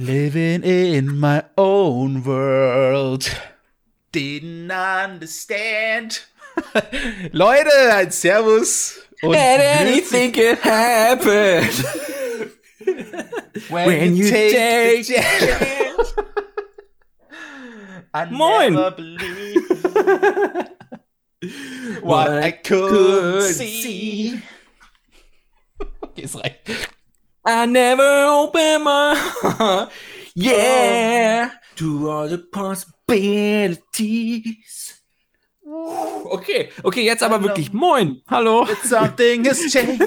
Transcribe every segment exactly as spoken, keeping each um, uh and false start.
Living in my own world. Didn't understand. Leute, ein Servus. Und and anything can happen. When, When you, you take, take the chance. I Moin. never believed what I could, could see. see. Okay, ist rein. I never open my heart. Yeah. Oh. To all the possibilities. Okay, okay, jetzt aber wirklich. Moin, hallo. But something has changed.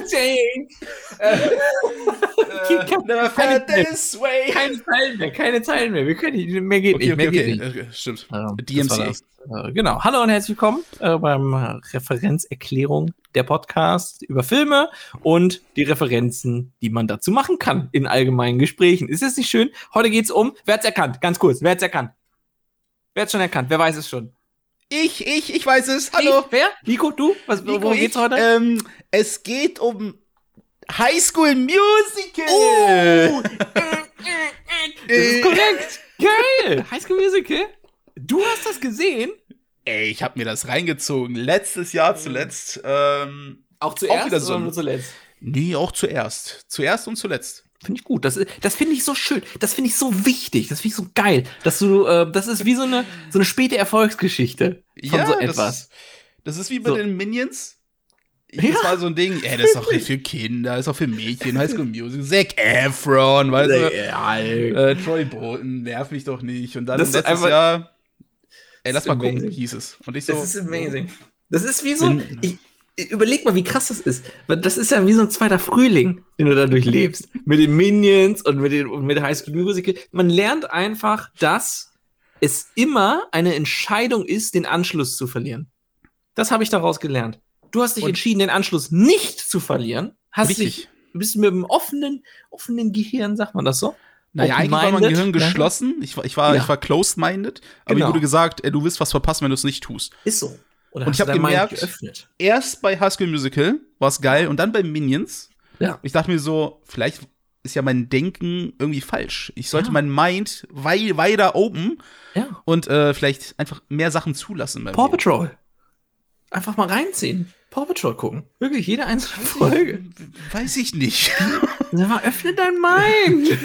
uh, never felt this way. Keine Zeilen mehr, keine Zeilen mehr. Wir können nicht, mehr geht okay, nicht, mehr okay, geht okay. nicht. Stimmt. Ähm, D M C. Äh, genau. Hallo und herzlich willkommen äh, beim Referenzerklärung der Podcast über Filme und die Referenzen, die man dazu machen kann in allgemeinen Gesprächen. Ist das nicht schön? Heute geht's um, wer hat's erkannt? Ganz kurz, wer hat's erkannt? Wer hat's schon erkannt? Wer weiß es schon? Ich, ich, ich weiß es. Hallo. Ich, wer? Nico, du? Was, Nico, worum geht's ich, heute? Ähm, es geht um High School Musical. Oh. Das ist korrekt. Geil. High School Musical? Du hast das gesehen? Ey, ich habe mir das reingezogen. Letztes Jahr zuletzt. Ähm, auch zuerst auch wieder so oder nur zuletzt? Nee, auch zuerst. Zuerst und zuletzt. Finde ich gut. Das, das finde ich so schön. Das finde ich so wichtig. Das finde ich so geil. Dass du, äh, das ist wie so eine, so eine späte Erfolgsgeschichte von ja, so etwas. Das, das ist wie bei so. den Minions. Ich, Ja. Das war so ein Ding, ey, das ist auch für Kinder, das ist auch für Mädchen, High School Musical, Zac Efron, weißt du? Ja, äh, Troy Bolton, nerv mich doch nicht. Und dann Das ist letztes einfach- Jahr, ey, lass mal amazing. gucken, hieß es. Und ich so, Das ist amazing. Das ist wie so, Bin- ich, überleg mal, wie krass das ist. Das ist ja wie so ein zweiter Frühling, den du da durchlebst. Mit den Minions und mit, den, und mit High School Musical. Man lernt einfach, dass es immer eine Entscheidung ist, den Anschluss zu verlieren. Das habe ich daraus gelernt. Du hast dich Und- entschieden, den Anschluss nicht zu verlieren. Hast Richtig. dich, bist mit einem offenen, offenen Gehirn, sagt man das so? naja, eigentlich war mein Open-minded, Gehirn ne? geschlossen, ich war, ich war, Ja. ich war closed-minded, aber Genau. mir wurde gesagt, ey, du wirst was verpassen, wenn du es nicht tust. Ist so. Oder Und hast ich hab du dein Mind gemerkt- geöffnet? Erst bei High School Musical war es geil und dann bei Minions. Ja. Ich dachte mir so, vielleicht ist ja mein Denken irgendwie falsch. Ich sollte Ja. mein Mind wei weiter open Ja. und äh, vielleicht einfach mehr Sachen zulassen. in meinem Paw Leben. Patrol. Einfach mal reinziehen. Paw Patrol gucken. Wirklich, jede einzelne Folge. Weiß ich nicht. Sag mal, öffne dein Mind.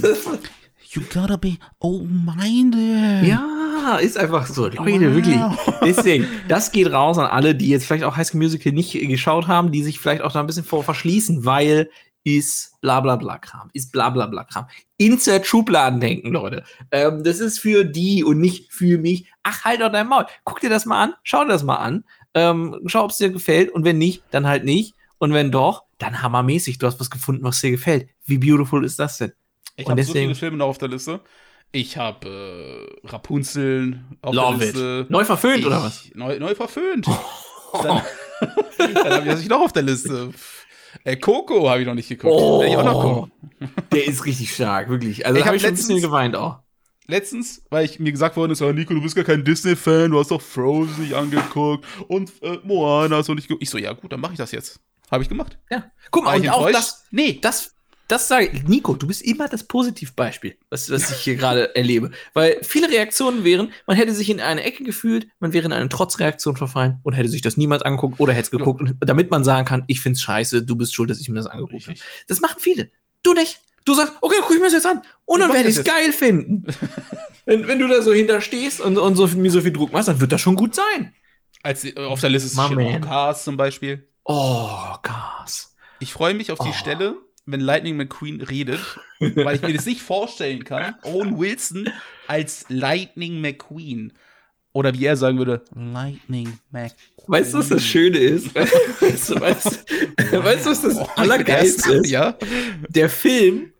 You gotta be open-minded. Ja, ist einfach so. Leute, Wow. wirklich. Deswegen, das geht raus an alle, die jetzt vielleicht auch High School Musical nicht geschaut haben, die sich vielleicht auch da ein bisschen vor verschließen, weil ist bla bla bla Kram. Ist bla bla bla Kram. Insert Schubladen denken, Leute. Ähm, das ist für die und nicht für mich. Ach, halt doch dein Maul. Guck dir das mal an. Schau dir das mal an. Ähm, schau, ob es dir gefällt. Und wenn nicht, dann halt nicht. Und wenn doch, dann hammermäßig. Du hast was gefunden, was dir gefällt. Wie beautiful ist das denn? Ich Und habe so deswegen- viele Filme noch auf der Liste. Ich habe äh, Rapunzel auf Love der it. Liste. Neu verföhnt, ich, oder was? Neu, neu verföhnt. Dann, dann habe ich, was ich noch auf der Liste. Äh, Coco habe ich noch nicht geguckt. Oh, Werde ich auch noch gucken. der ist richtig stark, wirklich. Also Ich da habe hab ich schon ein bisschen letztens- geweint auch. Letztens, weil ich mir gesagt worden ist, oh, Nico, du bist gar kein Disney-Fan, du hast doch Frozen nicht angeguckt und äh, Moana hast du nicht geguckt. Ich so, ja gut, dann mache ich das jetzt. Habe ich gemacht. Ja. Guck mal, War ich und auch enttäuscht? das, Nee. das, das sage ich, Nico, du bist immer das Positivbeispiel, was, was ich hier gerade erlebe. Weil viele Reaktionen wären, man hätte sich in eine Ecke gefühlt, man wäre in eine Trotzreaktion verfallen und hätte sich das niemals angeguckt oder hätte es geguckt, und, damit man sagen kann, ich find's scheiße, du bist schuld, dass ich mir das angeguckt habe. Richtig. Das machen viele. Du nicht. Du sagst, okay, guck ich mir das jetzt an. Und dann Ich mach werde das ich es jetzt. geil finden. wenn, wenn du da so hinterstehst und, und so, mir so viel Druck machst, dann wird das schon gut sein. Als, äh, auf der Liste ist My steht man. auch Cars zum Beispiel. Oh, Gas. Ich freue mich auf die Oh. Stelle, wenn Lightning McQueen redet, weil ich mir das nicht vorstellen kann, Owen Wilson als Lightning McQueen. Oder wie er sagen würde, Lightning McQueen. Weißt du, was das Schöne ist? Weißt du, weißt, du, weißt du, was das Allergeilste ist? Ja. Der Film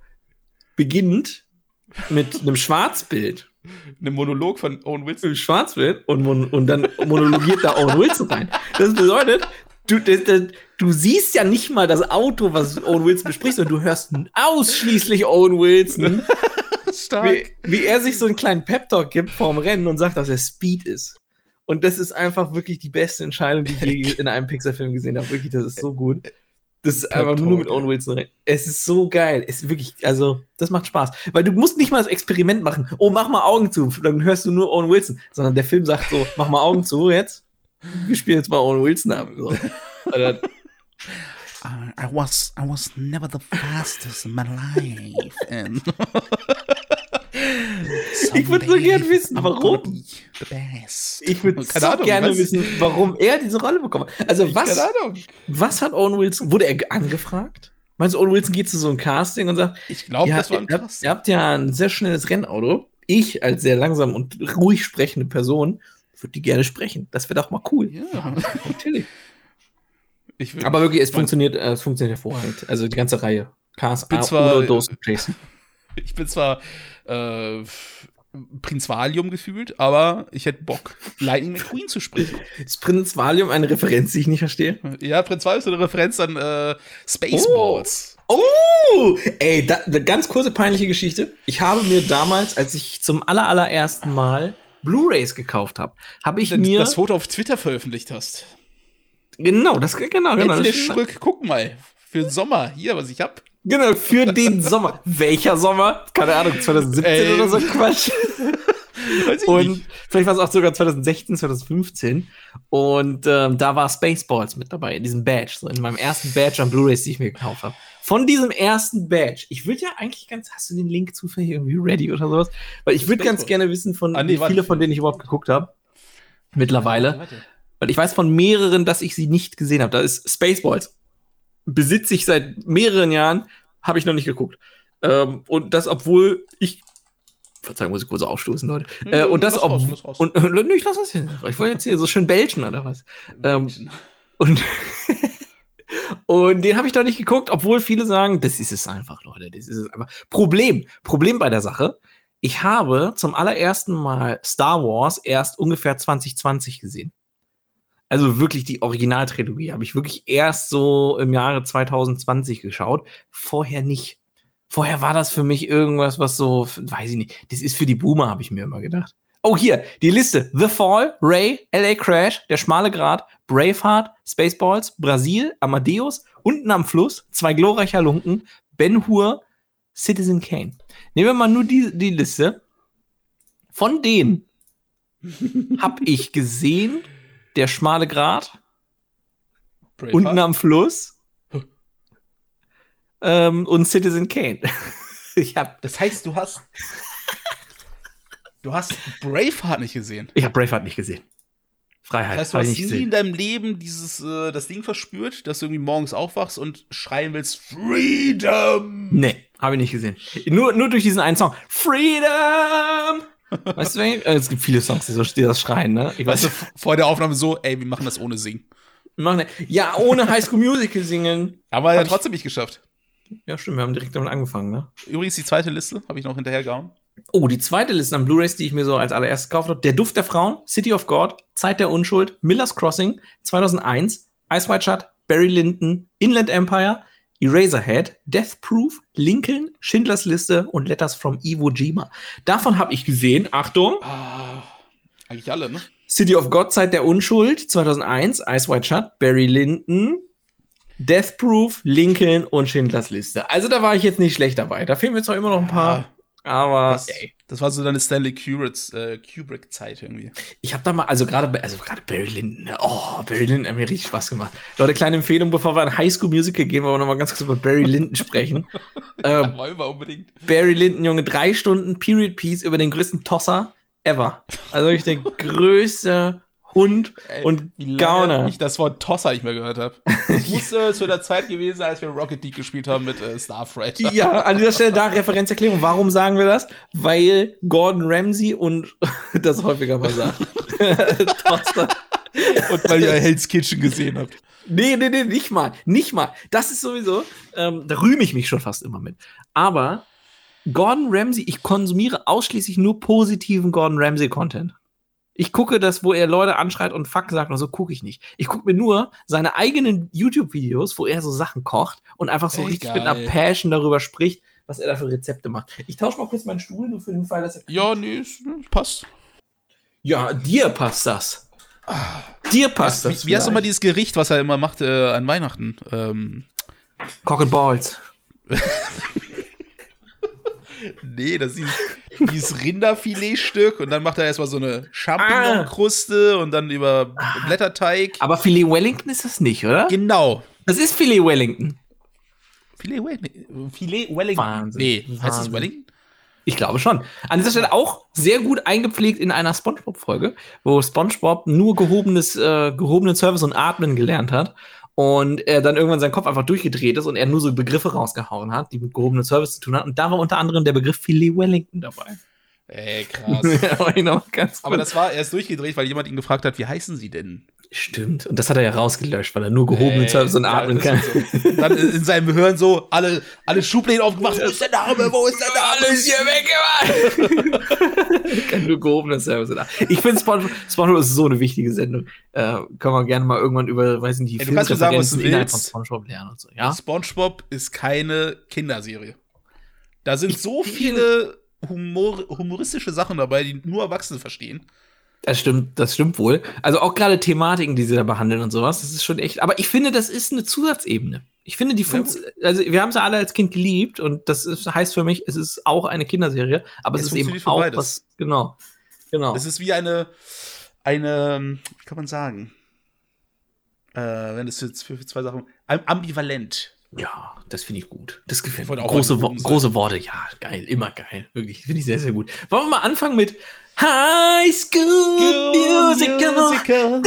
beginnt mit einem Schwarzbild. Ein Monolog von Owen Wilson. Im Schwarzbild und, mon und dann monologiert da Owen Wilson rein. Das bedeutet, du, das, das, du siehst ja nicht mal das Auto, was Owen Wilson bespricht, sondern du hörst ausschließlich Owen Wilson, Stark. wie, wie er sich so einen kleinen Pep-Talk gibt vorm Rennen und sagt, dass er Speed ist. Und das ist einfach wirklich die beste Entscheidung, die ich je in einem Pixar-Film gesehen habe. Wirklich, das ist so gut. Das ist einfach nur mit Owen Wilson reden. Es ist so geil. Es ist wirklich, also, das macht Spaß. Weil du musst nicht mal das Experiment machen. Oh, mach mal Augen zu. Dann hörst du nur Owen Wilson. Sondern der Film sagt so, mach mal Augen zu jetzt. Wir spielen jetzt mal Owen Wilson ab. So. Dann, I, I was I was never the fastest in my life. And ich würde so gerne wissen, warum. The best. Ich würde so Ahnung, gerne was? wissen, warum er diese Rolle bekommen hat. Also was, Keine Ahnung. was hat Owen Wilson, wurde er angefragt? Meinst du, Owen Wilson geht zu so einem Casting und sagt, Ich glaube, ja, das war ein ihr, habt, Casting. ihr habt ja ein sehr schnelles Rennauto. Ich als sehr langsam und ruhig sprechende Person würde die gerne sprechen. Das wäre doch mal cool. Ja. Natürlich. Ich will, Aber wirklich, es ich mein, funktioniert, äh, es funktioniert hervorragend. Also die ganze Reihe. Cars, bin A, zwar- Uno, Dos und Jason. Ich bin zwar äh, Prinz Valium gefühlt, aber ich hätte Bock, Lightning McQueen zu sprechen. Ist Prinz Valium eine Referenz, die ich nicht verstehe? Ja, Prinz Valium ist eine Referenz an äh, Spaceballs. Oh! Ey, da, eine ganz kurze peinliche Geschichte. Ich habe mir damals, als ich zum aller, allerersten Mal Blu-Rays gekauft habe, habe ich Das, mir das Foto auf Twitter veröffentlicht hast. genau, das genau, genau, Endlich das, Schröck, guck mal, für den Sommer, hier, was ich hab. genau für den Sommer. Welcher Sommer? Keine Ahnung, zwanzig siebzehn Ey. oder so Quatsch. Weiß ich Und nicht. vielleicht war es auch sogar zwanzig sechzehn, zwanzig fünfzehn. Und ähm, da war Spaceballs mit dabei, in diesem Badge, so in meinem ersten Badge an Blu-rays, die ich mir gekauft habe. Von diesem ersten Badge. Ich würde ja eigentlich ganz, hast du den Link zufällig irgendwie ready oder sowas? Weil ich würde ganz Spaceballs. gerne wissen, von Ah, nee, wie warte. viele von denen ich überhaupt geguckt habe. Mittlerweile. Warte. Weil ich weiß von mehreren, dass ich sie nicht gesehen habe. Da ist Spaceballs. Besitze ich seit mehreren Jahren, habe ich noch nicht geguckt. Ähm, und das, obwohl ich. Verzeihung, muss ich kurz aufstoßen, Leute. Hm, äh, und das, lass raus, ob, lass raus. und äh, nee, ich lass das hin. Ich wollte jetzt hier so schön belchen oder was. Ähm, und, und den habe ich doch nicht geguckt, obwohl viele sagen, das ist es einfach, Leute. Das ist es einfach. Problem, Problem bei der Sache. Ich habe zum allerersten Mal Star Wars erst ungefähr zwanzig zwanzig gesehen. Also wirklich die Originaltrilogie habe ich wirklich erst so im Jahre zwanzig zwanzig geschaut. Vorher nicht. Vorher war das für mich irgendwas, was so, weiß ich nicht, das ist für die Boomer, habe ich mir immer gedacht. Oh, hier, die Liste. The Fall, Ray, L A Crash, Der schmale Grat, Braveheart, Spaceballs, Brasil, Amadeus, Unten am Fluss, Zwei glorreiche Halunken, Ben Hur, Citizen Kane. Nehmen wir mal nur die, die Liste. Von denen habe ich gesehen, Der schmale Grat, Braveheart? Unten am Fluss ähm, und Citizen Kane. Ich habe Das heißt, du hast. Du hast Braveheart nicht gesehen. ich hab Braveheart nicht gesehen. Freiheit. Das heißt, du hab ich hast nicht nie gesehen. in deinem Leben dieses, äh, das Ding verspürt, dass du irgendwie morgens aufwachst und schreien willst, Freedom! Nee, habe ich nicht gesehen. Nur, nur durch diesen einen Song. Freedom! Weißt du, wen- äh, es gibt viele Songs, die, so, die das schreien, ne? Ich Weißt weiß, du, vor der Aufnahme so, ey, wir machen das ohne Singen. machen ne- ja, ohne High School Musical singen. Aber ja Hab ich- trotzdem nicht geschafft. Ja, stimmt, wir haben direkt damit angefangen, ne? Übrigens, die zweite Liste habe ich noch hinterhergehauen. Oh, die zweite Liste an Blu-rays, die ich mir so als allererstes gekauft habe. Der Duft der Frauen, City of God, Zeit der Unschuld, Miller's Crossing, zweitausendeins, Ice White Shut, Barry Lyndon, Inland Empire, Eraserhead, Death Proof, Lincoln, Schindlers Liste und Letters from Iwo Jima. Davon habe ich gesehen, Achtung, Ah, eigentlich alle, ne? City of God, Zeit der Unschuld, zweitausendeins, Ice White Shut, Barry Lyndon, Death Proof, Lincoln und Schindlers Liste. Also da war ich jetzt nicht schlecht dabei. Da fehlen mir zwar immer noch ein paar, aber Das, ey. das war so deine Stanley Kubrick, äh, Kubrick-Zeit irgendwie. Ich habe da mal, also gerade bei- also gerade Barry Lyndon, ne? Oh, Barry Lyndon hat mir richtig Spaß gemacht. Leute, kleine Empfehlung, bevor wir an High School Musical gehen, wollen wir noch mal ganz kurz über Barry Lyndon sprechen. ähm, Wollen wir unbedingt. Barry Lyndon, Junge, drei Stunden Period Piece über den größten Tosser ever. Also wirklich der größte Hund Ey, und wie lange Gauner. ich das Wort Tosser nicht mehr gehört habe. Ich wusste, zu der Zeit gewesen, als wir Rocket League gespielt haben mit äh, Starfighter. Ja, an dieser Stelle da Referenzerklärung. Warum sagen wir das? Weil Gordon Ramsay und das häufiger mal sagt. Tosser. Und weil ihr Hell's Kitchen gesehen habt. Nee, nee, nee, nicht mal. Nicht mal. Das ist sowieso, ähm, da rühme ich mich schon fast immer mit. Aber Gordon Ramsay, ich konsumiere ausschließlich nur positiven Gordon Ramsay-Content. Ich gucke das, wo er Leute anschreit und Fuck sagt und so, gucke ich nicht. Ich gucke mir nur seine eigenen YouTube-Videos, wo er so Sachen kocht und einfach so Ey, richtig geil. mit einer Passion darüber spricht, was er da für Rezepte macht. Ich tausche mal kurz meinen Stuhl, nur für den Fall, dass er... Ja, nee, ist- passt. Ja, dir passt das. Dir passt Wie, das. wie heißt vielleicht. nochmal dieses Gericht, was er immer machte äh, an Weihnachten? Ähm, Cock and Balls. Nee, das ist dieses Rinderfiletstück und dann macht er erstmal so eine Champignonkruste und dann über Blätterteig. Aber Filet Wellington ist das nicht, oder? Genau. Das ist Filet Wellington. Filet Wellington? Filet Wellington? Wahnsinn. Nee, Wahnsinn. heißt das Wellington? Ich glaube schon. An dieser Stelle auch sehr gut eingepflegt in einer SpongeBob-Folge, wo SpongeBob nur gehobenes, äh, gehobenen Service und Atmen gelernt hat. Und er dann irgendwann sein Kopf einfach durchgedreht ist und er nur so Begriffe rausgehauen hat, die mit gehobenem Service zu tun hatten. Und da war unter anderem der Begriff Filet Wellington dabei. Ey, krass. Aber, noch ganz Aber das war erst durchgedreht, weil jemand ihn gefragt hat, wie heißen sie denn? Stimmt. Und das hat er ja rausgelöscht, weil er nur gehobenen Service und Atmen ja, kann. So. Dann in seinem Hirn so alle, alle Schubläden aufgemacht. Wo ist der Name? Wo ist der Name? Alles hier weggemacht. Kann nur gehobener Service und Atmen. Ich finde, SpongeBob, SpongeBob ist so eine wichtige Sendung. Äh, können wir gerne mal irgendwann über, weiß nicht, die Ey, du kannst mir sagen, was du innerhalb willst. von SpongeBob lernen und so. Ja? SpongeBob ist keine Kinderserie. Da sind so viele Humor, humoristische Sachen dabei, die nur Erwachsene verstehen. Das stimmt, das stimmt wohl. Also auch gerade Thematiken, die sie da behandeln und sowas, das ist schon echt. Aber ich finde, das ist eine Zusatzebene. Ich finde, die funktioniert. Also wir haben sie alle als Kind geliebt und das ist, heißt für mich, es ist auch eine Kinderserie, aber es, es ist eben auch beides. Was. Genau, genau. Es ist wie eine, eine, wie kann man sagen, äh, wenn es jetzt für, für zwei Sachen ambivalent. Ja, das finde ich gut. Das gefällt mir. Große, Wo- große Worte, ja, geil, immer geil. Wirklich, finde ich sehr, sehr gut. Wollen wir mal anfangen mit High School Musical. Musical.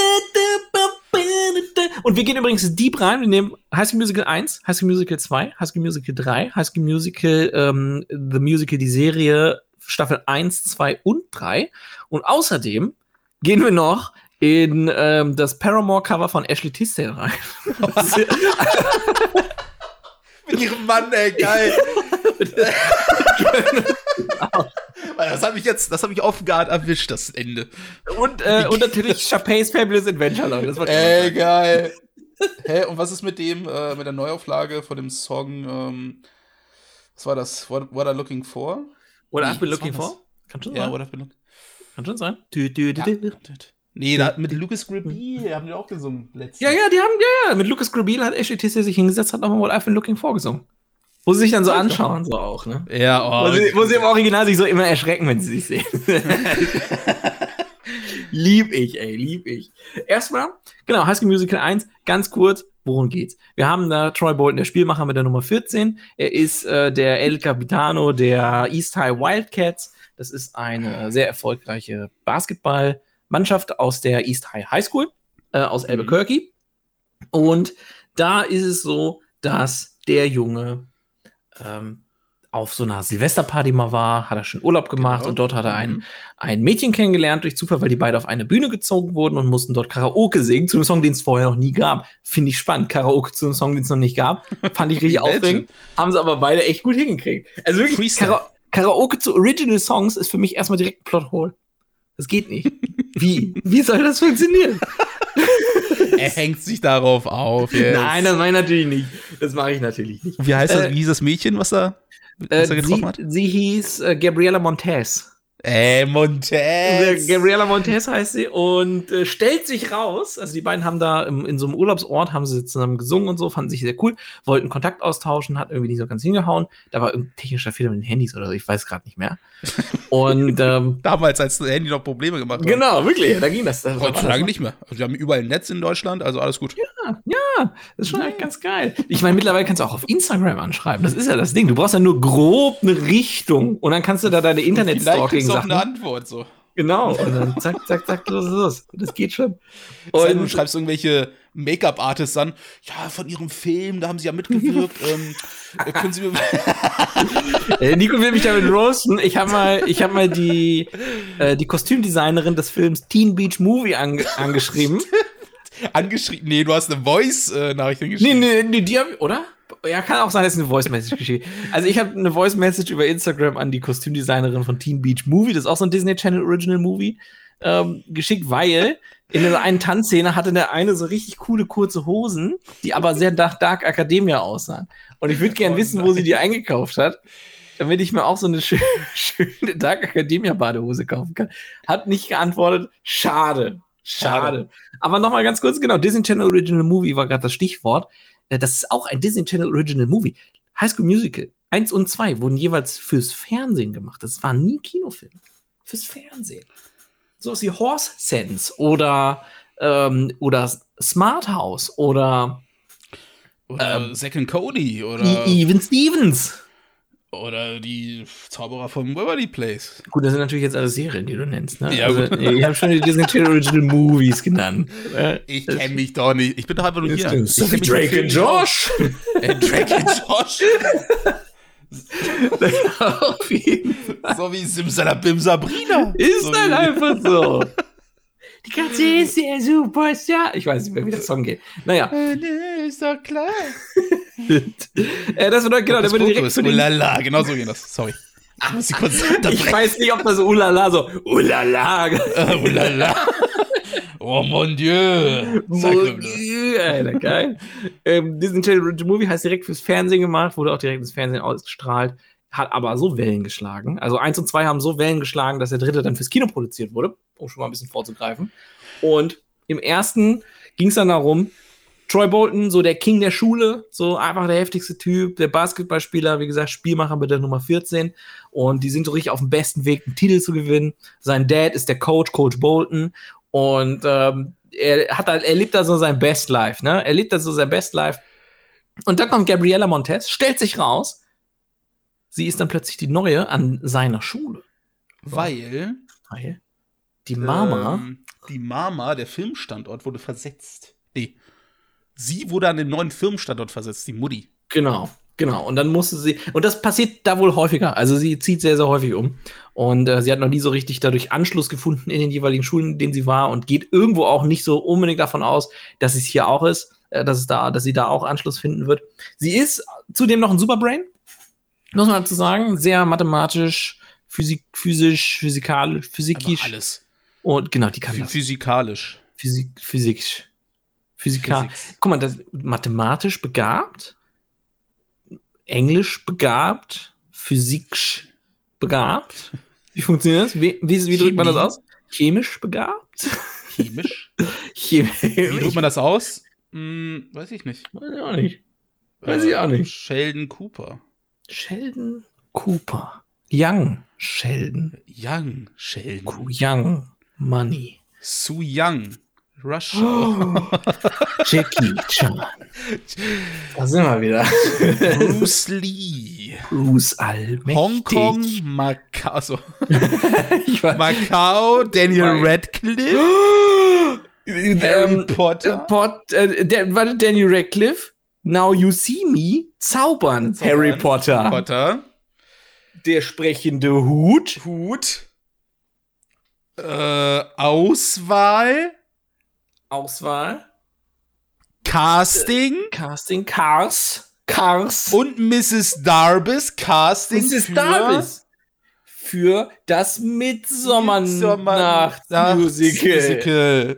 Und wir gehen übrigens deep rein. Wir nehmen High School Musical eins, High School Musical zwei, High School Musical drei, High School Musical, ähm, The Musical, die Serie, Staffel eins, zwei und drei. Und außerdem gehen wir noch in ähm, das Paramore-Cover von Ashley Tisdale rein. Mit ihrem Mann, ey, geil. Das hat mich jetzt, das hat mich off guard erwischt, das Ende. Und, äh, und natürlich Chappelle's Fabulous Adventure, Leute. Das war ey, geil. Hä, und was ist mit dem, äh, mit der Neuauflage von dem Song, ähm, was war das? What, what I'm Looking For? What I've Been Looking For? Kann schon sein. Ja, What I've Been Looking Kann schon sein. Du, du, du, du. Ja. Nee, da, mit Lucas Grabeel haben die auch gesungen letztens. Ja, ja, die haben, ja, ja. Mit Lucas Grabeel hat Ashley Tisdale sich hingesetzt, hat nochmal What I've Been Looking For gesungen. Wo sie sich dann so anschauen, so auch, ne? Ja, oh. Wo sie, wo sie im Original sich so immer erschrecken, wenn sie sich sehen. Lieb ich, ey, lieb ich. Erstmal, genau, High School Musical eins, ganz kurz, worum geht's? Wir haben da Troy Bolton, der Spielmacher mit der Nummer vierzehn. Er ist äh, der El Capitano der East High Wildcats. Das ist eine sehr erfolgreiche Basketballmannschaft aus der East High High School, äh, aus Albuquerque. Und da ist es so, dass der Junge ähm, auf so einer Silvesterparty mal war, hat er schon Urlaub gemacht genau. Und dort hat er ein, mhm. ein Mädchen kennengelernt durch Zufall, weil die beide auf eine Bühne gezogen wurden und mussten dort Karaoke singen zu einem Song, den es vorher noch nie gab. Finde ich spannend. Karaoke zu einem Song, den es noch nicht gab. Fand ich richtig aufregend. Haben sie aber beide echt gut hingekriegt. Also wirklich, Kara- Karaoke zu Original Songs ist für mich erstmal direkt ein Plothole. Das geht nicht. Wie? Wie soll das funktionieren? Er hängt sich darauf auf. Yes. Nein, das mache ich natürlich nicht. Das mache ich natürlich nicht. Wie heißt das? Äh, wie hieß das Mädchen, was er, was äh, er getroffen sie, hat? Sie hieß äh, Gabriela Montez. Ey, Montez. Gabriela Montez heißt sie und äh, stellt sich raus, also die beiden haben da im, in so einem Urlaubsort, haben sie zusammen gesungen und so, fanden sich sehr cool, wollten Kontakt austauschen, hat irgendwie nicht so ganz hingehauen. Da war irgendein technischer Fehler mit den Handys oder so, ich weiß gerade nicht mehr. Und ähm, damals, als das Handy noch Probleme gemacht hat. Genau, wirklich, da ging das. das Heutzutage nicht mehr. Also wir haben überall ein Netz in Deutschland, also alles gut. Ja, ja, das ist schon echt ganz geil. Ich meine, mittlerweile kannst du auch auf Instagram anschreiben, das ist ja das Ding. Du brauchst ja nur grob eine Richtung und dann kannst du da deine Internet-Stalking Sachen. Eine Antwort so. Genau, und dann zack, zack, zack, los, los. Das geht schon. Und du schreibst irgendwelche Make-up-Artists an. Ja, von ihrem Film, da haben sie ja mitgewirkt. ähm, können Sie mir äh, Nico will mich damit roasten. Ich habe mal, ich hab mal die, äh, die Kostümdesignerin des Films Teen Beach Movie ange- angeschrieben. angeschrieben? Nee, du hast eine Voice-Nachricht geschrieben. Nee, nee, nee, die hab ich, oder? Ja, kann auch sein, dass es eine Voice-Message geschieht. Also ich habe eine Voice-Message über Instagram an die Kostümdesignerin von Teen Beach Movie, das ist auch so ein Disney Channel Original Movie, ähm, geschickt, weil in der einen Tanzszene hatte der eine so richtig coole kurze Hosen, die aber sehr Dark, Dark Academia aussahen. Und ich würde gerne oh wissen, wo sie die eingekauft hat, damit ich mir auch so eine schöne, schöne Dark Academia Badehose kaufen kann. Hat nicht geantwortet, schade, schade. schade. Aber nochmal ganz kurz, genau, Disney Channel Original Movie war gerade das Stichwort. äh, das ist auch ein Disney Channel Original Movie. High School Musical eins und zwei wurden jeweils fürs Fernsehen gemacht. Das waren nie Kinofilme. Fürs Fernsehen. So wie Horse Sense oder, ähm, oder Smart House oder Oder ähm, Zack and Cody oder, E- Even Stevens. oder die Zauberer vom Waverly Place. Gut, das sind natürlich jetzt alles Serien, die du nennst. Ne? Ja, also, gut. ich habe schon die Disney Channel Original Movies genannt. Ich kenne mich doch nicht. Ich bin doch einfach nur hier. Ich So kenn wie mich Drake mit und Filmen Josh. aus. Äh, Drake und Josh. Auf jeden Fall. So wie Simsalabim Sabrina. Ist so dann wie- einfach so. Die Katze ist der Superstar. Ich weiß nicht mehr, wie der Song geht. Naja. Äh, nee, ist doch klar. äh, das bedeutet, genau, der Das würde Foto direkt ist zu den, ulala. Genau so geht das. Sorry. Ich muss sie kurz Ich unterbrechen. weiß nicht, ob das ulala so ulala. Äh, ulala. Oh mon Dieu. Mon Dieu, Alter, geil. ähm, Disney Channel Original Movie heißt direkt fürs Fernsehen gemacht, wurde auch direkt ins Fernsehen ausgestrahlt, hat aber so Wellen geschlagen. Also eins und zwei haben so Wellen geschlagen, dass der dritte dann fürs Kino produziert wurde, um schon mal ein bisschen vorzugreifen. Und im ersten ging es dann darum, Troy Bolton, so der King der Schule, so einfach der heftigste Typ, der Basketballspieler, wie gesagt, Spielmacher mit der Nummer vierzehn. Und die sind so richtig auf dem besten Weg, einen Titel zu gewinnen. Sein Dad ist der Coach, Coach Bolton. Und ähm, er, hat halt, er lebt da so sein Best Life, ne? Er lebt da so sein Best Life. Und dann kommt Gabriella Montez, stellt sich raus, sie ist dann plötzlich die Neue an seiner Schule. Weil Weil die Mama, ähm, die Mama, der Filmstandort, wurde versetzt. Nee. Sie wurde an den neuen Firmenstandort versetzt, die Mutti. genau, genau. Und dann musste sie, und das passiert da wohl häufiger. Also sie zieht sehr, sehr häufig um. Und äh, sie hat noch nie so richtig dadurch Anschluss gefunden in den jeweiligen Schulen, in denen sie war, und geht irgendwo auch nicht so unbedingt davon aus, dass es hier auch ist, äh, dass es da, dass sie da auch Anschluss finden wird. Sie ist zudem noch ein Superbrain, muss man dazu sagen. Sehr mathematisch, Physik, physisch, physikalisch, Aber physikisch. alles. Und genau, die kann Phy- das. Physikalisch. Physik, Physik, Physikal. Physics. Guck mal, das mathematisch begabt, Englisch begabt, Physik begabt. Wie funktioniert das? Wie, wie, wie drückt man das Chemie. aus? Chemisch begabt? Chemisch. Chemisch. Wie drückt man das aus? Hm, weiß ich nicht. Weiß ich auch nicht. Weiß ich auch nicht. Sheldon Cooper. Sheldon Cooper. Young Sheldon. Young Sheldon. Ku- Young Money. Su Young. Russia. Oh. Jackie Chan. Da sind wir wieder. Bruce Lee. Bruce Allmächtig. Hongkong, Macau. Also, Ich weiß. Macau, Daniel Mein- Radcliffe. Harry Ähm, Potter. Pot, äh, der, warte, Daniel Radcliffe. Now you see me. Zaubern. Zaubern. Harry Potter. Potter. Der sprechende Hut. Hut. Äh, Auswahl. Auswahl. Casting. Casting. Cars. Cars. Und Misses Darbus. Casting. Misses für Darbus. Für das Midsommernachtsmusical. Musical.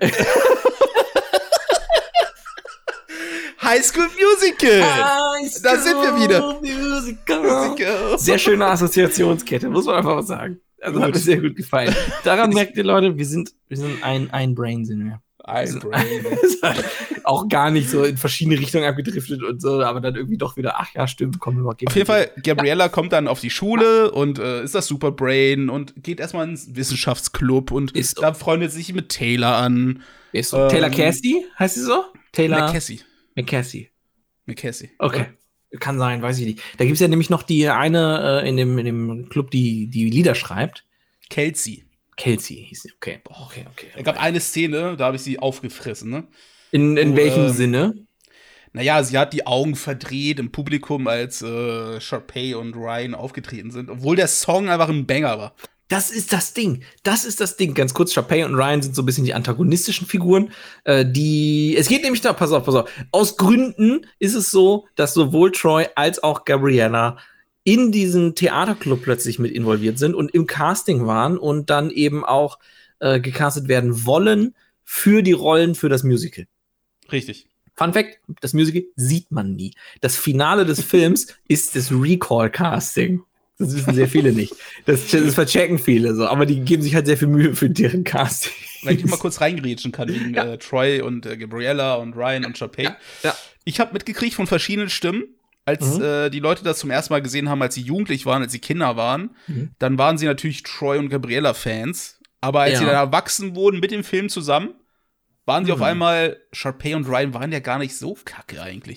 High School Musical. Da sind wir wieder. Musical. Musical. Sehr schöne Assoziationskette, muss man einfach mal sagen. Also hat mir sehr gut gefallen. Daran merkt ihr, Leute, wir sind, wir sind ein, ein Brain sind wir. Ein Brain. Auch gar nicht so in verschiedene Richtungen abgedriftet und so, aber dann irgendwie doch wieder, ach ja, stimmt, komm, wir mal gehen. Auf jeden Fall, Gabriella kommt dann auf die Schule und äh, ist das Superbrain und geht erstmal ins Wissenschaftsclub und Ist so. da freundet sich mit Taylor an. Ist so. Taylor ähm, Cassidy, heißt sie so? Taylor McCassie. McCassie. McCassie. Okay. Kann sein, weiß ich nicht. Da gibt es ja nämlich noch die eine äh, in, dem, in dem Club, die die Lieder schreibt. Kelsey. Kelsey hieß sie. Okay. Okay, okay. Es gab eine Szene, da habe ich sie aufgefressen, ne? In, in Wo, welchem ähm, Sinne? Naja, sie hat die Augen verdreht im Publikum, als äh, Sharpay und Ryan aufgetreten sind, obwohl der Song einfach ein Banger war. Das ist das Ding. Das ist das Ding. Ganz kurz, Sharpay und Ryan sind so ein bisschen die antagonistischen Figuren. Äh, die, es geht nämlich da, pass auf, pass auf. Aus Gründen ist es so, dass sowohl Troy als auch Gabriella in diesen Theaterclub plötzlich mit involviert sind und im Casting waren und dann eben auch äh, gecastet werden wollen für die Rollen für das Musical. Richtig. Fun Fact, das Musical sieht man nie. Das Finale des Films ist das Recall-Casting. Das wissen sehr viele nicht. Das, das verchecken viele so, aber die geben sich halt sehr viel Mühe für deren Casting. Wenn ich mal kurz reingrätschen kann, wegen Ja. äh, Troy und äh, Gabriella und Ryan und Sharpay. Ja. ich habe mitgekriegt von verschiedenen Stimmen, als mhm. äh, die Leute das zum ersten Mal gesehen haben, als sie jugendlich waren, als sie Kinder waren, mhm. dann waren sie natürlich Troy und Gabriella-Fans. Aber als ja. sie dann erwachsen wurden mit dem Film zusammen, waren sie mhm. auf einmal, Sharpay und Ryan waren ja gar nicht so kacke eigentlich.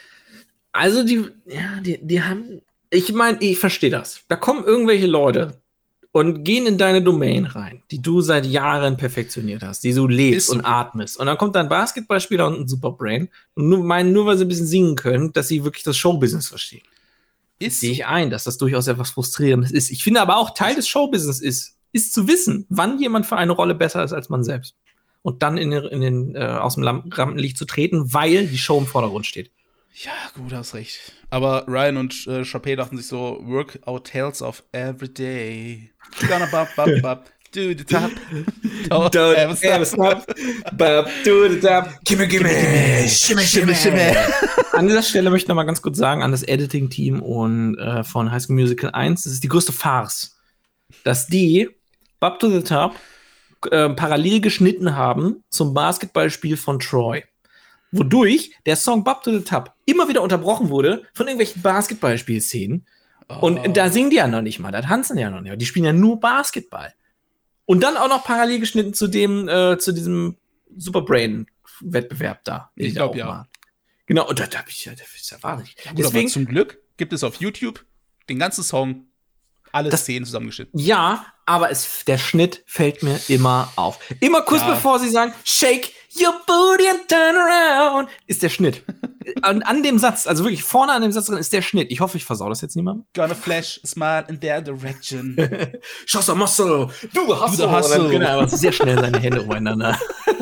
Also die, ja, die, die haben, ich meine, ich verstehe das. Da kommen irgendwelche Leute und gehen in deine Domain rein, die du seit Jahren perfektioniert hast, die du lebst so. Und atmest. Und dann kommt da ein Basketballspieler und ein Superbrain und nur, meinen, nur weil sie ein bisschen singen können, dass sie wirklich das Showbusiness verstehen. Ist sehe ich ein, dass das durchaus etwas Frustrierendes ist. Ich finde aber auch, Teil des Showbusiness ist, ist zu wissen, wann jemand für eine Rolle besser ist als man selbst. Und dann in den, in den, äh, aus dem Rampenlicht zu treten, weil die Show im Vordergrund steht. Ja, gut, hast recht. Aber Ryan und äh, Sharpay dachten sich so, work our tales of every day. Gonna bop, bop, bop, do the top. Don't, Don't ever stop. Ever stop. Bop, do the top. Gimme, gimme, gimme, shimmy, shimmy, shimmy. An dieser Stelle möchte ich noch mal ganz kurz sagen, an das Editing-Team und äh, von High School Musical eins, das ist die größte Farce, dass die Bop to the Top äh, parallel geschnitten haben zum Basketballspiel von Troy. Wodurch der Song Bop to the Top immer wieder unterbrochen wurde von irgendwelchen Basketballspielszenen. Oh. Und da singen die ja noch nicht mal, da tanzen die ja noch nicht. Die spielen ja nur Basketball. Und dann auch noch parallel geschnitten zu dem, äh, zu diesem Superbrain-Wettbewerb da. Ich glaube ja. Mal. Genau, und da, da bin ich ja, das ist ja wahnsinnig. Ja, gut, deswegen, aber zum Glück gibt es auf YouTube den ganzen Song, alle das, Szenen zusammengeschnitten. Ja, aber es, der Schnitt fällt mir immer auf. Immer kurz ja. bevor sie sagen, shake your booty and turn around, ist der Schnitt. an, an dem Satz, also wirklich vorne an dem Satz drin ist der Schnitt. Ich hoffe, ich versau das jetzt niemandem. Gonna flash a smile in their direction. Show a muscle, do the hustle. Do the hustle. Genau, sehr schnell seine Hände umeinander.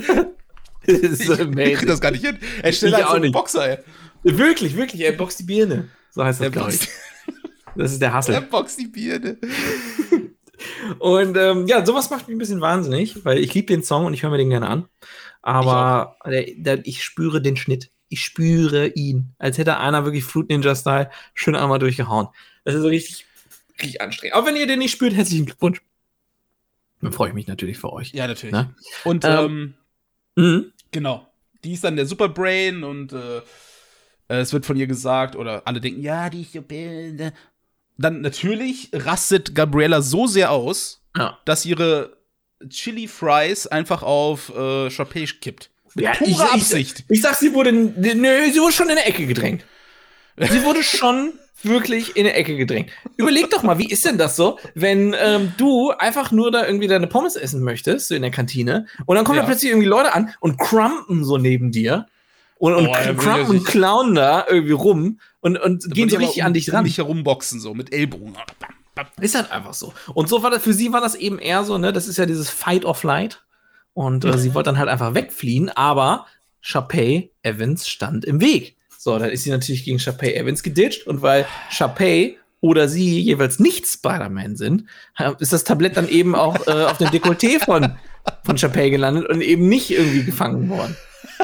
Das ist so ich krieg das gar nicht hin. Er stellt halt so einen Boxer, ey. Wirklich, wirklich, er boxt die Birne. So heißt das, glaube ich. Das ist der Hustle. Er boxt die Birne. Und ähm, ja, sowas macht mich ein bisschen wahnsinnig, weil ich liebe den Song und ich höre mir den gerne an. Aber ich, der, der, ich spüre den Schnitt. Ich spüre ihn. Als hätte einer wirklich Fruit Ninja-Style schön einmal durchgehauen. Das ist so richtig, richtig anstrengend. Auch wenn ihr den nicht spürt, herzlichen Glückwunsch. Dann freue ich mich natürlich für euch. Ja, natürlich. Na? Und ähm, ähm genau. Die ist dann der Superbrain und äh, es wird von ihr gesagt, oder alle denken, ja, die ist so Bilder. Dann natürlich rastet Gabriella so sehr aus, ja. dass ihre Chili Fries einfach auf äh, Sharpay kippt. Mit ja, purer ich, Absicht. Ich, ich sag, sie wurde, nö, sie wurde schon in der Ecke gedrängt. Sie wurde schon wirklich in der Ecke gedrängt. Überleg doch mal, wie ist denn das so, wenn ähm, du einfach nur da irgendwie deine Pommes essen möchtest, so in der Kantine, und dann kommen ja. da plötzlich irgendwie Leute an und crumpen so neben dir und, und oh, crumpen und klauen da irgendwie rum und, und gehen so richtig um, an dich ran. Nicht herumboxen, so mit Ellbogen. Ist halt einfach so. Und so war das, für sie war das eben eher so, ne, das ist ja dieses Fight or Flight. Und äh, sie wollte dann halt einfach wegfliehen, aber Sharpay Evans stand im Weg. So, dann ist sie natürlich gegen Sharpay Evans geditcht und weil Sharpay oder sie jeweils nicht Spider-Man sind, ist das Tablett dann eben auch äh, auf dem Dekolleté von, von Sharpay gelandet und eben nicht irgendwie gefangen worden.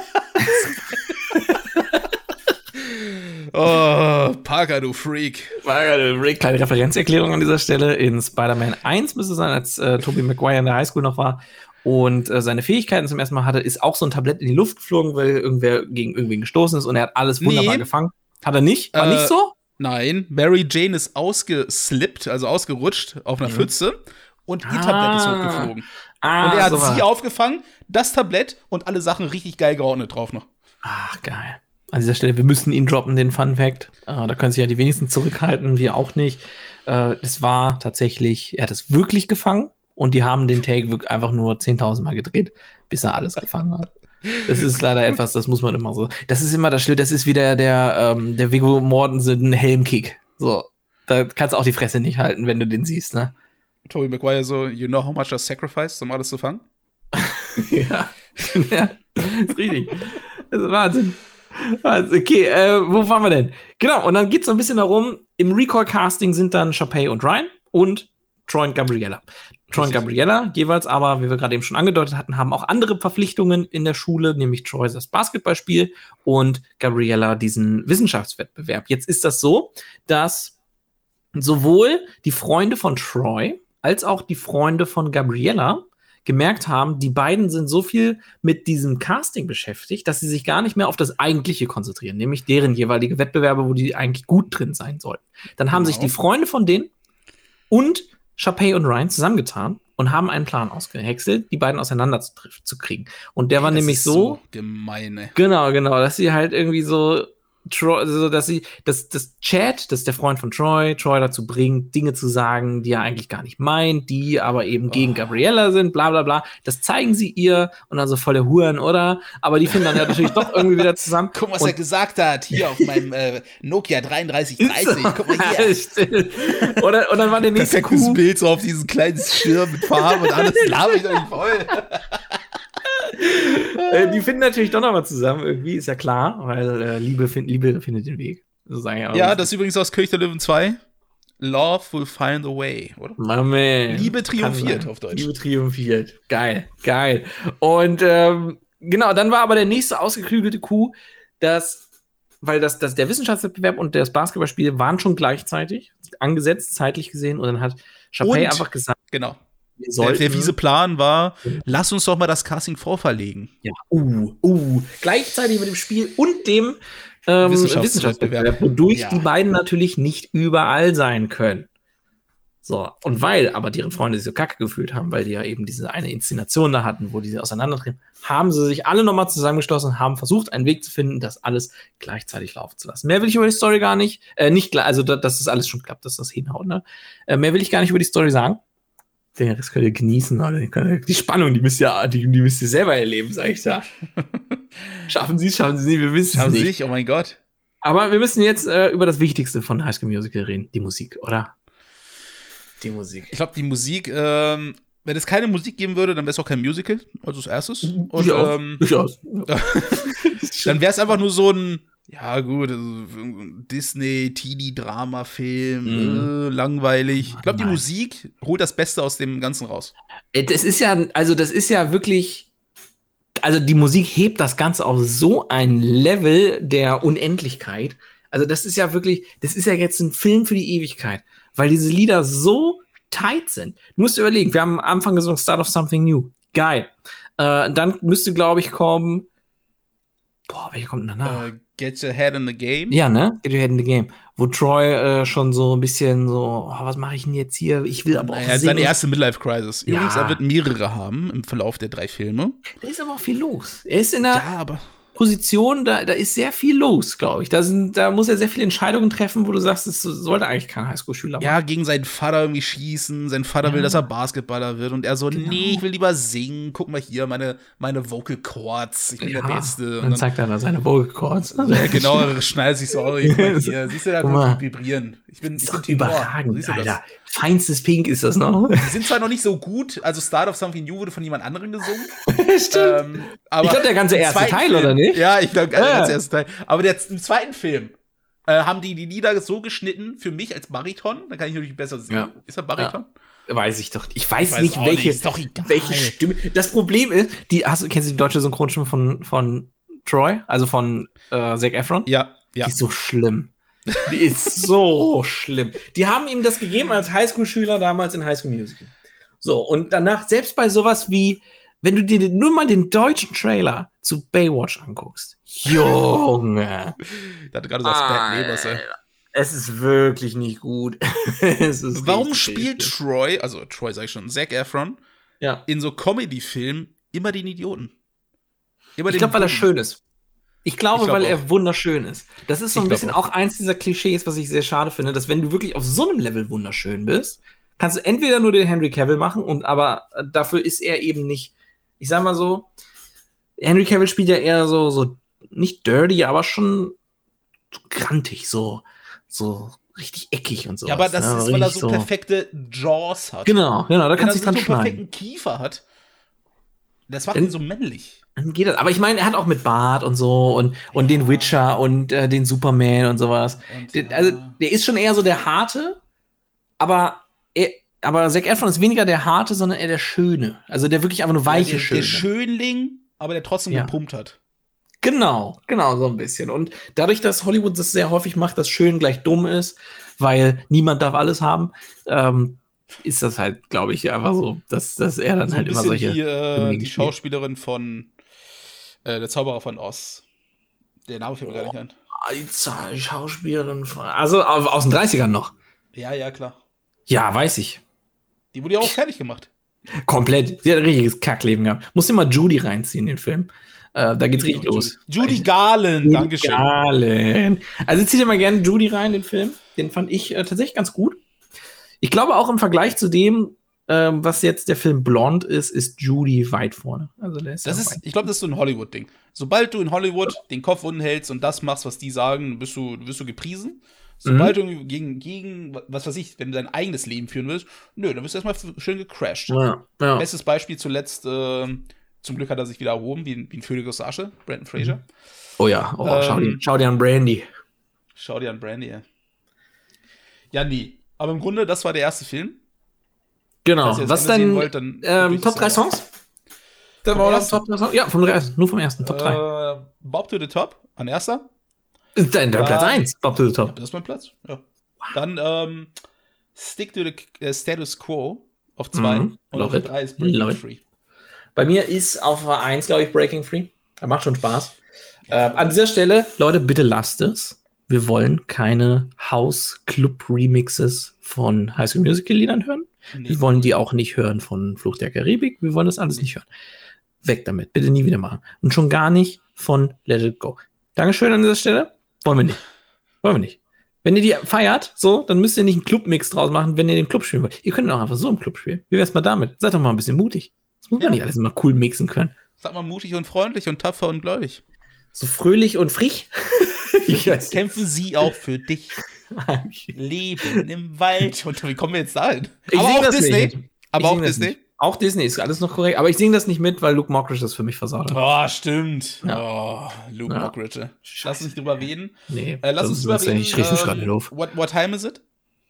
Oh, Parker, du Freak. Parker, du Freak. Kleine Referenzerklärung an dieser Stelle. In Spider-Man eins müsste es sein, als äh, Tobey Maguire in der Highschool noch war und äh, seine Fähigkeiten zum ersten Mal hatte, ist auch so ein Tablett in die Luft geflogen, weil irgendwer gegen irgendwen gestoßen ist und er hat alles wunderbar nee. gefangen. Hat er nicht? War äh, nicht so? Nein, Mary Jane ist ausgeslippt, also ausgerutscht auf einer mhm. Pfütze und ihr ah. Tablett ist hochgeflogen. Ah, und er hat so sie aufgefangen, das Tablett und alle Sachen richtig geil geordnet drauf noch. Ach, geil. An dieser Stelle, wir müssen ihn droppen, den Fun Fact. Äh, da können sich ja die wenigsten zurückhalten, wir auch nicht. Äh, es war tatsächlich, er hat es wirklich gefangen und die haben den Take wirklich einfach nur zehntausend Mal gedreht, bis er alles gefangen hat. Das ist leider etwas, das muss man immer so. Das ist immer das Schlimme, das ist wieder der, ähm, der Viggo Mortensen Helmkick. So, da kannst du auch die Fresse nicht halten, wenn du den siehst, ne? Tobey Maguire so, you know how much I sacrificed, um alles zu fangen? ja. ja, ist richtig. Das ist Wahnsinn. Also, okay, äh, wo waren wir denn? Genau, und dann geht es so ein bisschen darum, im Recall-Casting sind dann Sharpay und Ryan und Troy und Gabriella. Troy und Gabriella jeweils aber, wie wir gerade eben schon angedeutet hatten, haben auch andere Verpflichtungen in der Schule, nämlich Troy das Basketballspiel und Gabriella diesen Wissenschaftswettbewerb. Jetzt ist das so, dass sowohl die Freunde von Troy als auch die Freunde von Gabriella gemerkt haben, die beiden sind so viel mit diesem Casting beschäftigt, dass sie sich gar nicht mehr auf das Eigentliche konzentrieren, nämlich deren jeweilige Wettbewerbe, wo die eigentlich gut drin sein sollten. Dann haben Genau. sich die Freunde von denen und Sharpay und Ryan zusammengetan und haben einen Plan ausgehäckselt, die beiden auseinander zu, zu kriegen. Und der war das nämlich ist so, so gemeine. Genau, genau, dass sie halt irgendwie so Troy, so dass sie, dass das Chad, das ist der Freund von Troy, Troy dazu bringt, Dinge zu sagen, die er eigentlich gar nicht meint, die aber eben oh. gegen Gabriella sind, bla bla bla. Das zeigen sie ihr und dann so voll der Huren, oder? Aber die finden dann ja natürlich doch irgendwie wieder zusammen. Guck, was und er gesagt hat, hier auf meinem äh, Nokia dreiunddreißig dreißig, guck mal hier. oder, und dann war der nächste Perfektes Bild so auf diesen kleinen Schirm mit Farben und alles, laber ich euch voll. Die finden natürlich doch noch mal zusammen, irgendwie, ist ja klar, weil äh, Liebe, find, Liebe findet den Weg. So sagen ja, ja, das ist übrigens aus König der Löwen zwei. Love will find a way, oder? Mame. Liebe triumphiert auf Deutsch. Liebe triumphiert. Geil, geil. Und ähm, genau, dann war aber der nächste ausgeklügelte Coup, dass, weil das, das, der Wissenschaftswettbewerb und das Basketballspiel waren schon gleichzeitig angesetzt, zeitlich gesehen, und dann hat Sharpay einfach gesagt, genau. Der, der fiese Plan war, lass uns doch mal das Casting vorverlegen. Ja, uh, uh. Gleichzeitig mit dem Spiel und dem ähm, Wissenschaftswettbewerb, wodurch ja. die beiden natürlich nicht überall sein können. So, und weil aber deren Freunde sich so kacke gefühlt haben, weil die ja eben diese eine Inszenation da hatten, wo die sie auseinanderdrehen, haben sie sich alle nochmal zusammengeschlossen und haben versucht, einen Weg zu finden, das alles gleichzeitig laufen zu lassen. Mehr will ich über die Story gar nicht, äh, nicht, also dass das alles schon klappt, dass das hinhaut, ne? Äh, mehr will ich gar nicht über die Story sagen. Das könnt ihr genießen, oder? Die Spannung, die müsst ihr, die, die müsst ihr selber erleben, sag ich da. Schaffen sie es, schaffen sie es nicht, wir wissen es nicht. Sich, oh mein Gott. Aber wir müssen jetzt äh, über das Wichtigste von High School Musical reden, die Musik, oder? Die Musik. Ich glaube, die Musik, ähm, wenn es keine Musik geben würde, dann wäre es auch kein Musical, also das erstes. Und, ich auch. Ähm, ich auch. Dann wäre es einfach nur so ein, ja gut, also Disney-Teenie-Drama-Film, mm. äh, langweilig. Ich glaube, die Musik holt das Beste aus dem Ganzen raus. Das ist ja, also das ist ja wirklich, also die Musik hebt das Ganze auf so ein Level der Unendlichkeit. Also das ist ja wirklich, das ist ja jetzt ein Film für die Ewigkeit, weil diese Lieder so tight sind. Du musst dir überlegen, wir haben am Anfang gesungen Start of Something New. Geil. Äh, dann müsste, glaube ich, kommen, boah, welcher kommt denn danach? Uh, Get Your Head in the Game. Ja, ne? Get Your Head in the Game. Wo Troy äh, schon so ein bisschen so, oh, was mache ich denn jetzt hier? Ich will aber auch naja, singen. Seine erste Midlife-Crisis. Ja. Übrigens, er wird mehrere haben im Verlauf der drei Filme. Da ist aber auch viel los. Er ist in der ja, aber Position, da, da ist sehr viel los, glaube ich. Da, sind, da muss er sehr viele Entscheidungen treffen, wo du sagst, das sollte eigentlich kein Highschool-Schüler machen. Ja, gegen seinen Vater irgendwie schießen. Sein Vater ja. will, dass er Basketballer wird. Und er so, genau. nee, ich will lieber singen. Guck mal hier, meine, meine Vocal Chords. Ich bin ja, der Beste. Und dann, dann zeigt er da seine Vocal Chords. Ja, genau, er schneidet sich so, oh, guck mal hier. Siehst du, da kann vibrieren. Ich bin, ich bin überragend, Alter. Feinstes Pink ist das noch. Die sind zwar noch nicht so gut, also Start of Something New wurde von jemand anderem gesungen. Stimmt. Ähm, aber ich glaube, der ganze erste Teil, Film, oder nicht? Ja, ich glaube, der ja. ganze erste Teil. Aber der, im zweiten Film äh, haben die die Lieder so geschnitten, für mich als Bariton, da kann ich natürlich besser singen. Ja. Ist er Bariton? Ja. Weiß ich doch. Ich weiß, ich weiß nicht, welche, nicht. Ist doch egal. welche Stimme. Das Problem ist, die, hast du, kennst du die deutsche Synchronstimme von, von Troy? Also von äh, Zac Efron? Ja, ja. Die ist so schlimm. Die ist so schlimm. Die haben ihm das gegeben als Highschool-Schüler damals in High School Musical. So, und danach, selbst bei sowas wie, wenn du dir nur mal den deutschen Trailer zu Baywatch anguckst. Junge. Ich hatte gerade so das Bad Neighbors, ey. Es ist wirklich nicht gut. Es ist Warum spielt richtig. Troy, also Troy sag ich schon, Zac Efron, ja. in so Comedy-Filmen immer den Idioten? Immer ich glaube, weil er schön ist. Ich glaube, ich glaub weil auch. er wunderschön ist. Das ist so ein ich bisschen auch. auch eins dieser Klischees, was ich sehr schade finde, dass wenn du wirklich auf so einem Level wunderschön bist, kannst du entweder nur den Henry Cavill machen, und aber dafür ist er eben nicht, ich sag mal so, Henry Cavill spielt ja eher so, so nicht dirty, aber schon so grantig, so, so richtig eckig und so. Ja, aber das ne? ist, weil er so, so perfekte Jaws hat. Genau, genau, da kannst du dran so schneiden. Wenn er so einen perfekten Kiefer hat, das macht ihn so männlich. Dann geht das. Aber ich meine, er hat auch mit Bart und so und, und ja. den Witcher und äh, den Superman und sowas. Und, der, also, der ist schon eher so der Harte, aber er, aber Zac Efron ist weniger der Harte, sondern eher der Schöne. Also der wirklich einfach nur weiche ja, der, Schöne. Der Schönling, aber der trotzdem ja. gepumpt hat. Genau, genau, so ein bisschen. Und dadurch, dass Hollywood das sehr häufig macht, dass schön gleich dumm ist, weil niemand darf alles haben, ähm, ist das halt, glaube ich, einfach so, dass, dass er dann so halt immer solche. Wie, äh, die Schauspielerin von äh, Der Zauberer von Oz. Der Name fällt mir gar nicht ein. Die Schauspielerin von. Also aus den dreißigern noch. Ja, ja, klar. Ja, weiß ich. Die wurde ja auch fertig gemacht. Komplett. Sie hat ein richtiges Kackleben gehabt. Muss dir mal Judy reinziehen, den Film. Äh, da geht's richtig Judy, los. Judy Garland, Judy Dankeschön. Garland. Also zieh dir mal gerne Judy rein, den Film. Den fand ich äh, tatsächlich ganz gut. Ich glaube auch im Vergleich zu dem, ähm, was jetzt der Film Blonde ist, ist Judy weit vorne. Also der ist das ja ist, ich glaube, das ist so ein Hollywood-Ding. Sobald du in Hollywood ja. den Kopf unten hältst und das machst, was die sagen, bist du, wirst du gepriesen. Sobald mhm. du gegen, gegen, was weiß ich, wenn du dein eigenes Leben führen willst, nö, dann bist du erstmal schön gecrashed. Ja, ja. Bestes Beispiel zuletzt, äh, zum Glück hat er sich wieder erhoben, wie, wie ein Phönix aus der Asche, Brendan Fraser. Mhm. Oh ja, oh, ähm, schau, dir, schau dir an Brandy. Schau dir an Brandy, ja. Ja, nee. Aber im Grunde, das war der erste Film. Genau. Was denn? Wollt, dann ähm, Top drei Songs? Da war das Top drei Songs? Ja, vom ersten, nur vom ersten, Top drei. Äh, Bob to the Top, an erster. Ist dein Platz eins, Bob to the Top. Ja, das ist mein Platz, ja. Wow. Dann ähm, Stick to the äh, Status Quo auf zwei. Mhm. Und auf drei ist Breaking Love Free. Bei mir ist auf eins, glaube ich, Breaking Free. Das macht schon Spaß. Ähm, an dieser Stelle, Leute, bitte lasst es. Wir wollen keine House-Club-Remixes von High School Musical-Liedern hören. Nee. Wir wollen die auch nicht hören von Fluch der Karibik. Wir wollen das alles nicht hören. Weg damit. Bitte nie wieder machen. Und schon gar nicht von Let It Go. Dankeschön an dieser Stelle. Wollen wir nicht. Wollen wir nicht. Wenn ihr die feiert, so, dann müsst ihr nicht einen Club-Mix draus machen, wenn ihr den Club spielen wollt. Ihr könnt auch einfach so im Club spielen. Wie wär's mal damit? Seid doch mal ein bisschen mutig. Das muss man ja nicht alles immer cool mixen können. Sag mal mutig und freundlich und tapfer und gläubig. So fröhlich und frech. Kämpfen sie auch für dich. Leben im Wald. Und wie kommen wir jetzt da hin? Ich Aber auch das Disney. Nicht. Aber ich auch Disney. Nicht. Auch Disney ist alles noch korrekt. Aber ich singe das nicht mit, weil Luke Mockridge das für mich versaut hat. Oh, stimmt. Ja. Oh, Luke ja. Mockridge. Lass uns drüber reden. Nee, äh, lass uns drüber reden. Ich krieg's ähm, nicht auf. What, what time is it?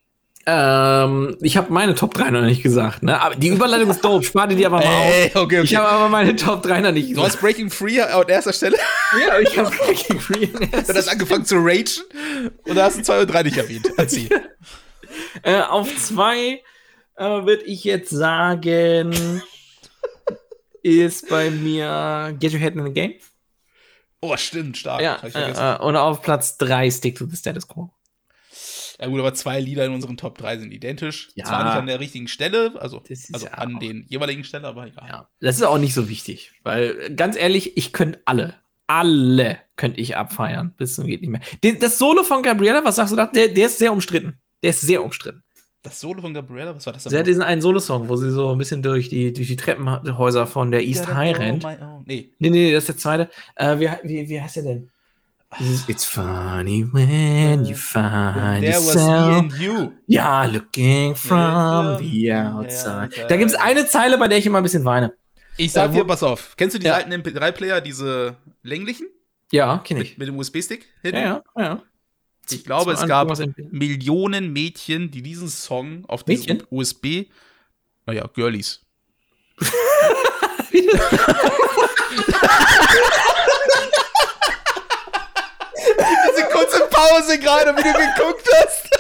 Ähm, ich habe meine Top drei noch nicht gesagt, ne? Aber die Überleitung ist dope. Spar dir die aber mal Ey, auf. Okay, okay. Ich habe aber meine Top drei noch nicht gesagt. Du hast Breaking Free an erster Stelle? Ja, ich habe Breaking Free an erster Stelle. Dann hast du angefangen zu ragen oder hast du zwei und drei nicht erwähnt? Erzähl. äh, auf zwei äh, würde ich jetzt sagen, ist bei mir Get Your Head in the Game. Oh, stimmt, stark. Ja, äh, und auf Platz drei Stick to the Status Quo. Ja gut, aber zwei Lieder in unseren Top drei sind identisch. Ja. Zwar nicht an der richtigen Stelle, also, also ja an den jeweiligen Stellen, aber egal. Ja. Das ist auch nicht so wichtig, weil ganz ehrlich, ich könnte alle, alle könnte ich abfeiern, bis zum geht nicht mehr. Den, das Solo von Gabriella, was sagst du da? Der, der ist sehr umstritten. Der ist sehr umstritten. Das Solo von Gabriella, was war das denn? Sie hat diesen einen Solo-Song, wo sie so ein bisschen durch die, durch die Treppenhäuser von der East High rennt. Nee. nee, nee, das ist der zweite. Äh, wie, wie, wie heißt der denn? It's funny when you find There was yourself. me and you. Ja, looking from the outside. Da gibt es eine Zeile, bei der ich immer ein bisschen weine. Ich sag äh, dir, pass auf. Kennst du die ja. alten M P drei Player, diese länglichen? Ja, kenn ich. Mit, mit dem U S B-Stick? Ja, ja, ja. Ich glaube, es gab Millionen Mädchen, die diesen Song auf diesem U S B, naja, Girlies. Diese kurze Pause gerade, wie du geguckt hast.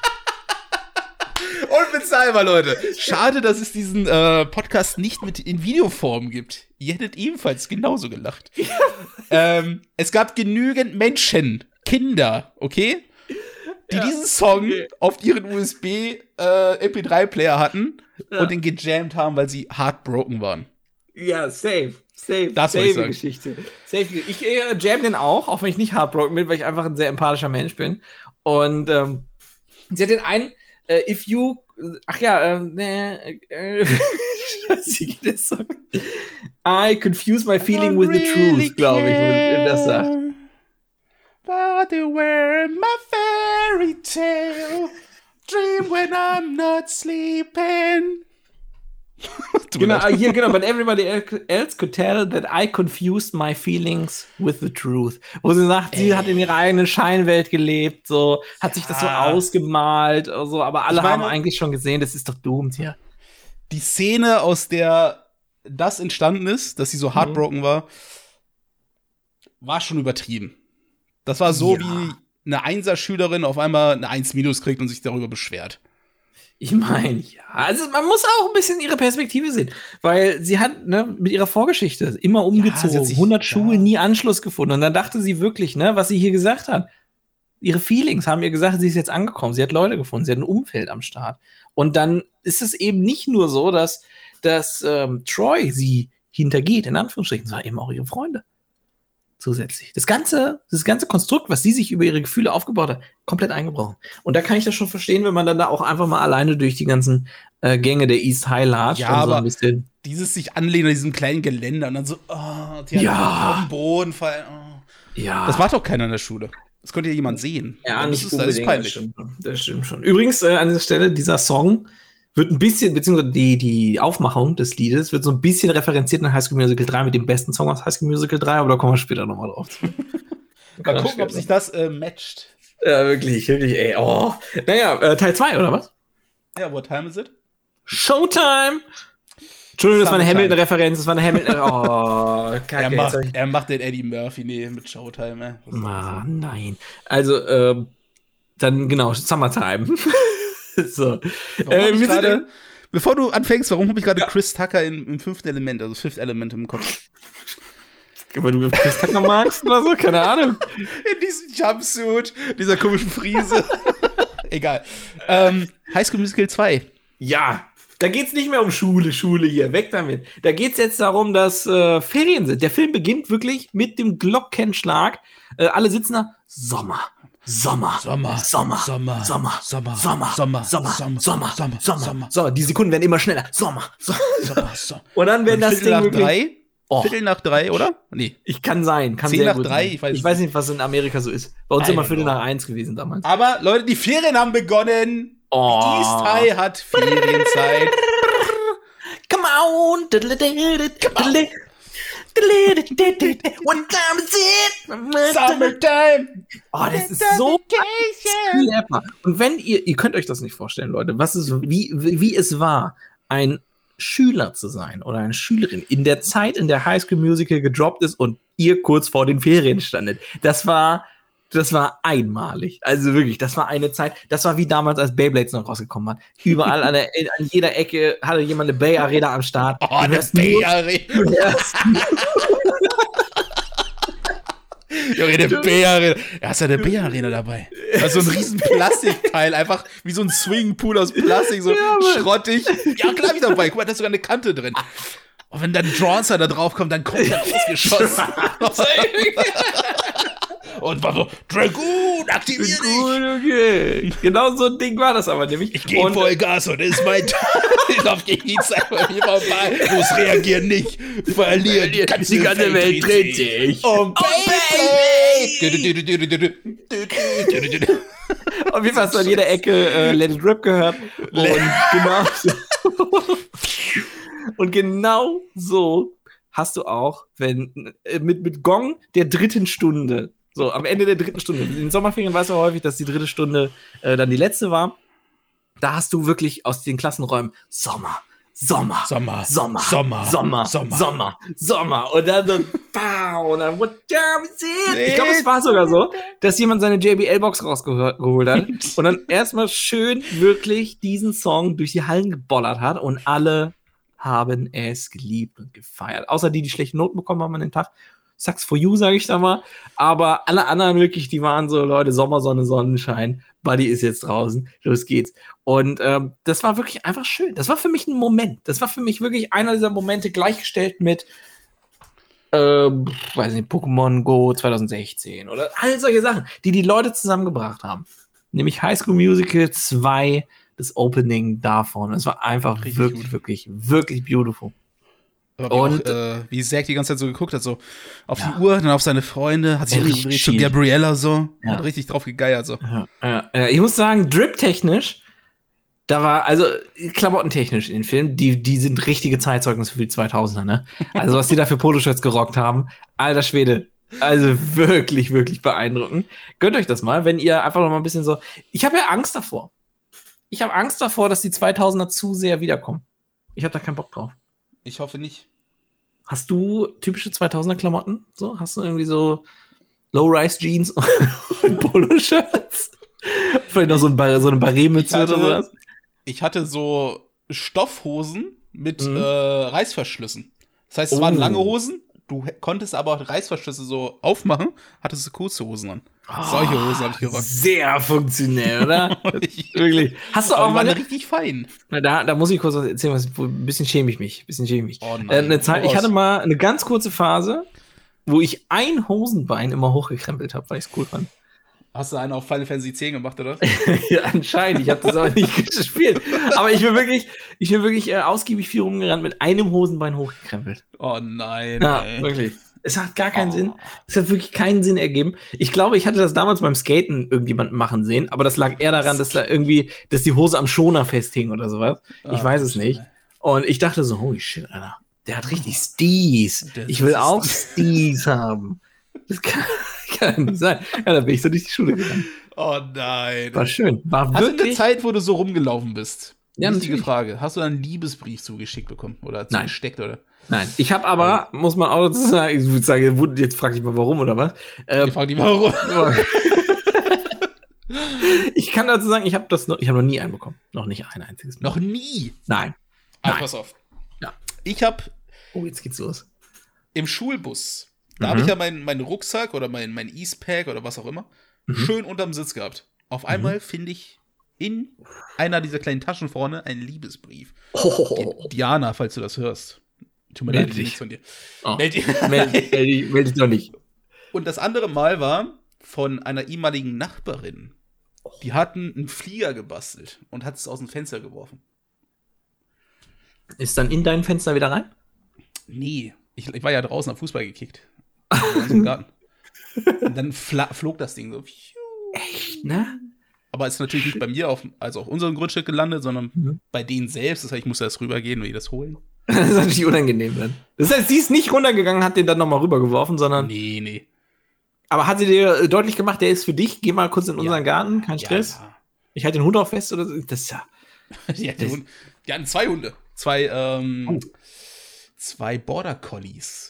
Unbezahlbar, Leute. Schade, dass es diesen äh, Podcast nicht mit in Videoform gibt. Ihr hättet ebenfalls genauso gelacht. ähm, es gab genügend Menschen, Kinder, okay? Die ja, diesen Song okay. auf ihren U S B äh, M P drei Player hatten ja. und den gejammt haben, weil sie heartbroken waren. Ja, safe. Safe. Das safe ich sagen. Geschichte. Safe. Ich äh, jam den auch, auch wenn ich nicht heartbroken bin, weil ich einfach ein sehr empathischer Mensch bin. Und ähm, sie hat den einen, äh, if you, ach ja, ähm, äh, äh, wie geht das so? I confuse my feeling with the really truth, glaube ich, wo das sagt. But they were my fairy tale. Dream when I'm not sleeping. Genau, hier, genau, but everybody else could tell that I confused my feelings with the truth. Wo sie sagt, Ey. sie hat in ihrer eigenen Scheinwelt gelebt, so, hat sich ja. das so ausgemalt, so, aber alle ich meine, haben eigentlich schon gesehen, das ist doch doomed hier. Die Szene, aus der das entstanden ist, dass sie so heartbroken mhm. war, war schon übertrieben. Das war so, ja. wie eine Einser-Schülerin auf einmal eine eins minus kriegt und sich darüber beschwert. Ich meine, ja, also man muss auch ein bisschen ihre Perspektive sehen, weil sie hat ne, mit ihrer Vorgeschichte immer umgezogen, ja, sich, hundert Schuhe, ja. nie Anschluss gefunden. Und dann dachte sie wirklich, ne, was sie hier gesagt hat, ihre Feelings haben ihr gesagt, sie ist jetzt angekommen, sie hat Leute gefunden, sie hat ein Umfeld am Start. Und dann ist es eben nicht nur so, dass, dass ähm, Troy sie hintergeht, in Anführungsstrichen, sondern eben auch ihre Freunde. Zusätzlich. Das ganze, das ganze Konstrukt, was sie sich über ihre Gefühle aufgebaut hat, komplett eingebrochen. Und da kann ich das schon verstehen, wenn man dann da auch einfach mal alleine durch die ganzen äh, Gänge der East High latscht. Ja, und so aber ein bisschen dieses sich anlehnen an diesem kleinen Geländer und dann so, oh, die ja. auf den Boden fallen. Oh. Ja. Das macht doch keiner in der Schule. Das konnte ja jemand sehen. Ja, das nicht ist, das ist peinlich. Das stimmt, das stimmt schon. Übrigens, äh, an dieser Stelle, dieser Song wird ein bisschen, beziehungsweise die, die Aufmachung des Liedes wird so ein bisschen referenziert in High School Musical drei mit dem besten Song aus High School Musical drei, aber da kommen wir später nochmal drauf. Mal gucken, ob sich das äh, matcht. Ja, wirklich, wirklich, ey. Oh. Naja, äh, Teil zwei, oder was? Ja, what time is it? Showtime! Entschuldigung, das war eine Hamilton-Referenz, das war eine Hamilton. Oh, Kacke. Er macht, er macht den Eddie Murphy, nee, mit Showtime, ey. Ah, nein. Also, ähm, dann, genau, Summertime. So. Äh, wir grade, bevor du anfängst, warum habe ich gerade ja. Chris Tucker im, im fünften Element, also Fifth Element im Kopf? Weil du Chris Tucker magst oder so? Keine Ahnung. In diesem Jumpsuit, dieser komischen Friese. Egal. Ähm, High School Musical zwei. Ja, da geht's nicht mehr um Schule, Schule hier, weg damit. Da geht's jetzt darum, dass äh, Ferien sind. Der Film beginnt wirklich mit dem Glockenschlag. Äh, alle sitzen da, Sommer. Sommer, Sommer, Sommer, Sommer, Sommer, Sommer, Sommer, Sommer, Sommer, Sommer, Sommer, Sommer, So, die Sekunden werden immer schneller. Sommer, Sommer, Sommer. Und dann werden das Viertel nach drei? Oh. Viertel nach drei, oder? Nee. Ich kann sein, kann Zehn sehr nach gut drei, sein. ich weiß Ich weiß nicht, was in Amerika so ist. Bei uns immer Viertel nach eins gewesen damals. Aber Leute, die Ferien haben begonnen. Oh. Die East High hat Ferienzeit. Come on. Come on. What time is it? Summertime. Oh, das ist so clever. Und wenn ihr, ihr könnt euch das nicht vorstellen, Leute, was ist, wie, wie es war, ein Schüler zu sein oder eine Schülerin in der Zeit, in der High School Musical gedroppt ist und ihr kurz vor den Ferien standet. Das war, das war einmalig. Also wirklich, das war eine Zeit, das war wie damals, als Beyblades noch rausgekommen hat. Überall an, der, an jeder Ecke hatte jemand eine Bay Arena am Start. Oh, eine Bay Arena. Junge, eine Bay Arena. Ja, hast ja eine Bay Arena dabei. Also so ein riesen Plastikteil, einfach wie so ein Swimmingpool aus Plastik, so ja, schrottig. Ja, klar, hab ich dabei. Guck mal, da ist sogar eine Kante drin. Und wenn dann Dronzer da drauf kommt, dann kommt er rausgeschossen. Und war so, Dragoon, aktivier dich! Dragoon, okay. Genau so ein Ding war das aber nämlich. Ich geh voll Gas und das ist mein Tag. Ich lauf gegen die Zeit bei mir vorbei. Muss reagieren nicht. Verlieren. Die ganze, die ganze Welt dreht sich. Oh, Baby! Auf jeden Fall hast du an jeder Ecke äh, Let It Rip gehört. Und genau so. Und genau so hast du auch, wenn äh, mit, mit Gong der dritten Stunde, so am Ende der dritten Stunde, in den Sommerferien weißt du häufig, dass die dritte Stunde äh, dann die letzte war, da hast du wirklich aus den Klassenräumen Sommer, Sommer, Sommer, Sommer, Sommer, Sommer, Sommer, Sommer, Sommer. Und dann so, pow, und dann, what time is it? Ich glaube, es war sogar so, dass jemand seine J B L-Box rausgeholt hat und dann erstmal schön wirklich diesen Song durch die Hallen gebollert hat und alle haben es geliebt und gefeiert. Außer die, die schlechte Noten bekommen haben an den Tag. Sucks for you, sage ich da mal. Aber alle anderen wirklich, die waren so, Leute, Sommer, Sonne, Sonnenschein. Buddy ist jetzt draußen. Los geht's. Und ähm, das war wirklich einfach schön. Das war für mich ein Moment. Das war für mich wirklich einer dieser Momente gleichgestellt mit ähm, weiß nicht, Pokémon Go zwanzig sechzehn oder all solche Sachen, die die Leute zusammengebracht haben. Nämlich High School Musical zwei, das Opening davon. Es war einfach richtig wirklich, gut. wirklich, wirklich beautiful. Aber und auch, äh, wie Zack die ganze Zeit so geguckt hat, so auf ja. die Uhr, dann auf seine Freunde, hat sich umgedreht zu Gabriella so, ja. hat richtig drauf gegeiert so. Ja. Ja. Ja. Ich muss sagen, Drip-technisch, da war, also klamottentechnisch in den Film, die, die sind richtige Zeitzeugnisse für die zweitausender, ne? Also was die da für Poloshirts gerockt haben, alter Schwede. Also wirklich, wirklich beeindruckend. Gönnt euch das mal, wenn ihr einfach noch mal ein bisschen so, ich habe ja Angst davor. Ich habe Angst davor, dass die zweitausender zu sehr wiederkommen. Ich habe da keinen Bock drauf. Ich hoffe nicht. Hast du typische zweitausender-Klamotten? So? Hast du irgendwie so Low-Rise-Jeans und Poloshirts? Vielleicht noch so, ein Bar- so eine Barret-Mütze oder sowas? ich hatte so Stoffhosen mit Mhm. äh, Reißverschlüssen. Das heißt, es Oh. waren lange Hosen, du h- konntest aber auch Reißverschlüsse so aufmachen, hattest du kurze Hosen an. Solche Hosen habe ich gerockt. Sehr funktionell, oder? Ich- Wirklich. Hast du Aber auch die mal waren eine, richtig fein. Na, Da, da muss ich kurz was erzählen, was, wo, ein bisschen schäme ich mich. Ein bisschen schäme ich mich. Oh nein, äh, eine Zeit, hau ich hatte raus. mal eine ganz kurze Phase, wo ich ein Hosenbein immer hochgekrempelt habe, weil ich es cool fand. Hast du einen auf Final Fantasy X gemacht, oder? Ja, anscheinend. Ich habe das aber nicht gespielt. Aber ich bin wirklich, ich bin wirklich äh, ausgiebig viel rumgerannt mit einem Hosenbein hochgekrempelt. Oh nein. Ja, ey. wirklich. Es hat gar keinen Oh. Sinn. Es hat wirklich keinen Sinn ergeben. Ich glaube, ich hatte das damals beim Skaten irgendjemanden machen sehen, aber das lag eher daran, dass da irgendwie, dass die Hose am Schoner festhing oder sowas. Ich Ah, weiß es nicht. Und ich dachte so, holy shit, Alter. Der hat richtig Steez. Der Ich will ist- auch Steez haben. Das kann, kann nicht sein. Ja, da bin ich so durch die Schule gegangen. Oh nein. War schön. War Hast du eine wirklich. Zeit, wo du so rumgelaufen bist? Ja, Wichtige natürlich. Frage. Hast du einen Liebesbrief zugeschickt bekommen? Oder Nein. zugesteckt, oder? Nein, ich habe aber, muss man auch dazu sagen, ich würde sagen, jetzt frage ich mal warum oder was. Ähm, Ich frage dich warum. ich kann dazu sagen, ich habe das noch, ich habe noch nie einen bekommen. Noch nicht ein einziges Mal. Noch nie. Nein. Ah, Nein. pass auf. Ja. Ich habe Oh, jetzt geht's los. im Schulbus, da Mhm. habe ich ja meinen meinen Rucksack oder mein, mein Eastpack oder was auch immer, Mhm. schön unterm Sitz gehabt. Auf einmal finde ich in einer dieser kleinen Taschen vorne einen Liebesbrief. Oh. Diana, falls du das hörst. Tut mir Meld leid, dich. nichts von dir. Oh. Meld dich. Meld, meld, dich- meld dich doch nicht. Und das andere Mal war von einer ehemaligen Nachbarin. Die hatten einen Flieger gebastelt und hat es aus dem Fenster geworfen. Ist dann in dein Fenster wieder rein? Nee, ich, ich war ja draußen, hab Fußball gekickt. Also im Garten. Und dann fla- flog das Ding so. Echt, ne? Aber es ist natürlich nicht bei mir auf, also auf unserem Grundstück gelandet, sondern Mhm. bei denen selbst. Das heißt, ich musste erst rübergehen und die das holen. Das ist natürlich unangenehm dann. Das heißt, sie ist nicht runtergegangen, hat den dann nochmal rübergeworfen, sondern. Nee, nee. Aber hat sie dir äh, deutlich gemacht, der ist für dich, geh mal kurz in Ja. unseren Garten, kein Stress. Ich halte den Hund auch fest oder so. Das ist ja. Ja, die, hatten Das- Hund- die hatten zwei Hunde. Zwei, ähm, Oh. zwei Border Collies.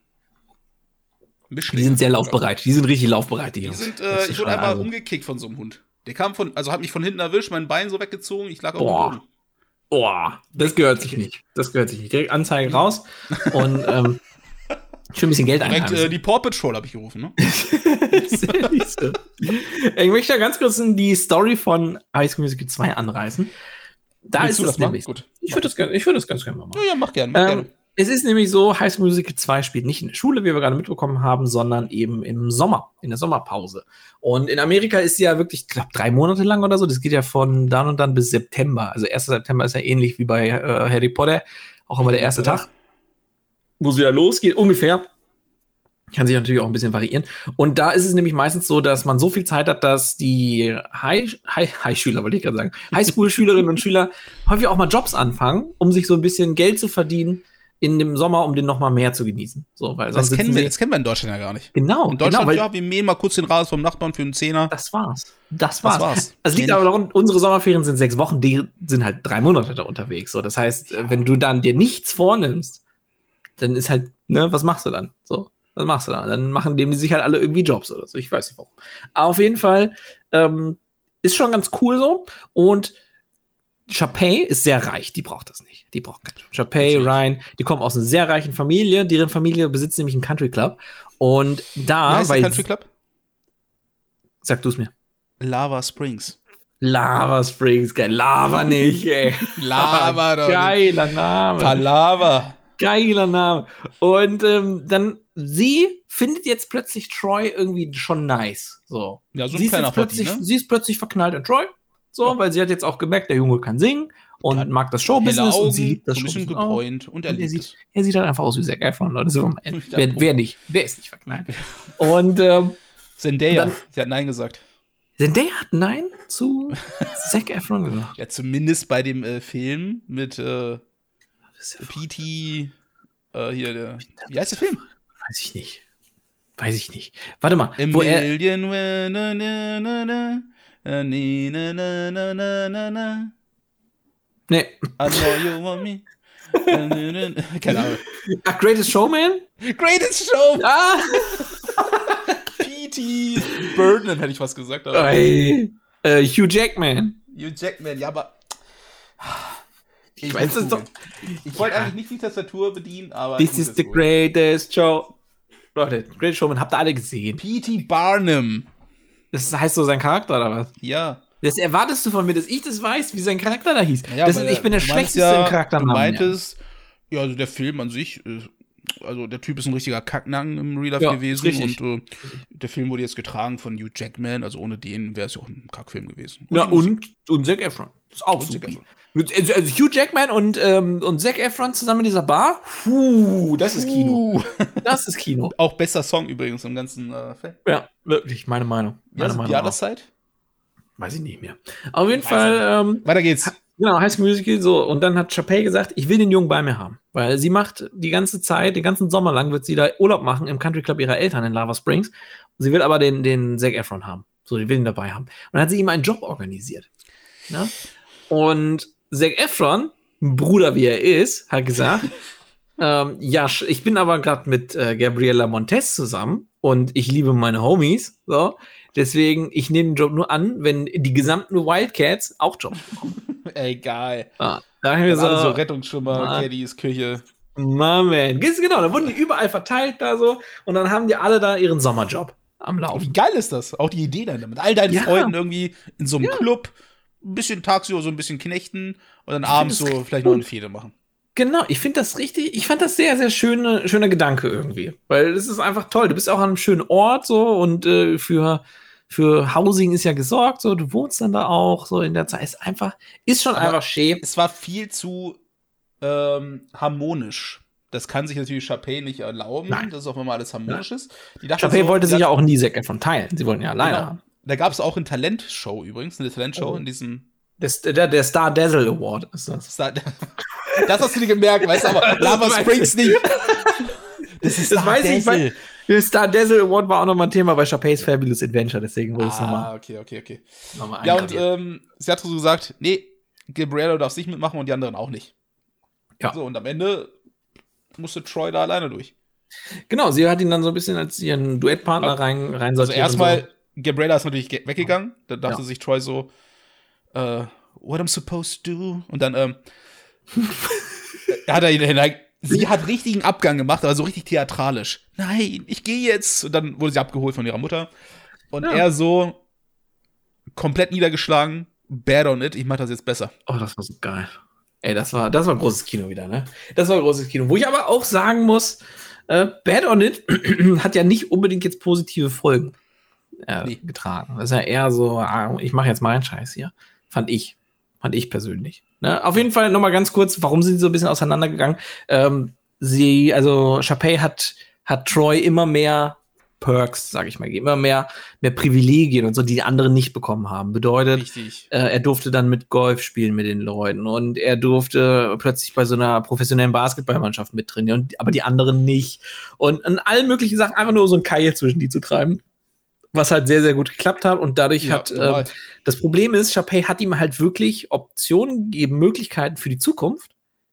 Die Mischlinge. sind sehr laufbereit. Die sind richtig laufbereit, die Die Jungs. sind, Das äh, ist ich schon wurde einmal also- umgekickt von so einem Hund. Der kam von, also hat mich von hinten erwischt, mein Bein so weggezogen, ich lag auf Boah. dem Boden. Boah, das gehört sich nicht. Das gehört sich nicht. Direkt Anzeige raus und ähm, schon ein bisschen Geld Direkt äh, einheimsen. die Paw Patrol habe ich gerufen, ne? Siehste. Ich möchte ja ganz kurz die Story von High School Musical zwei anreißen. Da Willst ist du es das machen? nämlich. Gut. Ich würde das, gerne- ich würd das ganz gerne mal machen. Ja, ja, mach gern, mach Ähm, gern. es ist nämlich so, High School Musical zwei spielt nicht in der Schule, wie wir gerade mitbekommen haben, sondern eben im Sommer, in der Sommerpause. Und in Amerika ist sie ja wirklich, ich glaube, drei Monate lang oder so. Das geht ja von dann und dann bis September. Also erster September ist ja ähnlich wie bei äh, Harry Potter. Auch immer der erste Ja. Tag, wo es wieder losgeht, ungefähr. Kann sich natürlich auch ein bisschen variieren. Und da ist es nämlich meistens so, dass man so viel Zeit hat, dass die High, High, High-Schüler, wollte ich gerade sagen, Highschool-Schülerinnen und Schüler häufig auch mal Jobs anfangen, um sich so ein bisschen Geld zu verdienen in dem Sommer, um den noch mal mehr zu genießen. So, weil Das sonst kennen, sitzen wir, sie- das kennen wir in Deutschland ja gar nicht. Genau, In Deutschland, genau, weil ja, wir mähen mal kurz den Rasen vom Nachbarn für einen Zehner. das war's. Das war's. Das war's. Es liegt Mehr aber daran, unsere Sommerferien sind sechs Wochen, die sind halt drei Monate da unterwegs. So, das heißt, äh, wenn du dann dir nichts vornimmst, dann ist halt, ne, was machst du dann? So, was machst du dann? Dann machen dem die sich halt alle irgendwie Jobs oder so. Ich weiß nicht warum. Aber auf jeden Fall ähm, ist schon ganz cool so. Und Chapey ist sehr reich, die braucht das nicht. Die braucht keinen Job. Chapey, Ryan, die kommen aus einer sehr reichen Familie. Deren Familie besitzt nämlich einen Country Club. Und Wie da, heißt der weil. Country Club? Sag du es mir. Lava Springs. Lava Springs, geil. Lava nicht, ey. Lava doch nicht. Geiler Name. Palava. Geiler Name. Und ähm, dann, sie findet jetzt plötzlich Troy irgendwie schon nice. So. Ja, so ein sie, ist kleiner jetzt plötzlich, Hottie, ne? sie ist plötzlich verknallt in Troy. So, Ja. weil sie hat jetzt auch gemerkt, der Junge kann singen und Hat mag das Helle Showbusiness Augen, und sie liebt das so ein bisschen Showbusiness auch. gebräunt und er Und er liebt sieht, es. er sieht halt einfach aus wie Zac Efron, Leute. Sind wir mal ehrlich. Ja, Wer, wer nicht? Wer ist nicht verknallt? Und ähm, Zendaya, Dann- sie hat Nein gesagt. Zendaya hat Nein zu Zac Efron gesagt. Ja, zumindest bei dem äh, Film mit äh, Das ist ja P T, äh, hier, der, wie heißt der Film? Weiß ich nicht. Weiß ich nicht. Warte mal, A wo er. Million, na, na, na, na, na, na, na, na, na, na, na, na. Nee. I know you want me. Na, na, na, na. Keine Ahnung. A Greatest Showman? Greatest Show! Ah! P T Burden, hätte ich was gesagt. Aber Ey. Äh, Hugh Jackman. Hugh Jackman, ja, aber Ich, ich weiß es doch. Ich wollte ja. eigentlich nicht die Tastatur bedienen, aber. This is the gut. greatest show. Leute, Greatest Showman, habt ihr alle gesehen? P T Barnum. Das heißt so sein Charakter, oder was? Ja. Das erwartest du von mir, dass ich das weiß, wie sein Charakter da hieß. Ja, das ist, ich bin der Schlechteste ja, im Charakternamen. Du meintest, ja. ja, also der Film an sich, also der Typ ist ein richtiger Kacknacken im Real Life ja, gewesen. Und äh, der Film wurde jetzt getragen von Hugh Jackman, also ohne den wäre es ja auch ein Kackfilm gewesen. Und ja, und, und Zac Efron. Das ist auch und super. Also, also Hugh Jackman und, ähm, und Zac Efron zusammen in dieser Bar, puh, das ist Kino. Das ist Kino. Auch besser Song übrigens im ganzen äh, Film. Ja, wirklich, meine Meinung. Meine ja, Meinung Jahreszeit? Weiß ich nicht mehr. Auf jeden Fall. Ähm, Weiter geht's. Genau, High School Musical, so. Und dann hat Chapey gesagt, ich will den Jungen bei mir haben. Weil sie macht die ganze Zeit, den ganzen Sommer lang wird sie da Urlaub machen im Country Club ihrer Eltern in Lava Springs. Sie will aber den, den Zac Efron haben. So, die will ihn dabei haben. Und dann hat sie ihm einen Job organisiert. Ne? Und Zac Efron, Bruder wie er ist, hat gesagt, ähm, ja, ich bin aber gerade mit äh, Gabriela Montez zusammen und ich liebe meine Homies. So. Deswegen, ich nehme den Job nur an, wenn die gesamten Wildcats auch Jobs bekommen. Ey, geil. Ah, da haben wir so, so Rettungsschwimmer, Caddys, Küche. Mann, genau, da wurden die überall verteilt da so und dann haben die alle da ihren Sommerjob am Laufen. Wie geil ist das? Auch die Idee dann mit all deinen ja. Freunden irgendwie in so einem ja. Club, ein bisschen tagsüber so ein bisschen knechten und dann ich abends so vielleicht gut. noch eine Fehde machen. Genau, ich finde das richtig, ich fand das sehr, sehr schöne, schöner Gedanke irgendwie. Weil es ist einfach toll. Du bist auch an einem schönen Ort so und äh, für, für Housing ist ja gesorgt, so, du wohnst dann da auch, so in der Zeit. Ist einfach, ist schon Aber einfach schön. Es war viel zu ähm, harmonisch. Das kann sich natürlich Chapey nicht erlauben, Nein. dass es auf einmal alles harmonisch Nein. ist. Chapey so, wollte sich ja auch nie Zac Efron teilen. Sie wollten ja alleine genau. haben. Da gab es auch eine Talentshow übrigens, eine Talentshow oh. in diesem Das, der, der Star Dazzle Award ist das. Star, das hast du dir gemerkt, weißt du, aber Lava Springs nicht. Das ist Star das weiß Dazzle. Ich, weil der Star Dazzle Award war auch nochmal ein Thema bei Chapey's Fabulous Adventure, deswegen wurde es ah, nochmal. Ah, okay, okay, okay. Noch ja, und ähm, sie hat so gesagt, nee, Gabriella darf nicht mitmachen und die anderen auch nicht. Ja. So, und am Ende musste Troy da alleine durch. Genau, sie hat ihn dann so ein bisschen als ihren Duettpartner ja. rein, rein Also erstmal, so. Gabriella ist natürlich weggegangen, da dachte ja. sich Troy so, Uh, what I'm supposed to do. Und dann, ähm, hat er ihn, sie hat richtigen Abgang gemacht, aber so richtig theatralisch. Nein, ich gehe jetzt. Und dann wurde sie abgeholt von ihrer Mutter. Und ja. er so komplett niedergeschlagen. Bad on it, ich mach das jetzt besser. Oh, das war so geil. Ey, das war, das war großes Kino wieder, ne? Das war großes Kino. Wo ich aber auch sagen muss, äh, Bad on it hat ja nicht unbedingt jetzt positive Folgen äh, nee. getragen. Das ist ja eher so, ah, ich mache jetzt meinen Scheiß hier. Fand ich. Fand ich persönlich. Ne? Auf jeden Fall nochmal ganz kurz, warum sind sie so ein bisschen auseinandergegangen? Ähm, sie, also Chapey hat, hat Troy immer mehr Perks, sag ich mal, immer mehr, mehr Privilegien und so, die die anderen nicht bekommen haben. Bedeutet, äh, er durfte dann mit Golf spielen mit den Leuten und er durfte plötzlich bei so einer professionellen Basketballmannschaft mittrainieren, und, aber die anderen nicht. Und an allen möglichen Sachen einfach nur so einen Keil zwischen die zu treiben. Was halt sehr, sehr gut geklappt hat. Und dadurch ja, hat, äh, das Problem ist, Chapey hat ihm halt wirklich Optionen gegeben, Möglichkeiten für die Zukunft.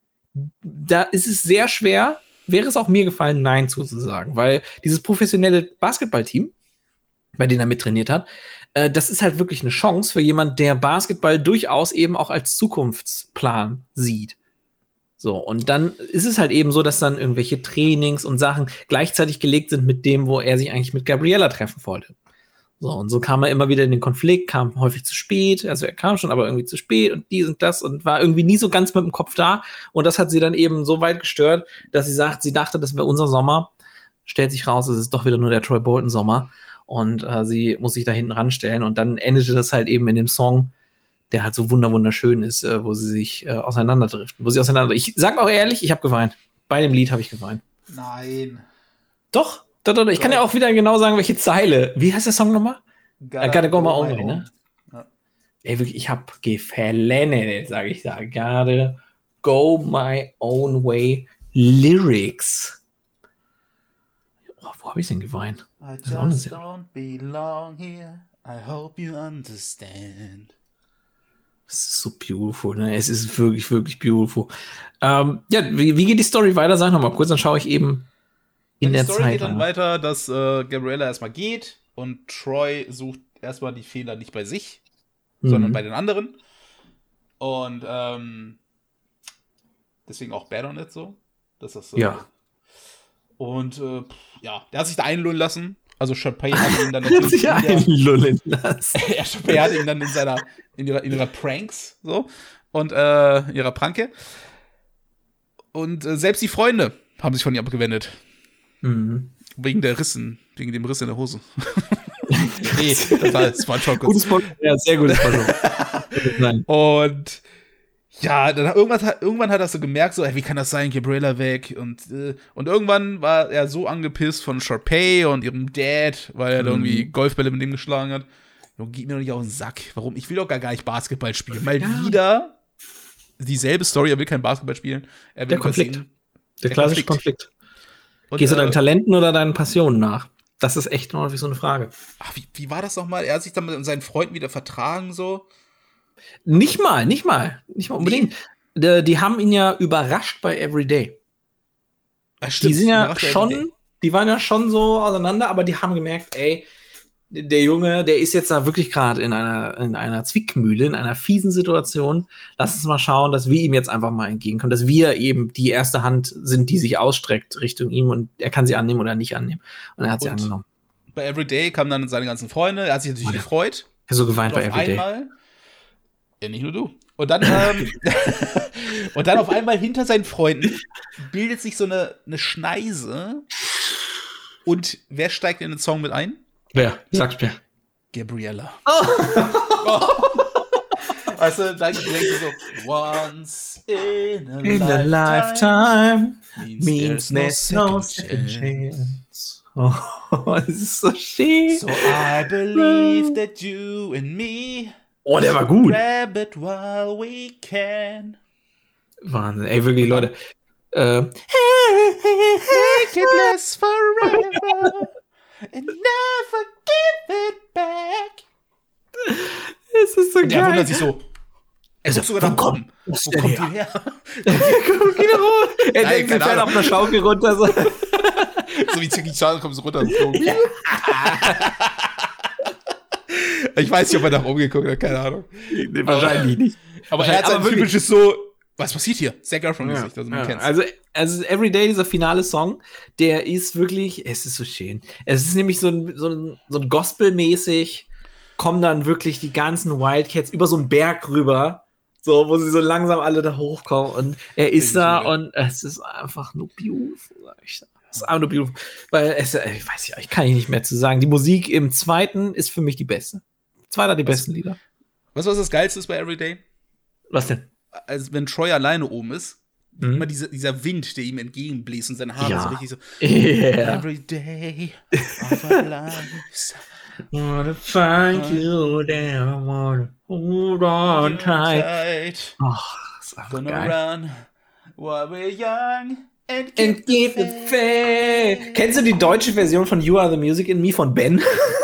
Da ist es sehr schwer, wäre es auch mir gefallen, Nein zu sagen. Weil dieses professionelle Basketballteam, bei dem er mittrainiert hat, äh, das ist halt wirklich eine Chance für jemand, der Basketball durchaus eben auch als Zukunftsplan sieht. So, und dann ist es halt eben so, dass dann irgendwelche Trainings und Sachen gleichzeitig gelegt sind mit dem, wo er sich eigentlich mit Gabriella treffen wollte. So, und so kam er immer wieder in den Konflikt, kam häufig zu spät, also er kam schon, aber irgendwie zu spät und dies und das und war irgendwie nie so ganz mit dem Kopf da. Und das hat sie dann eben so weit gestört, dass sie sagt, sie dachte, das wäre unser Sommer. Stellt sich raus, es ist doch wieder nur der Troy Bolton Sommer. Und äh, sie muss sich da hinten ranstellen. Und dann endete das halt eben in dem Song, der halt so wunderschön ist, äh, wo sie sich äh, auseinanderdriften. Wo sie auseinander. Ich sag auch ehrlich, ich habe geweint. Bei dem Lied habe ich geweint. Nein. Doch. Doch, doch, doch. Ich kann ja auch wieder genau sagen, welche Zeile. Wie heißt der Song nochmal? Gotta, gotta go my own way, ne? Ja. Ey, wirklich, ich hab Gefälle, sage ich da. Gotta go my own way. Lyrics. Oh, wo habe ich denn geweint? I just don't belong here. I hope you understand. Das ist so beautiful, ne? Es ist wirklich, wirklich beautiful. Ähm, ja, wie, wie geht die Story weiter? Sag noch mal kurz, dann schaue ich eben in die der Story Zeit. geht dann weiter, dass äh, Gabriella erstmal geht und Troy sucht erstmal die Fehler nicht bei sich, mhm. sondern bei den anderen. Und ähm, deswegen auch Bad on It so. Das ist so. Ja. Und äh, ja, der hat sich da einlullen lassen. Also Sharpay hat ihn dann natürlich sich einlullen lassen. Ja, Sharpay hat ihn dann in seiner, in ihrer, in ihrer Pranks so und äh, in ihrer Pranke. Und äh, selbst die Freunde haben sich von ihr abgewendet. Mhm. Wegen der Rissen, wegen dem Riss in der Hose. Nee, das war, das war schon kurz. Gutes Spot, ja, sehr gutes Spot. Und ja, dann irgendwann hat, irgendwann hat er so gemerkt, so, ey, wie kann das sein, Gabriella weg? Und, äh, und irgendwann war er so angepisst von Sharpay und ihrem Dad, weil er mhm. da irgendwie Golfbälle mit dem geschlagen hat. Junge, gib mir doch nicht auf den Sack. Warum? Ich will doch gar, gar nicht Basketball spielen. Mal ja. wieder dieselbe Story, er will kein Basketball spielen. Er will der Konflikt. Der, der klassische Konflikt. Und, Gehst du deinen äh, Talenten oder deinen Passionen nach? Das ist echt häufig so eine Frage. Ach, wie, wie war das nochmal? Er hat sich dann mit seinen Freunden wieder vertragen, so? Nicht mal, nicht mal. Nicht mal unbedingt. Nee. Die, die haben ihn ja überrascht bei Everyday. Ach, stimmt, die sind ja schon, die waren ja schon so auseinander, aber die haben gemerkt, ey, der Junge, der ist jetzt da wirklich gerade in einer, in einer Zwickmühle, in einer fiesen Situation. Lass uns mal schauen, dass wir ihm jetzt einfach mal entgegenkommen, dass wir eben die erste Hand sind, die sich ausstreckt Richtung ihm und er kann sie annehmen oder nicht annehmen. Und er hat sie und angenommen. Bei Everyday kamen dann seine ganzen Freunde, er hat sich natürlich oh, gefreut. Er hat so geweint bei Everyday. Einmal, ja, nicht nur du. Und dann, ähm, und dann auf einmal hinter seinen Freunden bildet sich so eine, eine Schneise. Und wer steigt in den Song mit ein? Wer? Sag's mir. Gabriella. Oh. Oh. Weißt du, dann denkst du so, once in a in lifetime, lifetime means, means there's no second chance. Oh, das ist so schön. So I believe that you and me oh, der war gut. Grab it while we can. Wahnsinn, ey, wirklich, Leute. Äh, Make it last forever. And never give it back. Es ist so und geil. Er wundert sich so. Er also, guckt sogar nach oben. Wo kommt die her? Guck ihn runter. Er denkt, sie fährt auf einer Schaukel runter. So, so wie Jackie Chan kommt so runter. Ich weiß nicht, ob er nach oben geguckt hat, keine Ahnung. Nee, wahrscheinlich nicht. Aber er hat sein typisches so, was passiert hier? Zac Efron ja, Gesicht, also man ja. kennt's. Also, also Everyday, dieser finale Song, der ist wirklich, es ist so schön. Es ist nämlich so ein, so ein, so ein Gospel-mäßig, kommen dann wirklich die ganzen Wildcats über so einen Berg rüber, so, wo sie so langsam alle da hochkommen und er ist da und es ist einfach nur beautiful, sag ich da. Es ist einfach nur beautiful. Weil es, ich weiß ja, ich kann nicht mehr zu sagen. Die Musik im zweiten ist für mich die beste. Zweiter die was, besten Lieder. Weißt du, was das Geilste ist bei Everyday? Was denn? Also, wenn Troy alleine oben ist, mhm. immer diese, dieser Wind, der ihm entgegenbläst und seine Haare ja. so richtig so. Yeah. Everyday of our lives. Wanna find you there, wanna hold on tight. Ach, ist einfach Gonna geil. Run while we're young and give, and give the fair. Kennst du die deutsche Version von You Are the Music in Me von Ben?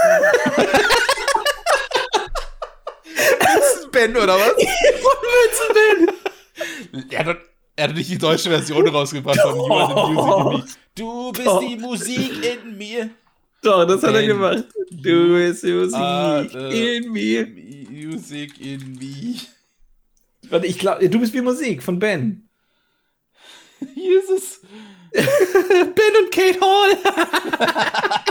Ben, oder was? Von Ben. Er hat, er hat nicht die deutsche Version rausgebracht von You Are the Music in Me. Du bist oh. die Musik in mir. Doch, das hat ben. er gemacht. Du bist die Musik ah, äh, in mir. Music in me. Warte, ich glaube, du bist wie Musik von Ben. Hier ist es. Ben und Kate Hall.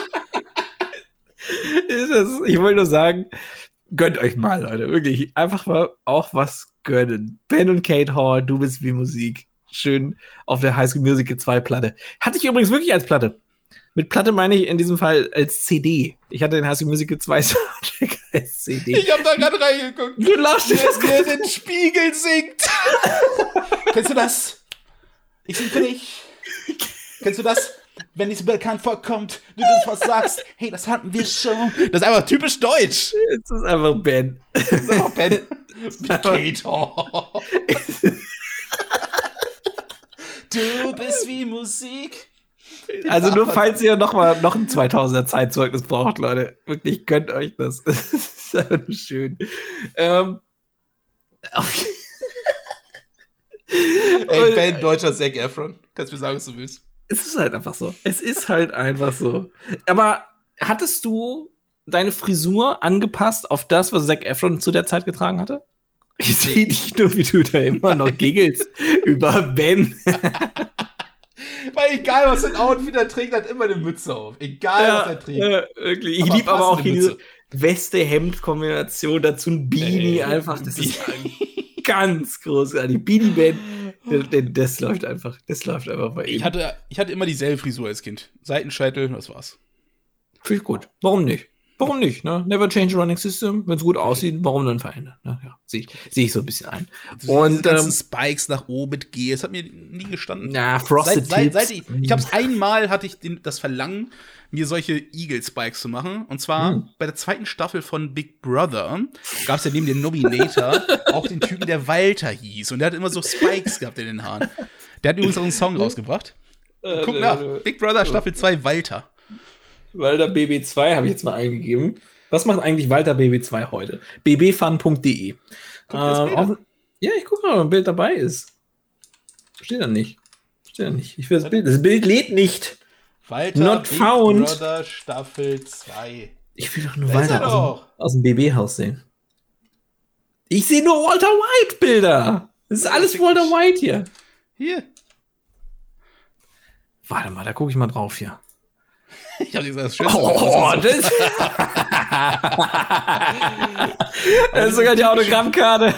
Ist das, ich wollte nur sagen, gönnt euch mal, Leute. Wirklich, einfach mal auch was gönnen. Ben und Kate Hall, du bist wie Musik. Schön auf der High School Musical zwei Platte. Hatte ich übrigens wirklich als Platte. Mit Platte meine ich in diesem Fall als C D. Ich hatte den High School Musical zwei Soundtrack als C D. Ich hab da gerade reingeguckt. Du lachst dich, dass der den Spiegel singt. Kennst du das? Ich sing für dich. Kennst du das? Wenn nichts bekannt vorkommt, du das was sagst, hey, das hatten wir schon. Das ist einfach typisch deutsch. Das ist einfach Ben. Das ist einfach Ben. Mit Kate Hall. Du bist wie Musik. Also nur falls ihr noch mal noch ein zweitausender Zeitzeugnis braucht, Leute. Wirklich, gönnt euch das. Das ist einfach schön. Ähm, okay. Ey, Ben, deutscher Zac Efron. Kannst du mir sagen, was du willst? Es ist halt einfach so. Es ist halt einfach so. Aber hattest du deine Frisur angepasst auf das, was Zac Efron zu der Zeit getragen hatte? Ich sehe dich nur, wie du da immer noch giggelst über Ben. Weil egal, was ein Outfit er trägt, hat immer eine Mütze auf. Egal, ja, was er trägt. Ja, wirklich. Ich liebe aber auch hier diese Weste-Hemd-Kombination, dazu ein Beanie, Ey, einfach. Das Beanie. Ist ganz großartig. Beanie Ben, das läuft einfach. Das läuft einfach bei ihm. Ich hatte, ich hatte immer dieselbe Frisur als Kind. Seitenscheitel, das war's. Finde ich gut. Warum nicht? Warum nicht? Ne? Never change running system. Wenn es gut aussieht, warum dann verändern? Ne? Ja, sehe ich, seh ich so ein bisschen ein. Und diese ganzen ähm, Spikes nach oben mit G, es hat mir nie gestanden. Na, Frosted seit, seit, seit ich, ich hab's einmal hatte ich den, das Verlangen, mir solche Eagle-Spikes zu machen. Und zwar hm. bei der zweiten Staffel von Big Brother gab es ja neben dem Nominator auch den Typen, der Walter hieß. Und der hat immer so Spikes gehabt in den Haaren. Der hat übrigens auch einen Song rausgebracht. Äh, Guck nach, Big Brother Staffel zwei, Walter. Walter B B zwei habe ich jetzt mal eingegeben. Was macht eigentlich Walter B B zwei heute? b b fun punkt d e. Ähm, auf, ja, ich gucke mal, ob ein Bild dabei ist. Steht da nicht. Steht da nicht. Ich will das Bild. Das Bild lädt nicht. Walter Not Big found. Brother Staffel zwei. Ich will doch nur Walter aus, aus dem B B-Haus sehen. Ich sehe nur Walter White-Bilder. Das ist ja, alles Walter White hier. Hier. Warte mal, da gucke ich mal drauf hier. Ich hab gesagt, das Schönste. Oh, das, das ist sogar die Autogrammkarte.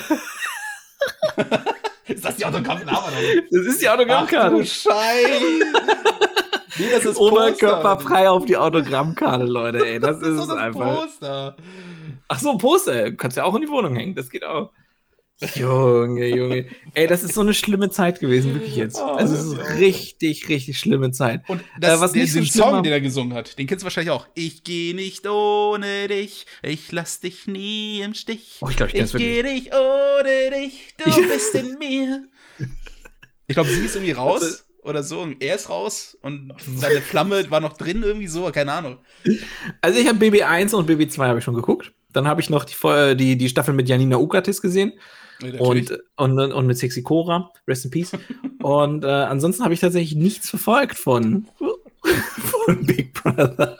Ist das die Autogrammkarte? Das ist die Autogrammkarte. Ach du Scheiße. Nee, das ist oberkörperfrei auf die Autogrammkarte, Leute. Ey, das, das ist, ist so einfach. Poster. Ach so, ein Poster. Kannst ja auch in die Wohnung hängen. Das geht auch. Junge, Junge. Ey, das ist so eine schlimme Zeit gewesen, wirklich jetzt. Oh, also, es ist eine richtig, richtig schlimme Zeit. Und das, äh, was der, den Song, war, den er gesungen hat, den kennst du wahrscheinlich auch. Ich geh nicht ohne dich, ich lass dich nie im Stich. Oh, ich glaub, ich, ich geh nicht ohne dich, du ich bist in mir. Ich glaube, sie ist irgendwie raus oder so und er ist raus und seine Flamme war noch drin irgendwie so, keine Ahnung. Also ich habe B B eins und B B zwei habe ich schon geguckt. Dann habe ich noch die, die, die Staffel mit Janina Ukratis gesehen. Ja, und, und, und mit Sexy Cora, Rest in Peace. Und äh, ansonsten habe ich tatsächlich nichts verfolgt von, von Big Brother.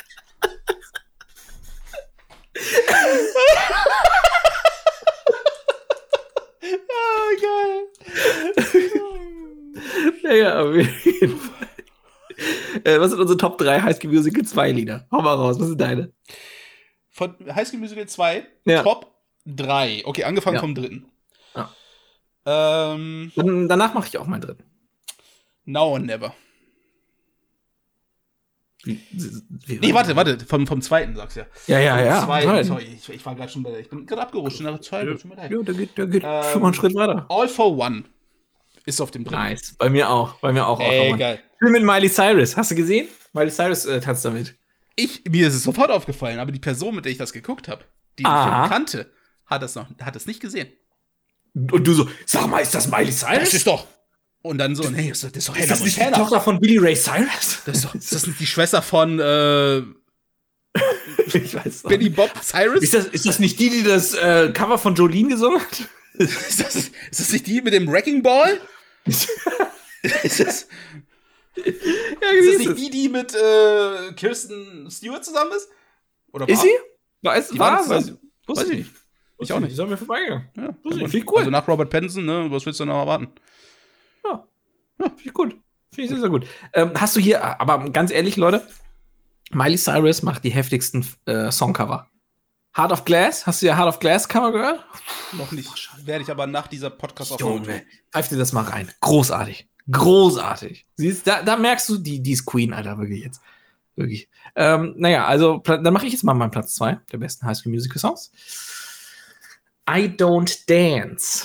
Oh, geil. Naja, auf jeden Fall. Äh, was sind unsere Top drei High School Musical zwei Lieder? Hau mal raus, was sind deine? Von High School Musical zwei, ja. Top drei. Okay, angefangen ja. vom dritten. Ja. Ähm, Dann, danach mache ich auch meinen dritten. Now and Never. Wie, wie nee, warte, warte, vom, vom zweiten sagst du ja. Ja, ja, ja. Zweiten, sorry, ich, ich war gerade schon bei der, ich bin gerade abgerutscht in der zweiten. Ja, ja, da geht, da geht ähm, schon mal einen Schritt weiter. All for One ist auf dem dritten. Nice, bei mir auch, bei mir auch. Ey, geil. Film mit Miley Cyrus, hast du gesehen? Miley Cyrus äh, tanzt damit. Ich, mir ist es sofort aufgefallen, aber die Person, mit der ich das geguckt habe, die Aha. ich kannte, hat das noch, hat es nicht gesehen. Und du so, sag mal, ist das Miley Cyrus? Das ist doch. Und dann so, nee, das ist doch Hannah Ist das nicht die Tochter von Billy Ray Cyrus? Das ist doch, ist das nicht die Schwester von äh, ich weiß Billy Bob Cyrus? Ist das, ist das nicht die, die das äh, Cover von Jolene gesungen hat? ist, das, ist das nicht die mit dem Wrecking Ball? ist das, ja, ist das nicht die, die mit äh, Kirsten Stewart zusammen ist? Oder ist sie? Weiß, die war, weiß, weiß, weiß ich nicht. Ich auch nicht. Die sollen mir vorbeigegangen. Ja, finde ich cool. Also nach Robert Pattinson, ne? Was willst du noch erwarten? Ja, ja finde ich gut. Finde ich sehr, sehr gut. Ähm, hast du hier, aber ganz ehrlich, Leute, Miley Cyrus macht die heftigsten äh, Songcover. Heart of Glass, hast du ja Heart of Glass Cover gehört? Noch nicht. Werde ich aber nach dieser Podcast-Aufnahme tun. Pfeif dir das mal rein. Großartig. Großartig. Siehst, da, da merkst du, die, die ist Queen, Alter, wirklich jetzt. Wirklich. Ähm, naja, also, dann mache ich jetzt mal meinen Platz zwei der besten High School Musical Songs. I Don't Dance.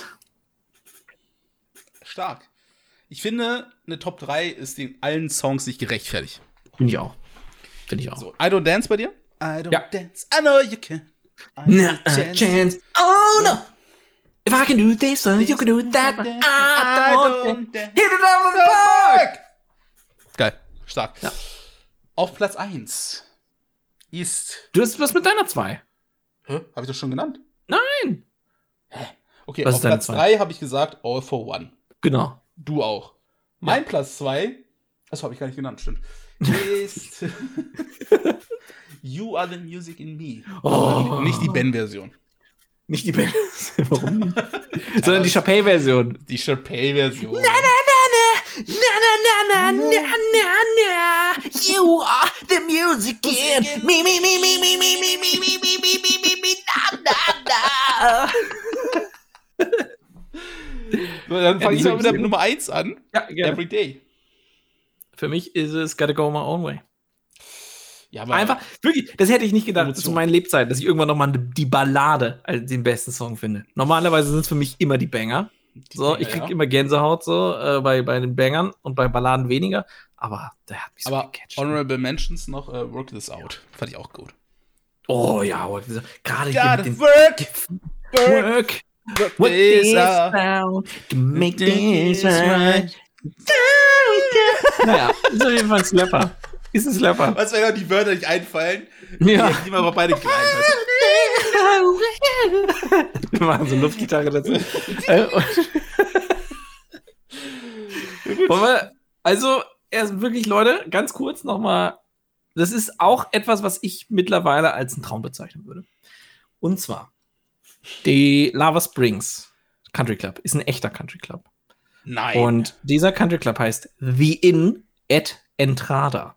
Stark. Ich finde, eine Top drei ist in allen Songs nicht gerechtfertigt. Finde ich auch. Finde ich auch. So, I Don't Dance bei dir? I don't ja. dance, I know you can. No chance. chance. Oh no. If I can do this, then you can do that. I, I don't dance. Hit it out of the park. Geil. Stark. Ja. Auf Platz eins ist. Du hast was mit deiner zwei. Hä? Hab ich das schon genannt? Nein. Hä? Okay, was auf Platz drei habe ich gesagt All for One. Genau. Du auch. Mein ja. Platz zwei, das habe ich gar nicht genannt, stimmt. Ist You Are the Music in Me. Oh. Nicht die Ben-Version. Nicht die Band. Warum nicht? Sondern die Chapey-Version. Die Chapey-Version. Na, na, na, na, na, na, na, na, na, na, you are the music kid. Me, me, me, me, me, me, me, me, me, me, me, me, me, me, na, na, na. So, dann fange ich mal mit der Nummer eins an. Ja, gerne. Every Day. Für mich ist es Gotta Go My Own Way. Ja, aber einfach, wirklich, das hätte ich nicht gedacht Emotion. zu meinen Lebzeiten, dass ich irgendwann nochmal die Ballade als den besten Song finde. Normalerweise sind es für mich immer die Banger. Die So, Banger, ich krieg ja. immer Gänsehaut so äh, bei, bei den Bangern und bei Balladen weniger. Aber der hat mich so Aber gecatcht. Honorable Mentions noch uh, Work This Out. Fand ich auch gut. Oh ja, gerade hier Gotta mit dem work, work, Work. work What this this out. out to make this right. Naja, ist auf jeden Fall ein Slapper. Ist ein Slapper. Was, wenn noch die Wörter nicht einfallen? Ja. Die wir aber beide klein. Wir machen so Luftgitarre dazu. Äh, und- Wollen wir, also, erst wirklich, Leute, ganz kurz nochmal. Das ist auch etwas, was ich mittlerweile als einen Traum bezeichnen würde. Und zwar, die Lava Springs Country Club ist ein echter Country Club. Nein. Und dieser Country Club heißt The Inn at Entrada.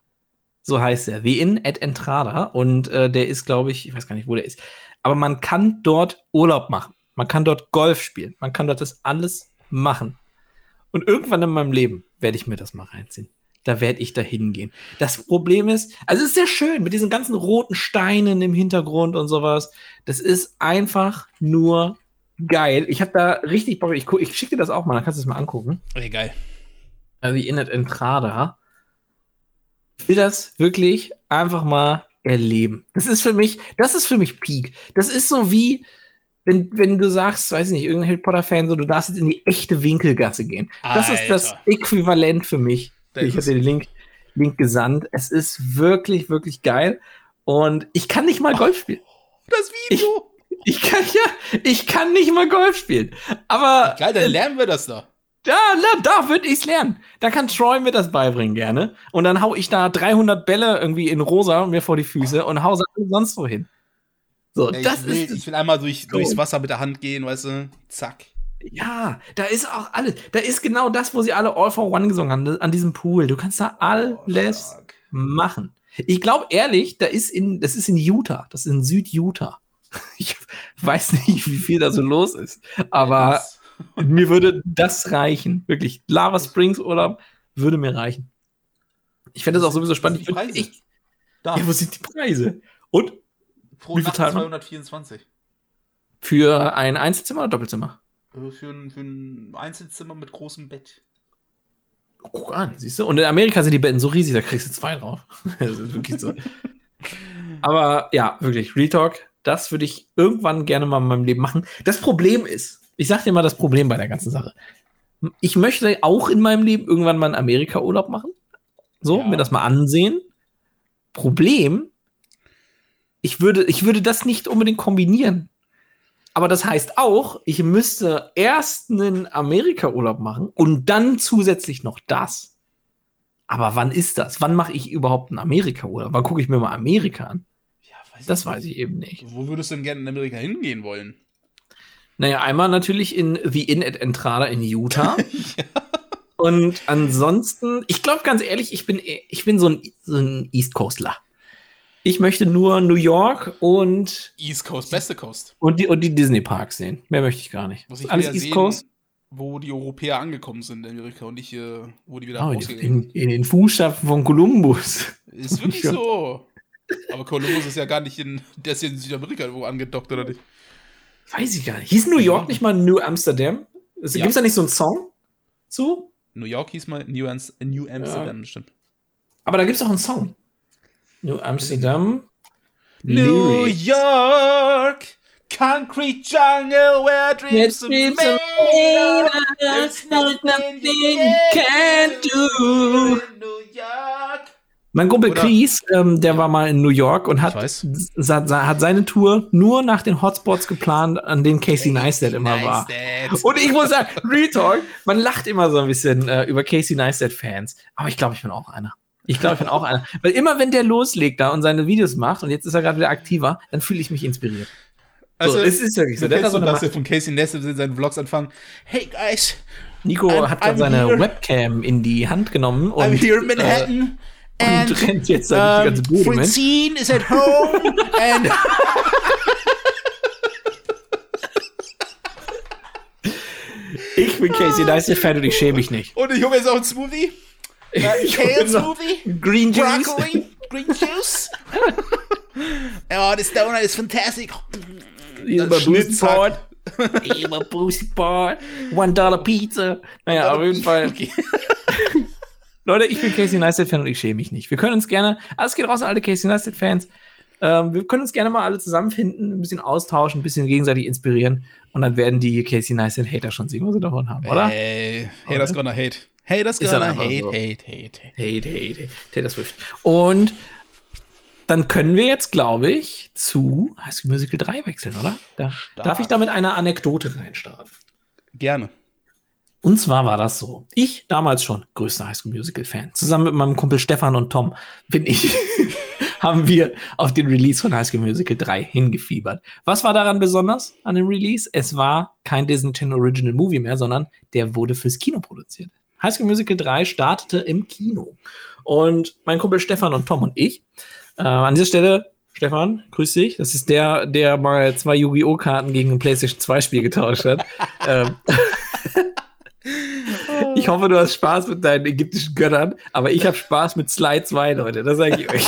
So heißt er. The Inn at Entrada. Und äh, der ist, glaube ich, ich weiß gar nicht, wo der ist. Aber man kann dort Urlaub machen. Man kann dort Golf spielen. Man kann dort das alles machen. Und irgendwann in meinem Leben werde ich mir das mal reinziehen. Da werde ich da hingehen. Das Problem ist, also es ist sehr schön mit diesen ganzen roten Steinen im Hintergrund und sowas. Das ist einfach nur geil. Ich habe da richtig Bock. Ich, gu- ich schicke dir das auch mal, dann kannst du es mal angucken. Okay, geil. Also die Innet Entrada. Ich will das wirklich einfach mal erleben. Das ist für mich, das ist für mich Peak. Das ist so wie, wenn, wenn du sagst, weiß ich nicht, irgendein Harry Potter-Fan, so, du darfst jetzt in die echte Winkelgasse gehen. Das ist das Alter. Äquivalent für mich. Das Ich habe ist- dir den Link, Link gesandt. Es ist wirklich, wirklich geil. Und ich kann nicht mal Golf spielen. Das Video. Ich kann ja, ich kann nicht mal Golf spielen. Aber Geil, dann lernen wir das da. da, da, da würde ich's lernen. Da kann Troy mir das beibringen gerne. Und dann hau ich da dreihundert Bälle irgendwie in rosa mir vor die Füße und hau sie alle sonst wohin. So, Ey, das ich, will, ist, ich will einmal durch, So. durchs Wasser mit der Hand gehen, weißt du? Zack. ja, da ist auch alles. Da ist genau das, wo sie alle All for One gesungen haben, an diesem Pool. Du kannst da alles Stark. machen. Ich glaube ehrlich, da ist in, das ist in Utah. Das ist in Süd-Utah. Ich weiß nicht, wie viel da so los ist. Aber mir würde das reichen. Wirklich. Lava Springs Urlaub würde mir reichen. Ich fände das auch sowieso spannend. Ich Die würd Preise. echt, Da. ja, wo sind die Preise? Und Pro Wie viel Nacht zahlt man? zweihundertvierundzwanzig. für ein Einzelzimmer oder Doppelzimmer? Äh, Für ein, für ein Einzelzimmer mit großem Bett. Guck an, siehst du? Und in Amerika sind die Betten so riesig, da kriegst du zwei drauf. Das ist wirklich so. Aber ja, wirklich, Real Talk, das würde ich irgendwann gerne mal in meinem Leben machen. Das Problem ist, ich sag dir mal das Problem bei der ganzen Sache. Ich möchte auch in meinem Leben irgendwann mal einen Amerika-Urlaub machen. So, Ja. mir das mal ansehen. Problem, ich würde, ich würde das nicht unbedingt kombinieren. Aber das heißt auch, ich müsste erst einen Amerika-Urlaub machen und dann zusätzlich noch das. Aber wann ist das? Wann mache ich überhaupt einen Amerika-Urlaub? Wann gucke ich mir mal Amerika an? Ja, weiß Das weiß ich eben nicht. Wo würdest du denn gerne in Amerika hingehen wollen? Naja, einmal natürlich in The Inn at Entrada in Utah. Und ansonsten, ich glaube ganz ehrlich, ich bin, ich bin so ein, so ein East Coastler. Ich möchte nur New York und, East Coast, beste Coast. und, die, und die Disney-Parks sehen. Mehr möchte ich gar nicht. Was ich Alles will ja East sehen, Coast. wo die Europäer angekommen sind in Amerika und nicht, äh, wo die wieder Oh, in, rausgegangen in, in den Fußstapfen von Columbus. sind. Ist wirklich so. Aber Columbus ist ja gar nicht in, der ist ja in Südamerika irgendwo angedockt, oder nicht? Weiß ich gar nicht. Hieß New York nicht mal New Amsterdam? Es- Ja. Gibt's da nicht so einen Song zu? New York hieß mal New, Ams New Amsterdam, stimmt. Aber da gibt's auch einen Song. New Amsterdam. New Lyrics. York, concrete jungle where dreams Jetzt are dreams made. are of. made There's of, nothing you can do. in New York. Mein Kumpel Oder- Chris, ähm, der war mal in New York und hat, Ich weiß. sa- sa- hat seine Tour nur nach den Hotspots geplant, an denen Casey Neistat immer war. Neistat. Und ich muss sagen, Real Talk, man lacht immer so ein bisschen äh, über Casey Neistat-Fans. Aber ich glaube, ich bin auch einer. Ich glaube, ich bin auch einer. Weil immer, wenn der loslegt da und seine Videos macht, und jetzt ist er gerade wieder aktiver, dann fühle ich mich inspiriert. Also, so, es ist wirklich so. Der hat so dass er von Casey Neistat in seinen Vlogs anfangen. Hey guys. Nico I'm, hat gerade seine here. Webcam in die Hand genommen und, I'm here in Manhattan. Äh, and und rennt jetzt da um, die ganze Bude. Francine is at home. and Ich bin Casey Neistat-Fan und ich schäme mich nicht. Und ich hole jetzt auch einen Smoothie. Uh, Kale Smoothie. Green Juice. Broccoli. Green Juice. Oh, this donut is fantastic. Immer Boostport. Immer Boostport. One Dollar Pizza. Naja, auf jeden Fall. Okay. Leute, ich bin Casey Neistat-Fan und ich schäme mich nicht. Wir können uns gerne, also es geht raus an alle Casey Neistat-Fans. Ähm, wir können uns gerne mal alle zusammenfinden, ein bisschen austauschen, ein bisschen gegenseitig inspirieren. Und dann werden die Casey Neistat-Hater schon sehen, was sie davon haben, oder? Hey, haters gonna hate. Haters gonna hate, so. hate, hate, hate. Hate, hate, hate. Taylor Swift. Und dann können wir jetzt, glaube ich, zu High School Musical drei wechseln, oder? Da, darf ich da mit einer Anekdote reinstarten? Gerne. Und zwar war das so. Ich, damals schon größter High School Musical-Fan, zusammen mit meinem Kumpel Stefan und Tom, bin ich, haben wir auf den Release von High School Musical drei hingefiebert. Was war daran besonders an dem Release? Es war kein Disney Channel Original Movie mehr, sondern der wurde fürs Kino produziert. High School Musical drei startete im Kino. Und mein Kumpel Stefan und Tom und ich, äh, an dieser Stelle, Stefan, grüß dich. Das ist der, der mal zwei Yu-Gi-Oh! Karten gegen ein PlayStation zwei Spiel getauscht hat. ähm, ich hoffe, du hast Spaß mit deinen ägyptischen Göttern, aber ich habe Spaß mit Sly zwei, Leute. Das sage ich euch.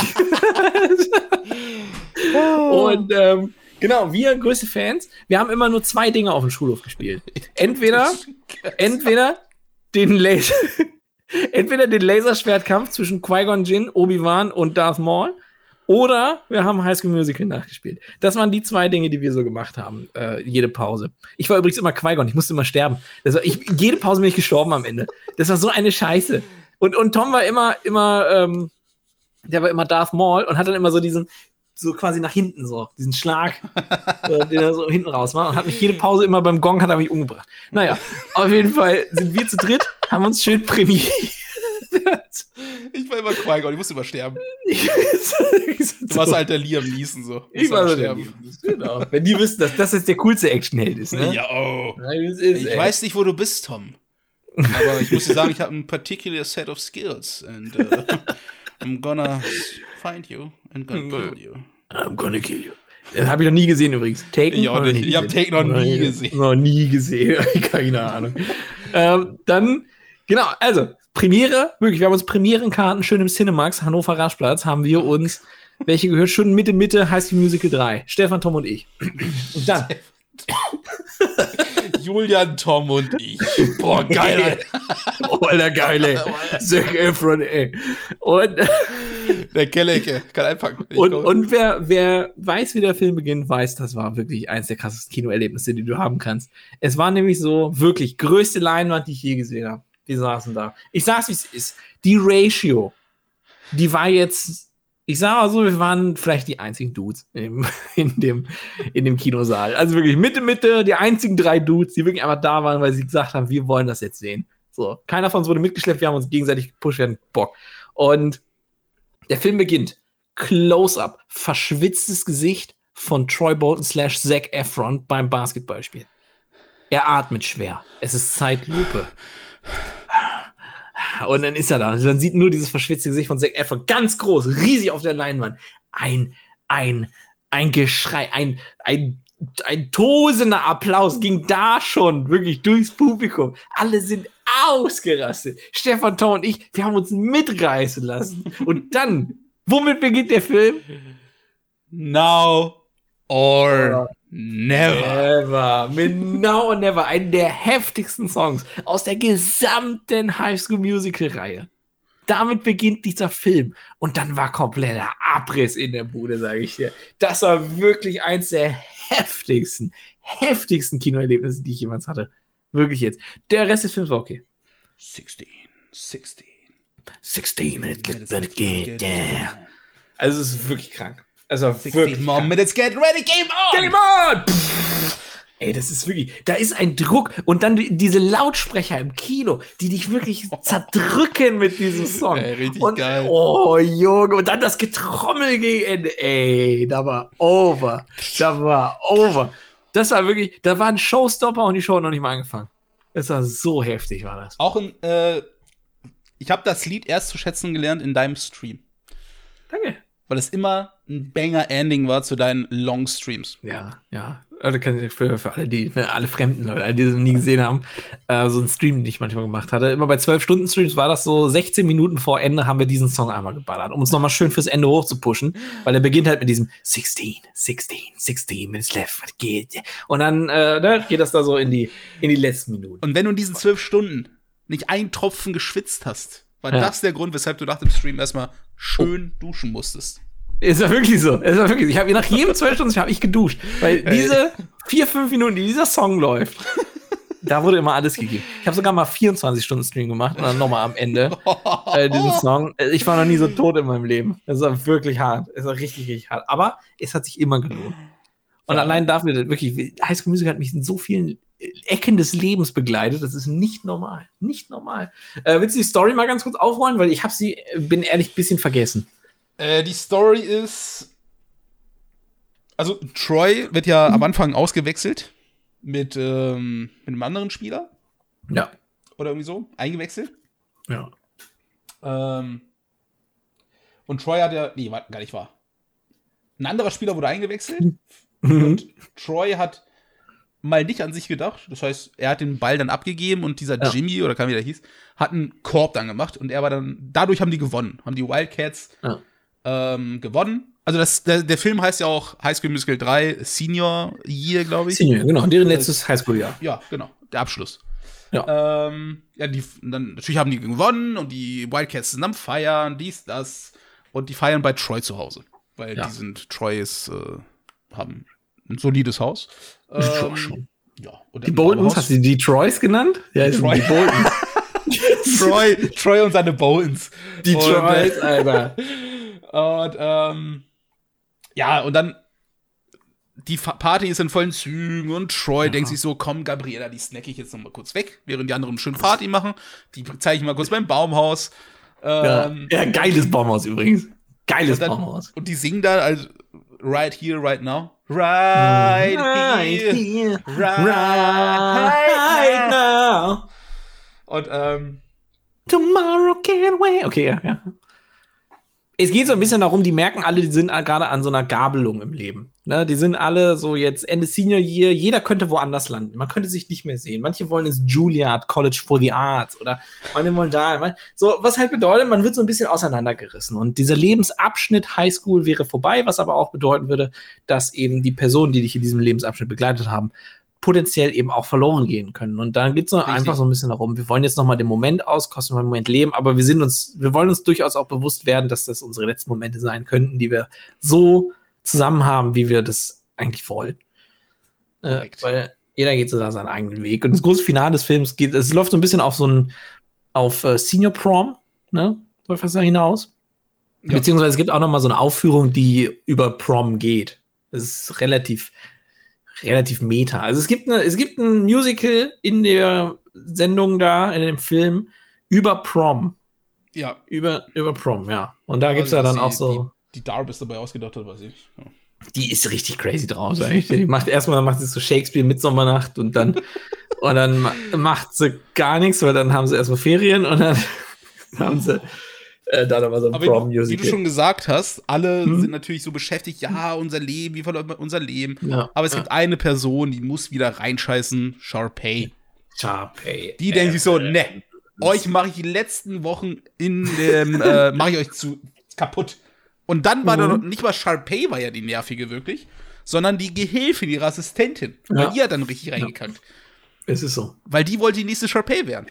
Und ähm, genau, wir größte Fans, wir haben immer nur zwei Dinge auf dem Schulhof gespielt. Entweder, entweder den Laser, entweder den Laserschwertkampf zwischen Qui-Gon Jinn, Obi-Wan und Darth Maul, oder wir haben High School Musical nachgespielt. Das waren die zwei Dinge, die wir so gemacht haben, äh, jede Pause. Ich war übrigens immer Qui-Gon, ich musste immer sterben. Das war, ich, jede Pause bin ich gestorben am Ende. Das war so eine Scheiße. Und, und Tom war immer, immer, ähm, der war immer Darth Maul und hat dann immer so diesen, so quasi nach hinten so, diesen Schlag, äh, den er so hinten raus macht und hat mich jede Pause immer beim Gong, hat er mich umgebracht. Naja, auf jeden Fall sind wir zu dritt, haben uns schön prämiert. Ich war immer Qui-Gon, ich musste immer sterben. Du warst halt der Liam Neeson so. Ich war so sterben. Genau. Wenn die wissen, dass das jetzt der coolste Actionheld ist, ne? Ja, oh. Nein, ist, ich ey. weiß nicht, wo du bist, Tom. Aber ich muss dir sagen, ich habe ein particular set of skills and uh, I'm gonna find you and gonna kill you. I'm gonna kill you. Das habe ich noch nie gesehen übrigens. Taken? Ich auch nicht. Ich habe Taken noch nie gesehen. Noch nie gesehen. Keine Ahnung. ähm, dann, genau, also Premiere, wirklich, wir haben uns Premierenkarten schön im Cinemax, Hannover Raschplatz, haben wir uns, welche gehört, schon Mitte, Mitte, High School Musical drei. Stefan, Tom und ich. Und dann. Julian, Tom und ich. Boah, geil. Oh, der geile. Zac Efron, ey. Und der Kellecke, kann einpacken. Und, und wer, wer weiß, wie der Film beginnt, weiß, das war wirklich eins der krassesten Kinoerlebnisse, die du haben kannst. Es war nämlich so, wirklich, größte Leinwand, die ich je gesehen habe. Wir saßen da. Ich sag's, wie es ist. Die Ratio, die war jetzt, ich sag mal so, wir waren vielleicht die einzigen Dudes in, in, dem, in dem Kinosaal. Also wirklich Mitte, Mitte, die einzigen drei Dudes, die wirklich einfach da waren, weil sie gesagt haben, wir wollen das jetzt sehen. So, keiner von uns wurde mitgeschleppt, wir haben uns gegenseitig gepusht, wir hatten Bock. Und der Film beginnt. Close-up, verschwitztes Gesicht von Troy Bolton slash Zac Efron beim Basketballspiel. Er atmet schwer. Es ist Zeitlupe. Und dann ist er da. Dann sieht nur dieses verschwitzte Gesicht von Zac Efron ganz groß, riesig auf der Leinwand. Ein, ein, ein Geschrei, ein, ein, ein tosender Applaus ging da schon wirklich durchs Publikum. Alle sind ausgerastet. Stefan, Tom und ich, wir haben uns mitreißen lassen. Und dann, womit beginnt der Film? Now or Never. Never. Mit Now or Never. Einen der heftigsten Songs aus der gesamten High School Musical-Reihe. Damit beginnt dieser Film. Und dann war kompletter Abriss in der Bude, sage ich dir. Das war wirklich eins der heftigsten, heftigsten Kinoerlebnisse, die ich jemals hatte. Wirklich jetzt. Der Rest des Films war okay. sechzehn, sechzehn. sechzehn minutes, get, get, yeah. Also es ist wirklich krank. Also sixteen more minutes, get ready, game on! Game on! Ey, das ist wirklich, da ist ein Druck und dann die, diese Lautsprecher im Kino, die dich wirklich zerdrücken mit diesem Song. Ey, richtig und, geil. Oh, Junge, und dann das Getrommel gegen Ende. Ey, da war over. Da war over. Das war wirklich, da war ein Showstopper und die Show hat noch nicht mal angefangen. Das war so heftig, war das. Auch ein, äh, ich habe das Lied erst zu schätzen gelernt in deinem Stream. Danke. Weil es immer ein Banger-Ending war zu deinen Long-Streams. Ja, ja. Also kann ich für, für alle, die, für alle fremden Leute, alle, die das nie gesehen haben, äh, so einen Stream, den ich manchmal gemacht hatte. Immer bei zwölf Stunden Streams war das so, sechzehn Minuten vor Ende haben wir diesen Song einmal geballert, um uns nochmal schön fürs Ende hochzupushen, weil er beginnt halt mit diesem sechzehn, sechzehn, sechzehn minutes left, was geht? Und dann äh, ne, geht das da so in die, in die letzten Minuten. Und wenn du in diesen zwölf Stunden nicht einen Tropfen geschwitzt hast, war Ja. das der Grund, weshalb du nach dem Stream erstmal schön duschen musstest. Es war wirklich so. Es war wirklich so. Ich habe nach jedem zwölf Stunden habe ich geduscht. Weil diese vier, fünf Minuten, die dieser Song läuft, da wurde immer alles gegeben. Ich habe sogar mal vierundzwanzig Stunden Stream gemacht und dann nochmal am Ende äh, diesen Song. Ich war noch nie so tot in meinem Leben. Es war wirklich hart. Es war richtig, richtig hart. Aber es hat sich immer gelohnt. Und ja. allein dafür, wirklich, High School Musical hat mich in so vielen Ecken des Lebens begleitet. Das ist nicht normal. Nicht normal. Äh, willst du die Story mal ganz kurz aufrollen? Weil ich habe sie, bin ehrlich, ein bisschen vergessen. Äh, die Story ist, also Troy wird ja mhm. am Anfang ausgewechselt mit, ähm, mit einem anderen Spieler. Ja. Oder irgendwie so, eingewechselt. Ja. Ähm, und Troy hat ja, nee, war gar nicht wahr. Ein anderer Spieler wurde eingewechselt mhm. und Troy hat mal nicht an sich gedacht. Das heißt, er hat den Ball dann abgegeben und dieser ja. Jimmy, oder wie der hieß, hat einen Korb dann gemacht und er war dann, dadurch haben die gewonnen. Haben die Wildcats ja. ähm, gewonnen. Also das, der, der Film heißt ja auch High School Musical drei, Senior Year, glaube ich. Senior, genau, deren letztes Highschool-Jahr. Ja, genau, der Abschluss. Ja. Ähm, ja, die, dann, natürlich haben die gewonnen und die Wildcats sind am Feiern, dies, das. Und die feiern bei Troy zu Hause. Weil ja. die sind, Troy ist, äh, haben ein solides Haus. Ähm, schon. Ja, und die Boltons, hast du die Troys genannt? Ja, die, Troy. die Boltons. Troy, Troy und seine Boltons. Die und, Troys, Alter. Und, ähm, ja, und dann die Party ist in vollen Zügen und Troy ja. denkt sich so, komm, Gabriella, die snack ich jetzt noch mal kurz weg, während die anderen schön Party machen. Die zeige ich mal kurz beim Baumhaus. Ähm, ja. ja, geiles Baumhaus übrigens. Geiles und dann, Baumhaus. Und die singen da, also, right here, right now. Right, right here, here, right, right now. Und, ähm, tomorrow can't wait. Okay, ja, ja. Es geht so ein bisschen darum, die merken alle, die sind gerade an so einer Gabelung im Leben. Ne? Die sind alle so jetzt Ende Senior Year, jeder könnte woanders landen. Man könnte sich nicht mehr sehen. Manche wollen ins Juilliard College for the Arts oder manche wollen da. So, was halt bedeutet, man wird so ein bisschen auseinandergerissen. Und dieser Lebensabschnitt Highschool wäre vorbei, was aber auch bedeuten würde, dass eben die Personen, die dich in diesem Lebensabschnitt begleitet haben, potenziell eben auch verloren gehen können. Und dann geht es einfach so ein bisschen darum, wir wollen jetzt nochmal den Moment auskosten, den Moment leben, aber wir sind uns, wir wollen uns durchaus auch bewusst werden, dass das unsere letzten Momente sein könnten, die wir so zusammen haben, wie wir das eigentlich wollen. Äh, weil jeder geht so da seinen eigenen Weg. Und das große Finale des Films geht, es läuft so ein bisschen auf so ein, auf uh, Senior Prom, ne, läuft das da hinaus. Ja. Beziehungsweise es gibt auch nochmal so eine Aufführung, die über Prom geht. Das ist relativ relativ meta. Also es gibt eine, es gibt ein Musical in der Sendung da, in dem Film, über Prom. Ja. Über, über Prom, ja. Und da also gibt's ja dann die, auch so. Die, die Darb ist dabei ausgedacht hat, weiß ich. Ja. Die ist richtig crazy draus, eigentlich. Die macht erstmal macht sie so Shakespeare Midsommernacht und dann und dann macht sie gar nichts, weil dann haben sie erstmal Ferien und dann haben sie Äh, da aber so ein Prom-Musical. Wie du schon gesagt hast, alle hm? sind natürlich so beschäftigt, ja, unser Leben, wie verläuft unser Leben. Ja, aber es ja. gibt eine Person, die muss wieder reinscheißen, Sharpay. Sharpay. Die äh, denkt sich so, ne, euch mache ich die letzten Wochen in dem, äh, mache ich euch zu kaputt. Und dann war mhm. da noch, nicht mal Sharpay war ja die Nervige wirklich, sondern die Gehilfin, ihre Assistentin. Ja. Weil die hat dann richtig reingekackt. Ja. Es ist so. Weil die wollte die nächste Sharpay werden.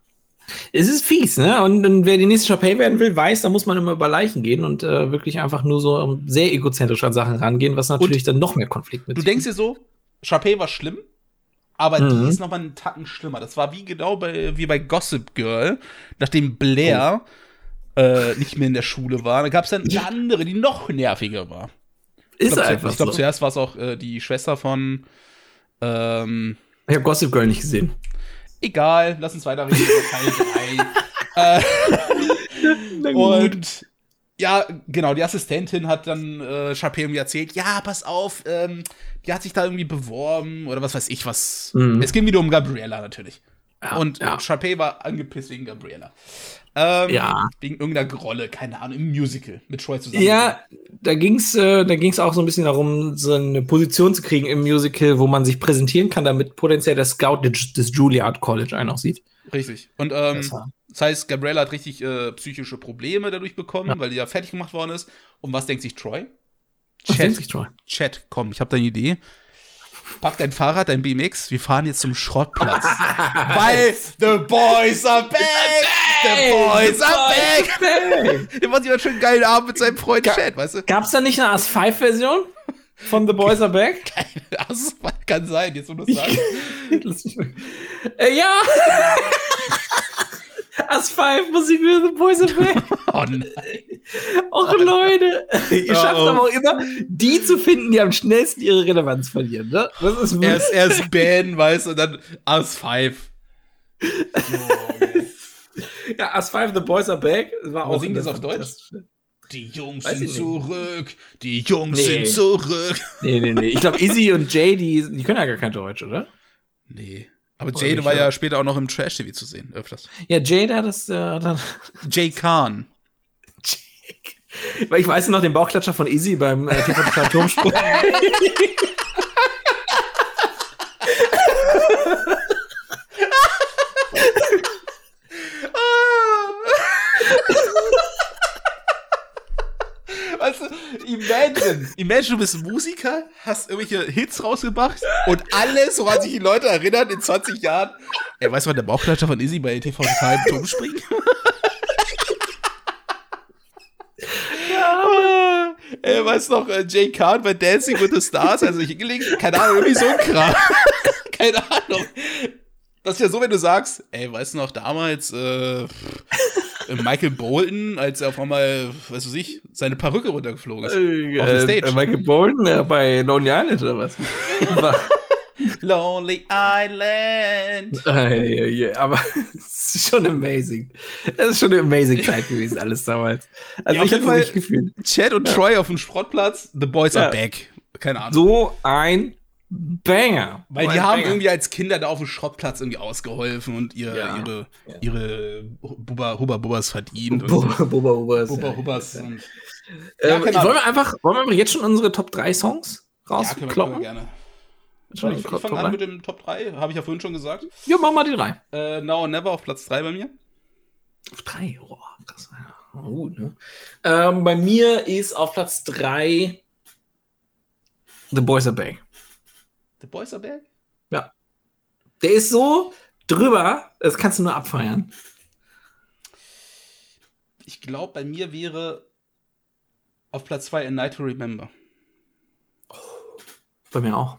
Es ist fies, ne? Und, und wer die nächste Sharpay werden will, weiß, da muss man immer über Leichen gehen und äh, wirklich einfach nur so um, sehr egozentrisch an Sachen rangehen, was natürlich und dann noch mehr Konflikt mit Du denkst dir so, Sharpay war schlimm, aber mhm. die ist noch mal einen Tacken schlimmer. Das war wie genau bei, wie bei Gossip Girl, nachdem Blair oh. äh, nicht mehr in der Schule war. Da gab es dann eine andere, die noch nerviger war. Ist ich glaub, einfach Ich glaube, so. zuerst war es auch äh, die Schwester von Ähm, ich habe Gossip Girl nicht gesehen. Egal, lass uns weiterreden über Teil drei. äh, und ja, genau, die Assistentin hat dann äh, Sharpay irgendwie erzählt, ja, pass auf, ähm, die hat sich da irgendwie beworben oder was weiß ich was. Mhm. Es ging wieder um Gabriella natürlich. Ja, und ja. Sharpay war angepisst wegen Gabriella. Ähm, ja. Wegen irgendeiner Grolle, keine Ahnung, im Musical mit Troy zusammen. Ja, da ging's, äh, da ging's auch so ein bisschen darum, so eine Position zu kriegen im Musical, wo man sich präsentieren kann, damit potenziell der Scout des, des Juilliard College einen auch sieht. Richtig. Und ähm, das, das heißt, Gabriella hat richtig äh, psychische Probleme dadurch bekommen, ja. weil die ja fertig gemacht worden ist. Und was denkt sich Troy? Was Chat, denkt sich Troy? Chat, komm, ich habe da eine Idee. Pack dein Fahrrad, dein B M X, wir fahren jetzt zum Schrottplatz. Weil the boys are back! The boys are back! Der macht sich einen schönen geilen Abend mit seinem Freund Ga- Chat, weißt du? Gab's da nicht eine As fünf Version von The Boys Are Back? Das kann sein, jetzt wo du es sagst. äh, ja! As fünf Musik für The Boys Are Back. Oh nein. Och Leute, ihr schafft oh, oh. aber auch immer, die zu finden, die am schnellsten ihre Relevanz verlieren, ne? Das ist erst, erst Ben, weißt du, und dann As fünf. Oh, okay. Ja, As fünf, The Boys Are Back. War aber auch singt das auf Deutsch? Die Jungs Weiß sind zurück, die Jungs nee. sind zurück. Nee, nee, nee. Ich glaube, Izzy und Jay, die, die können ja gar kein Deutsch, oder? Nee. Aber Jay war ja später auch noch im Trash-T V zu sehen, öfters. Ja, Jay, der hat das äh, dann. Jay Khan. Weil ich weiß noch den Bauchklatscher von Izzy beim äh, T V Turmsprung. Weißt du, imagine, imagine, du bist Musiker, hast irgendwelche Hits rausgebracht und alles, woran sich die Leute erinnern in zwanzig Jahren. Ey, weißt du, was der Bauchklatscher von Izzy bei T V Turmspringen? Ja, ey, weißt du noch, äh, Jay Khan bei Dancing with the Stars, also hingelegt, keine Ahnung, irgendwie so ein Kram. Keine Ahnung. Das ist ja so, wenn du sagst, ey, weißt du noch, damals, äh, Michael Bolton, als er auf einmal, weißt du sich, seine Perücke runtergeflogen ist. Äh, auf der Stage. Äh, Michael Bolton ja, bei Lonely Island oder was? Lonely Island. Äh, yeah, aber es ist schon amazing. Es ist schon eine amazing Zeit gewesen, alles damals. Also ja, ich habe mich gefühlt. Chad und ja. Troy auf dem Schrottplatz, the boys ja. are back. Keine Ahnung. So ein Banger. Weil die haben Banger. irgendwie als Kinder da auf dem Schrottplatz irgendwie ausgeholfen und ihre, ja. ihre, ja. ihre Bubba, Hubba Bubbas verdient. Bubba Bubba Bubbas. Bubba Hubbas. Ja. Und ähm, wollen wir einfach, wollen wir jetzt schon unsere Top drei Songs rauskloppen? Ja, können wir, können wir gerne. Ich, ich, ich fange an mit dem Top drei, habe ich ja vorhin schon gesagt. Ja, mach mal die drei. Äh, Now or Never auf Platz drei bei mir. Auf drei? Oh, krass. Oh, gut, ne? Ähm, bei mir ist auf Platz drei The Boys Are Back. The Boys Are Back? Ja. Der ist so drüber, das kannst du nur abfeiern. Ich glaube, bei mir wäre auf Platz zwei A Night to Remember. Oh, bei mir auch.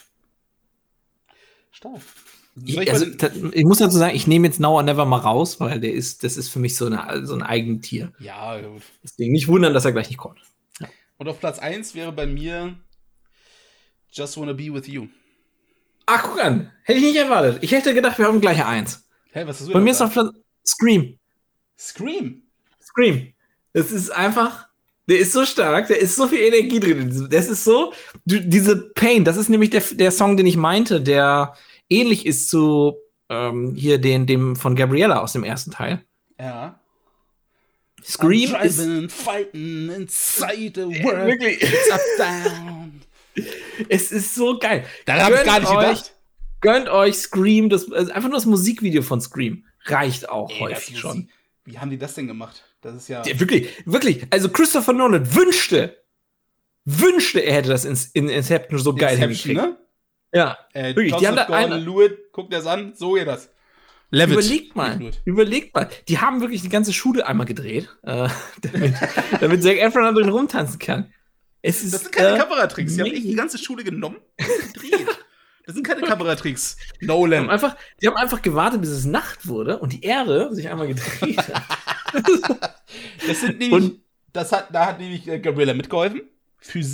Stark. Ich, also, ich muss dazu sagen, ich nehme jetzt Now or Never mal raus, weil der ist, das ist für mich so, eine, so ein Eigentier. Ja, gut. Deswegen nicht wundern, dass er gleich nicht kommt. Ja. Und auf Platz eins wäre bei mir Just Wanna Be With You. Ach, guck an. Hätte ich nicht erwartet. Ich hätte gedacht, wir haben gleich eins. Hä, was hast du Bei mir ist auf Platz Scream. Scream? Scream. Das ist einfach, der ist so stark, der ist so viel Energie drin. Das ist so, du, diese Pain, das ist nämlich der, der Song, den ich meinte, der ähnlich ist zu ähm, hier den, dem von Gabriella aus dem ersten Teil. Ja. Scream I'm ist driving, fighting inside the world. Wirklich. It's up, down. Es ist so geil. Da habe ich gar nicht euch, gedacht. Gönnt euch Scream, das, also einfach nur das Musikvideo von Scream reicht auch Ey, häufig schon. Wie haben die das denn gemacht? Das ist ja, ja wirklich, wirklich. Also Christopher Nolan wünschte, wünschte, er hätte das in, in Inception so geil hingekriegt. Ne? Ja, äh, wirklich. Die haben da eine, Lewitt, guckt das an, so geht das. Levitt. Überlegt mal, überlegt mal. Die haben wirklich die ganze Schule einmal gedreht, äh, damit, damit Zac Efron da drin rumtanzen kann. Es ist, das sind keine äh, Kameratricks. Die haben echt die ganze Schule genommen und gedreht. Das sind keine Kameratricks. Nolan. Die haben, einfach, die haben einfach gewartet, bis es Nacht wurde und die Erde sich einmal gedreht hat. Das sind nämlich, und, das hat, da hat nämlich Gabriella mitgeholfen. Physik,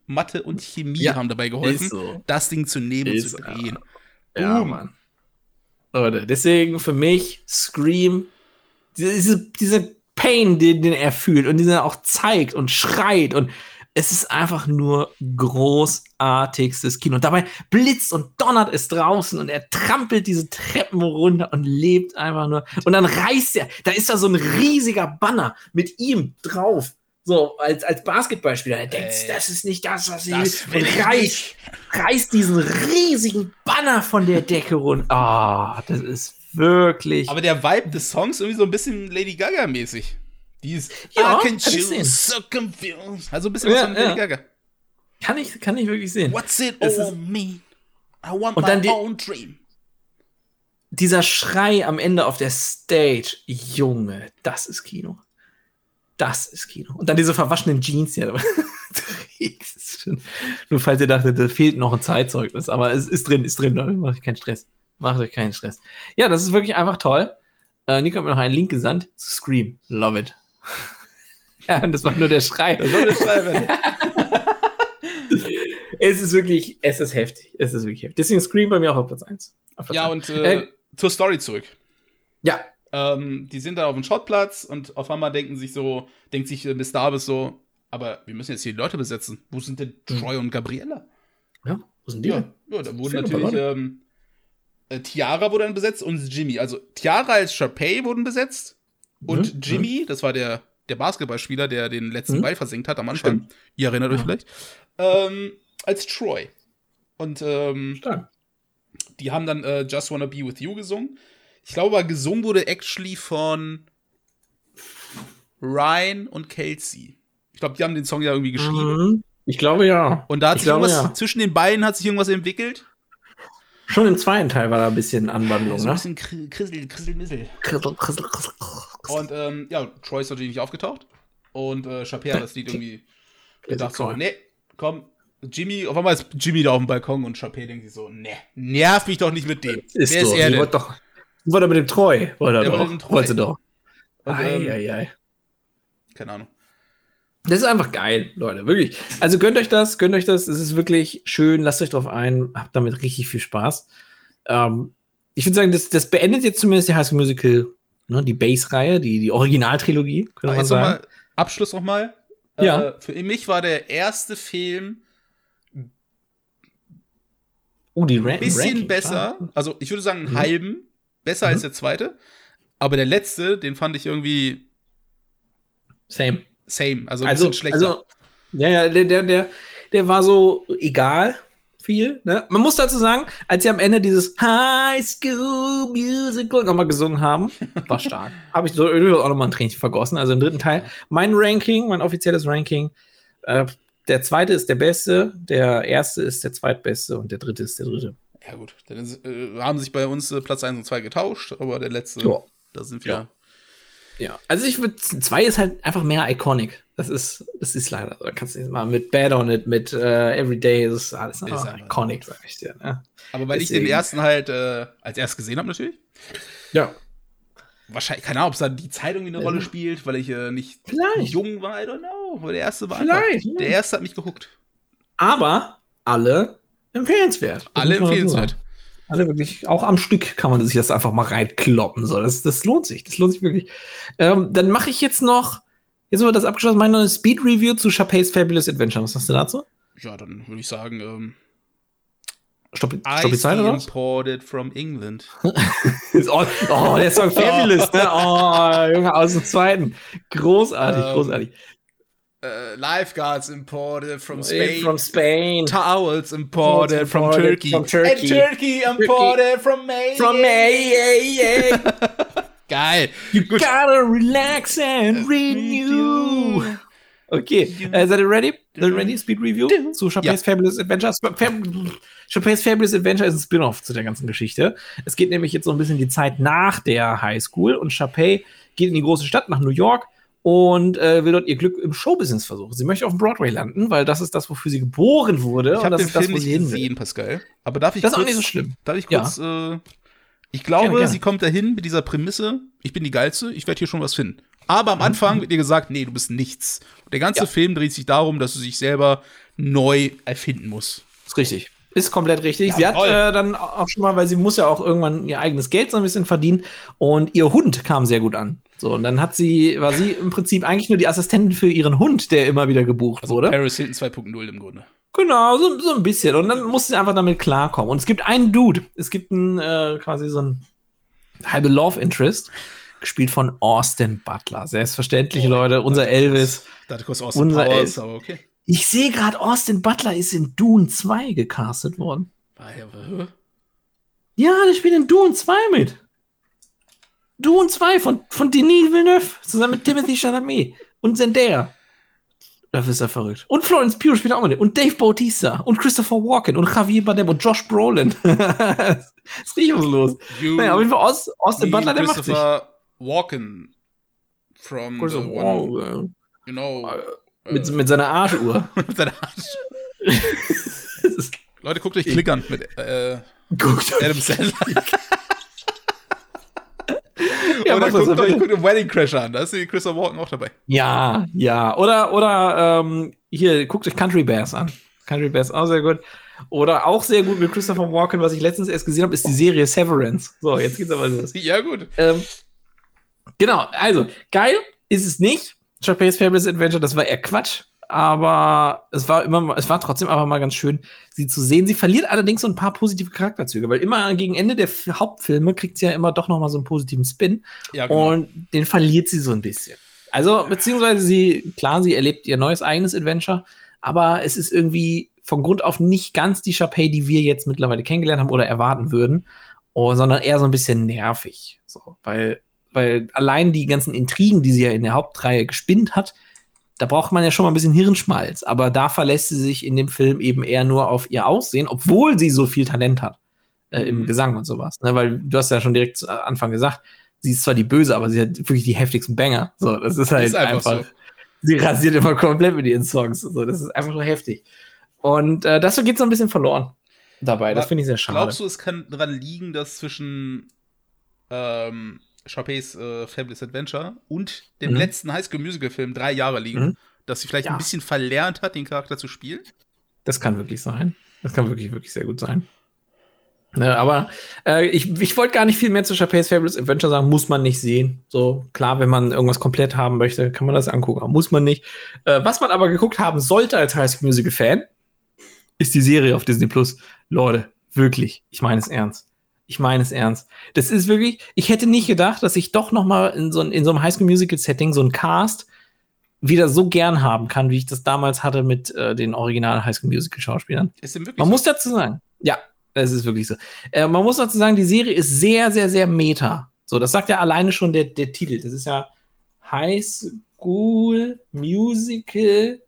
Mathe und Chemie ja, haben dabei geholfen, so. das Ding zu nehmen ist, und zu drehen. Ja, uh. Mann. Leute, deswegen für mich Scream, diese, diese Pain, den, den er fühlt und den er auch zeigt und schreit und es ist einfach nur großartigstes Kino. Und dabei blitzt und donnert es draußen und er trampelt diese Treppen runter und lebt einfach nur. Und dann reißt er, da ist da so ein riesiger Banner mit ihm drauf. So, als, als Basketballspieler. Er denkt, äh, das ist nicht das, was ich will. Und reißt, reißt diesen riesigen Banner von der Decke runter. Ah, oh, das ist wirklich. Aber der Vibe des Songs irgendwie so ein bisschen Lady Gaga-mäßig. Die ist, ja, I can choose, so confused. Also ein bisschen ja, was von ja. Lady Gaga. Kann ich, kann ich wirklich sehen. What's it all mean? I want und my dann die, own dream. Dieser Schrei am Ende auf der Stage. Junge, das ist Kino. Das ist Kino. Und dann diese verwaschenen Jeans hier. Nur falls ihr dachtet, da fehlt noch ein Zeitzeugnis. Aber es ist drin, ist drin. Macht euch keinen Stress. Macht euch keinen Stress. Ja, das ist wirklich einfach toll. Äh, Nico hat mir noch einen Link gesandt. Scream. Love it. Ja, und das war nur der Schrei. Das war der Schrei. Es ist wirklich, es ist heftig. Es ist wirklich heftig. Deswegen Scream bei mir auch auf Platz eins. Auf Platz ja, eins. und äh, äh, zur Story zurück. Ja. Ähm, die sind da auf dem Schrottplatz und auf einmal denken sich so, denkt sich äh, Miss Davis so, aber wir müssen jetzt hier die Leute besetzen. Wo sind denn Troy mhm. und Gabriella? Ja, wo sind die? Ja, ja da wurden natürlich ähm, äh, Tiara wurde dann besetzt und Jimmy. Also Tiara als Sharpay wurden besetzt und mhm. Jimmy, das war der, der Basketballspieler, der den letzten mhm. Ball versenkt hat am Anfang. Stimmt. Ihr erinnert euch ja. vielleicht. Ähm, als Troy. Und ähm, Stark. Die haben dann äh, Just Wanna Be With You gesungen. Ich glaube, aber gesungen wurde actually von Ryan und Kelsey. Ich glaube, die haben den Song ja irgendwie geschrieben. Ich glaube, ja. Und da hat ich sich glaube, irgendwas, ja. zwischen den beiden hat sich irgendwas entwickelt. Schon im zweiten Teil war da ein bisschen Anwandlung, so ne? ein bisschen Krissel, Krisselmissel. Krissel, Krissel, Krissel. Und ähm, ja, Troy ist natürlich nicht aufgetaucht. Und äh, Sharpay hat das Lied irgendwie gedacht so, nee, komm, Jimmy, auf einmal ist Jimmy da auf dem Balkon und Sharpay denkt sich so, nee, nerv mich doch nicht mit dem. Ist Wer so, ist er denn? Doch, wollte mit dem Troy, wollte er doch. doch. Wollte doch. Und, ei, ähm, ei, ei. Keine Ahnung. Das ist einfach geil, Leute, wirklich. Also gönnt euch das, gönnt euch das. Es ist wirklich schön, lasst euch drauf ein, habt damit richtig viel Spaß. Ähm, ich würde sagen, das, das beendet jetzt zumindest die High School Musical, ne, die Base-Reihe, die, die Originaltrilogie, könnte man sagen. Mal, Abschluss nochmal. Ja. Äh, für mich war der erste Film oh, die ein bisschen Ranking, besser. Klar. Also ich würde sagen einen mhm. halben, besser mhm. als der zweite. Aber der letzte, den fand ich irgendwie Same. Same, also ein also, bisschen schlechter. Also, ja, ja, der, der, der, der war so egal viel. Ne? Man muss dazu sagen, als sie am Ende dieses High School Musical nochmal gesungen haben, war stark. Habe ich so auch nochmal ein Tränchen vergossen. Also im dritten Teil. Mein Ranking, mein offizielles Ranking, äh, der zweite ist der beste, der erste ist der zweitbeste und der dritte ist der dritte. Ja gut, dann ist, äh, haben sich bei uns äh, Platz eins und zwei getauscht, aber der letzte, ja. da sind wir... Ja. Ja, also ich würde, zwei ist halt einfach mehr iconic. Das ist, das ist leider so. Da kannst du nicht mal mit Bad on It, mit uh, Everyday, das ist alles ist iconic, sag ich dir. Ne? Aber weil Deswegen. ich den ersten halt äh, als erst gesehen habe, natürlich. Ja. Wahrscheinlich, keine Ahnung, ob es da die Zeit irgendwie eine ja. Rolle spielt, weil ich äh, nicht Vielleicht. jung war, I don't know. Aber der erste war Vielleicht, einfach, ja. der erste hat mich gehuckt. Aber alle empfehlenswert. Alle empfehlenswert. Alle wirklich, auch am Stück kann man sich das einfach mal reinkloppen. So. Das, das lohnt sich, das lohnt sich wirklich. Ähm, dann mache ich jetzt noch, jetzt haben wir das abgeschlossen, meine neue Speed-Review zu Sharpay's Fabulous Adventure. Was hast du dazu? Ja, dann würde ich sagen, ähm, Stopp, stopp die Zeit, oder was? Imported from England. oh, oh, der Song Fabulous, ne? Oh, Junge, aus dem zweiten. Großartig, um, großartig. Uh, lifeguards imported from Spain. From Spain. Towels imported, imported from, Turkey. from Turkey. And Turkey imported Turkey. from May. From May, yeah, yeah. Geil. You Gut. gotta relax and renew. Okay, uh, seid ihr ready? Seid ihr ready? Speed Review zu Sharpay's ja. Fabulous Adventure. Sharpay's Fabulous Adventure ist ein Spin-off zu der ganzen Geschichte. Es geht nämlich jetzt so ein bisschen die Zeit nach der Highschool und Sharpay geht in die große Stadt nach New York und äh, will dort ihr Glück im Showbusiness versuchen. Sie möchte auf dem Broadway landen, weil das ist das, wofür sie geboren wurde. Ich habe den ist Film das, nicht gesehen, Pascal. Aber darf ich das kurz, ist auch nicht so schlimm. Darf ich kurz, ja. äh, ich glaube, gerne, gerne. sie kommt dahin mit dieser Prämisse, ich bin die Geilste, ich werde hier schon was finden. Aber am Anfang wird dir gesagt, nee, du bist nichts. Und der ganze ja. Film dreht sich darum, dass du dich selber neu erfinden musst. Ist richtig. Ist komplett richtig. Ja, sie hat äh, dann auch schon mal, weil sie muss ja auch irgendwann ihr eigenes Geld so ein bisschen verdienen. Und ihr Hund kam sehr gut an. So, und dann hat sie, war sie im Prinzip eigentlich nur die Assistentin für ihren Hund, der immer wieder gebucht also wurde. Paris Hilton zwei Punkt null im Grunde. Genau, so, so ein bisschen. Und dann musste sie einfach damit klarkommen. Und es gibt einen Dude. Es gibt einen, äh, quasi so ein halbe Love Interest, gespielt von Austin Butler. Selbstverständlich, oh, Leute. Unser Elvis. Da kurz Austin unser Powers, aber okay. Ich sehe gerade, Austin Butler ist in Dune zwei gecastet worden. Ja, der spielt in Dune zwei mit. Dune zwei von, von Denis Villeneuve, zusammen mit Timothée Chalamet und Zendaya. Dafür ist er verrückt. Und Florence Pugh spielt auch mit. Und Dave Bautista. Und Christopher Walken. Und Javier Bardem. Und Josh Brolin. Das ist richtig was los. You naja, auf jeden Fall Aus, Austin Butler, der macht sich. Christopher Walken. From the one, you know... Uh, mit, mit seiner Arschuhr. mit seiner Arschuhr. Leute, guckt euch Klick an mit äh, Adam Sandler. Ja, oder guckt euch guckt Wedding Crasher an, da ist die Christopher Walken auch dabei. Ja, ja. Oder, oder ähm, hier, guckt euch Country Bears an. Country Bears auch sehr gut. Oder auch sehr gut mit Christopher Walken, was ich letztens erst gesehen habe, ist die Serie Severance. So, jetzt geht's aber los. Ja, gut. Ähm, genau, also, geil ist es nicht. Chapey's Fabulous Adventure, das war eher Quatsch. Aber es war immer, es war trotzdem aber mal ganz schön, sie zu sehen. Sie verliert allerdings so ein paar positive Charakterzüge, weil immer gegen Ende der F- Hauptfilme kriegt sie ja immer doch noch mal so einen positiven Spin. Ja, genau. Und den verliert sie so ein bisschen. Also, beziehungsweise sie, klar, sie erlebt ihr neues eigenes Adventure, aber es ist irgendwie von Grund auf nicht ganz die Chapey, die wir jetzt mittlerweile kennengelernt haben oder erwarten würden, oh, sondern eher so ein bisschen nervig. So, weil, weil allein die ganzen Intrigen, die sie ja in der Hauptreihe gespinnt hat, da braucht man ja schon mal ein bisschen Hirnschmalz. Aber da verlässt sie sich in dem Film eben eher nur auf ihr Aussehen, obwohl sie so viel Talent hat äh, im Gesang und sowas. Ne? Weil du hast ja schon direkt zu Anfang gesagt, sie ist zwar die Böse, aber sie hat wirklich die heftigsten Banger. So, das ist halt das ist einfach, einfach so. Sie rasiert immer komplett mit ihren Songs. So, das ist einfach nur heftig. Und äh, das geht so ein bisschen verloren dabei. Das finde ich sehr schade. Glaubst du, es kann daran liegen, dass zwischen ähm, Chapey's äh, Fabulous Adventure und dem mhm. letzten Highschool-Musical-Film drei Jahre liegen, mhm. dass sie vielleicht ja. ein bisschen verlernt hat, den Charakter zu spielen? Das kann wirklich sein. Das kann wirklich, wirklich sehr gut sein. Ja, aber äh, ich, ich wollte gar nicht viel mehr zu Chapey's Fabulous Adventure sagen. Muss man nicht sehen. So, klar, wenn man irgendwas komplett haben möchte, kann man das angucken. Aber muss man nicht. Äh, was man aber geguckt haben sollte als Highschool-Musical-Fan, ist die Serie auf Disney Plus. Leute, wirklich, ich meine es ernst. Ich meine es ernst. Das ist wirklich, ich hätte nicht gedacht, dass ich doch noch mal in so, in so einem Highschool-Musical-Setting so einen Cast wieder so gern haben kann, wie ich das damals hatte mit äh, den originalen Highschool-Musical-Schauspielern. Ist denn wirklich Man so? muss dazu sagen, ja, es ist wirklich so. Äh, man muss dazu sagen, die Serie ist sehr, sehr, sehr meta. So, das sagt ja alleine schon der, der Titel. Das ist ja High School Musical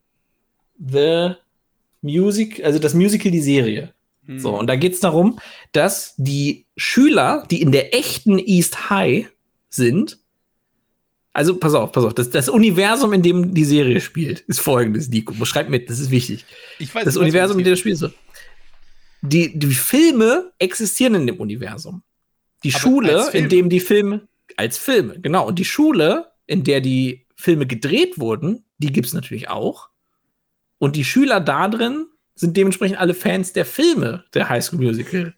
The Music, also das Musical, die Serie. Hm. So, und da geht es darum, dass die Schüler, die in der echten East High sind, also pass auf, pass auf, das, das Universum, in dem die Serie spielt, ist folgendes, Nico, schreib mit, das ist wichtig. Ich weiß, das Universum, in dem das spielt, so. Die, die Filme existieren in dem Universum. Die Aber Schule, in dem die Filme, als Filme, genau, und die Schule, in der die Filme gedreht wurden, die gibt's natürlich auch. Und die Schüler da drin sind dementsprechend alle Fans der Filme der High School Musical.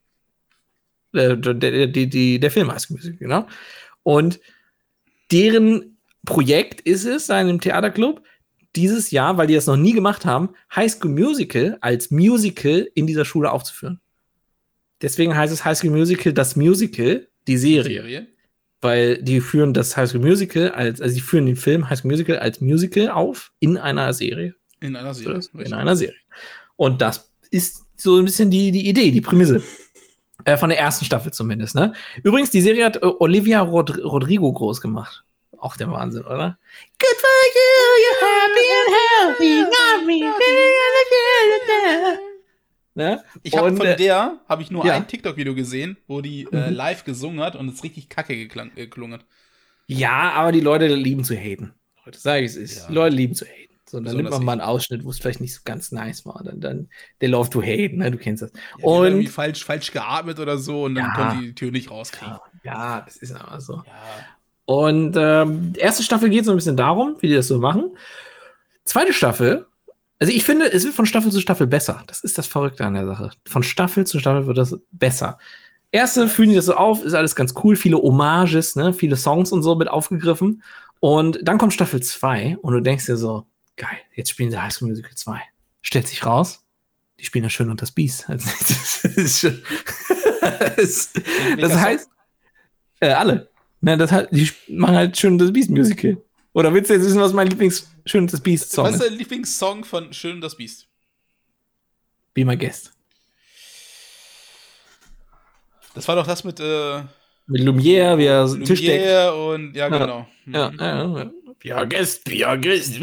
Äh, der, der, der, der, der Film High School Musical, genau. Und deren Projekt ist es, seinem Theaterclub, dieses Jahr, weil die das noch nie gemacht haben, High School Musical als Musical in dieser Schule aufzuführen. Deswegen heißt es High School Musical, das Musical, die Serie. Serie? Weil die führen das High School Musical als, also die führen den Film High School Musical als Musical auf in einer Serie. In einer Serie. So, in einer Serie. Und das ist so ein bisschen die, die Idee, die Prämisse. Äh, von der ersten Staffel zumindest, ne? Übrigens, die Serie hat äh, Olivia Rod- Rodrigo groß gemacht. Auch der Wahnsinn, oder? Good for you, you're happy and healthy, not me. Ne? Ich habe von äh, der habe ich nur ja. ein TikTok-Video gesehen, wo die mhm. äh, live gesungen hat und es richtig kacke geklang, äh, geklungen hat. Ja, aber die Leute lieben zu haten. Das sage ich, es ist. Ja. Die Leute lieben zu haten. So, dann so, nimmt man mal einen Ausschnitt, wo es vielleicht nicht so ganz nice war. Dann, dann der Love to Hate, ne? Du kennst das. Ja, und irgendwie falsch, falsch geatmet oder so und dann ja, konnte die Tür nicht rauskriegen. Ja, ja, das ist aber so. Ja. Und ähm, die erste Staffel geht so ein bisschen darum, wie die das so machen. Zweite Staffel, also ich finde, es wird von Staffel zu Staffel besser. Das ist das Verrückte an der Sache. Von Staffel zu Staffel wird das besser. Erste fühlen die das so auf, ist alles ganz cool, viele Hommages, ne, viele Songs und so mit aufgegriffen. Und dann kommt Staffel zwei und du denkst dir so, geil, jetzt spielen sie High School Musical zwei. Stellt sich raus, die spielen das Schön und das Biest. Also, das ist schon das, das heißt, äh, alle. Ne, das halt, die machen halt Schön und das Biest Musical. Oder willst du jetzt wissen, was mein Lieblings Schön und das Biest Song ist? Was ist dein Lieblingssong von Schön und das Biest? Be My Guest. Das war doch das mit äh, mit Lumière, wie er Lumière Tisch deckt. Und ja, genau. Ja, ja, ja. Be Our Guest, Be Our Guest.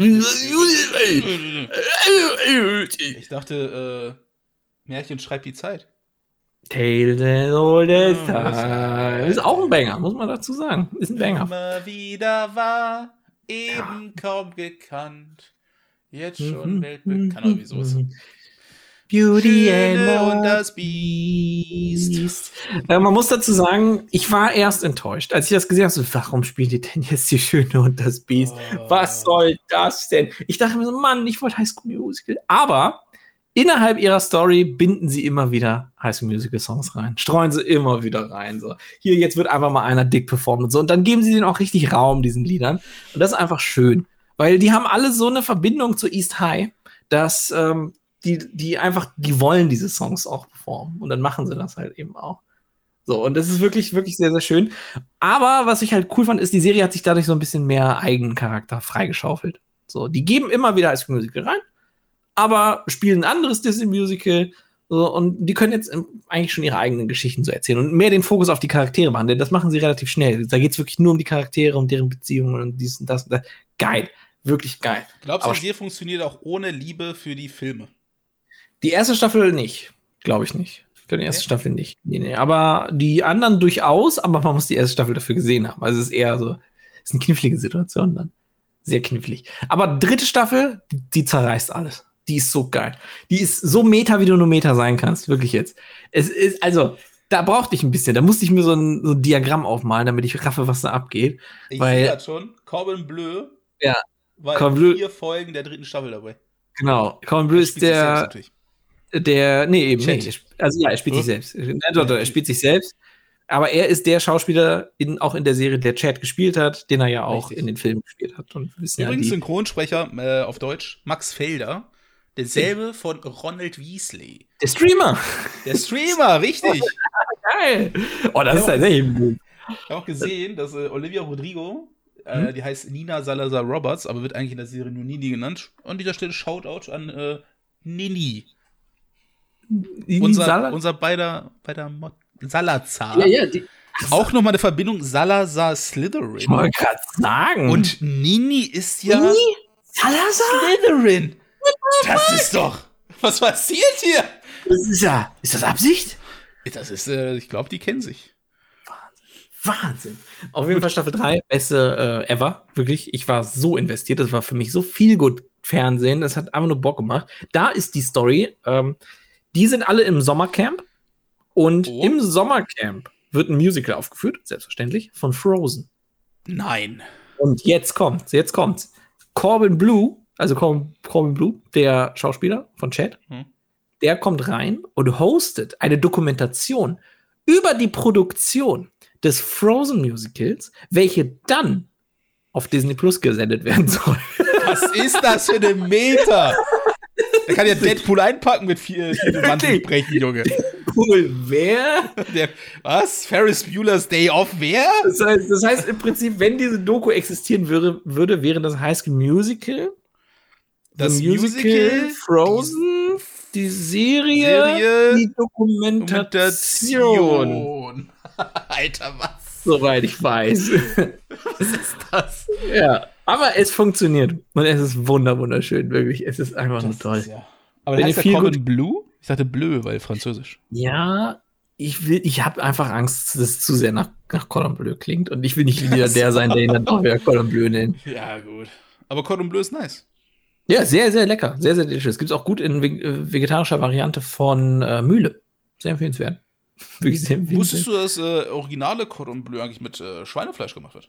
Ich dachte, äh, Märchen schreibt die Zeit. Tales and all the time. Ist auch ein Banger, muss man dazu sagen. Ist ein Banger. Immer wieder war, eben ja. kaum gekannt. Jetzt schon mhm. weltbekannt. Oder wieso ist Beauty Schöne and und das Biest. Äh, man muss dazu sagen, ich war erst enttäuscht, als ich das gesehen habe. So, warum spielt ihr denn jetzt die Schöne und das Biest? Oh. Was soll das denn? Ich dachte mir so, Mann, ich wollte High School Musical. Aber innerhalb ihrer Story binden sie immer wieder High School Musical Songs rein. Streuen sie immer wieder rein. So. Hier, jetzt wird einfach mal einer dick performt und so. Und dann geben sie denen auch richtig Raum, diesen Liedern. Und das ist einfach schön. Weil die haben alle so eine Verbindung zu East High, dass ähm, die, die einfach, die wollen diese Songs auch performen. Und dann machen sie das halt eben auch. So, und das ist wirklich, wirklich sehr, sehr schön. Aber was ich halt cool fand, ist, die Serie hat sich dadurch so ein bisschen mehr Eigencharakter freigeschaufelt. So, die geben immer wieder High School Musical rein, aber spielen ein anderes Disney-Musical. So, und die können jetzt eigentlich schon ihre eigenen Geschichten so erzählen und mehr den Fokus auf die Charaktere machen, denn das machen sie relativ schnell. Da geht es wirklich nur um die Charaktere und deren Beziehungen und dies und das und das. Geil. Wirklich geil. Glaubst du, die Serie funktioniert auch ohne Liebe für die Filme? Die erste Staffel nicht. Glaube ich nicht. Für die erste okay. Staffel nicht. Nee, nee. Aber die anderen durchaus, aber man muss die erste Staffel dafür gesehen haben. Also es ist eher so, es ist eine knifflige Situation dann. Sehr knifflig. Aber dritte Staffel, die, die zerreißt alles. Die ist so geil. Die ist so meta, wie du nur Meta sein kannst. Wirklich jetzt. Es ist, also, da brauchte ich ein bisschen. Da musste ich mir so ein, so ein Diagramm aufmalen, damit ich raffe, was da abgeht. Ich weil, sehe das schon. Cordon Bleu ja, war in Bleu, vier Folgen der dritten Staffel dabei. Genau. Cordon Bleu ist der, der, nee, eben Chat. nicht. Also ja, er spielt hm? sich selbst. Nein, doch, doch, er spielt sich selbst. Aber er ist der Schauspieler, in, auch in der Serie, der Chad gespielt hat, den er ja auch Richtig. in den Filmen gespielt hat. Und Übrigens ja, Synchronsprecher äh, auf Deutsch, Max Felder. Derselbe von Ronald Weasley. Der Streamer. Der Streamer, richtig. Geil. Oh, das ist tatsächlich gut. Ich habe auch gesehen, dass äh, Olivia Rodrigo, äh, hm? die heißt Nina Salazar Roberts, aber wird eigentlich in der Serie nur Nini genannt. An dieser Stelle Shoutout an äh, Nini. Nini unser, Sal- unser beider, beider Mod- Salazar. Ja, ja, die- Auch nochmal eine Verbindung Salazar Slytherin. Ich wollte gerade sagen. Und Nini ist ja Nini? Salazar? Slytherin. Das ist doch. Was passiert hier? Das ist ja. Ist das Absicht? Das ist, äh, ich glaube, die kennen sich. Wahnsinn. Wahnsinn. Auf jeden Fall Staffel drei, beste äh, ever. Wirklich. Ich war so investiert. Das war für mich so viel gut Fernsehen. Das hat einfach nur Bock gemacht. Da ist die Story. Ähm, die sind alle im Sommercamp. Und oh. im Sommercamp wird ein Musical aufgeführt, selbstverständlich, von Frozen. Nein. Und jetzt kommt's, jetzt kommt's. Corbin Bleu, also Corbin, Corbin Bleu, der Schauspieler von Chad, hm. der kommt rein und hostet eine Dokumentation über die Produktion des Frozen Musicals, welche dann auf Disney Plus gesendet werden soll. Was ist das für eine Meta? Da kann ja Deadpool einpacken mit vier, vier Mantel brechen, Junge. Deadpool, wer? Der, was? Ferris Bueller's Day Off, wer? Das heißt, das heißt im Prinzip, wenn diese Doku existieren würde, würde wäre das High School Musical, das Musical, Musical Frozen, die, die Serie, Serie, die Dokumentation. Dokumentation. Alter, was? Soweit ich weiß. Was ist das? Ja. Aber es funktioniert. Und es ist wunder, wunderschön, wirklich. Es ist einfach das nur toll. Ist, ja. Aber der heißt der Corbin Bleu? Ich dachte Bleu, weil französisch. Ja, ich will, ich habe einfach Angst, dass es zu sehr nach, nach Cordon Bleu klingt. Und ich will nicht wieder der sein, der ihn dann doch wieder Cordon Bleu nennt. Ja, gut. Aber Cordon Bleu ist nice. Ja, sehr, sehr lecker. Sehr, sehr delicious. Gibt es auch gut in vegetarischer Variante von äh, Mühle. Sehr empfehlenswert. Wirklich sehr empfehlenswert. Wusstest du, dass äh, originale Cordon Bleu eigentlich mit äh, Schweinefleisch gemacht wird?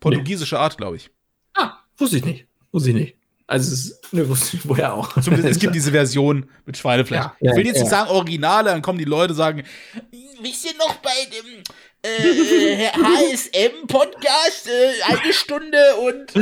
portugiesische Art, glaube ich. Ah, wusste ich nicht. Wusste ich nicht. Also, es ist, ne, wusste ich woher auch. Zumindest, es gibt diese Version mit Schweinefleisch. Ja, ja, ich will jetzt ja. nicht sagen Originale, dann kommen die Leute und sagen, wisst ihr noch bei dem äh, H S M-Podcast äh, eine Stunde und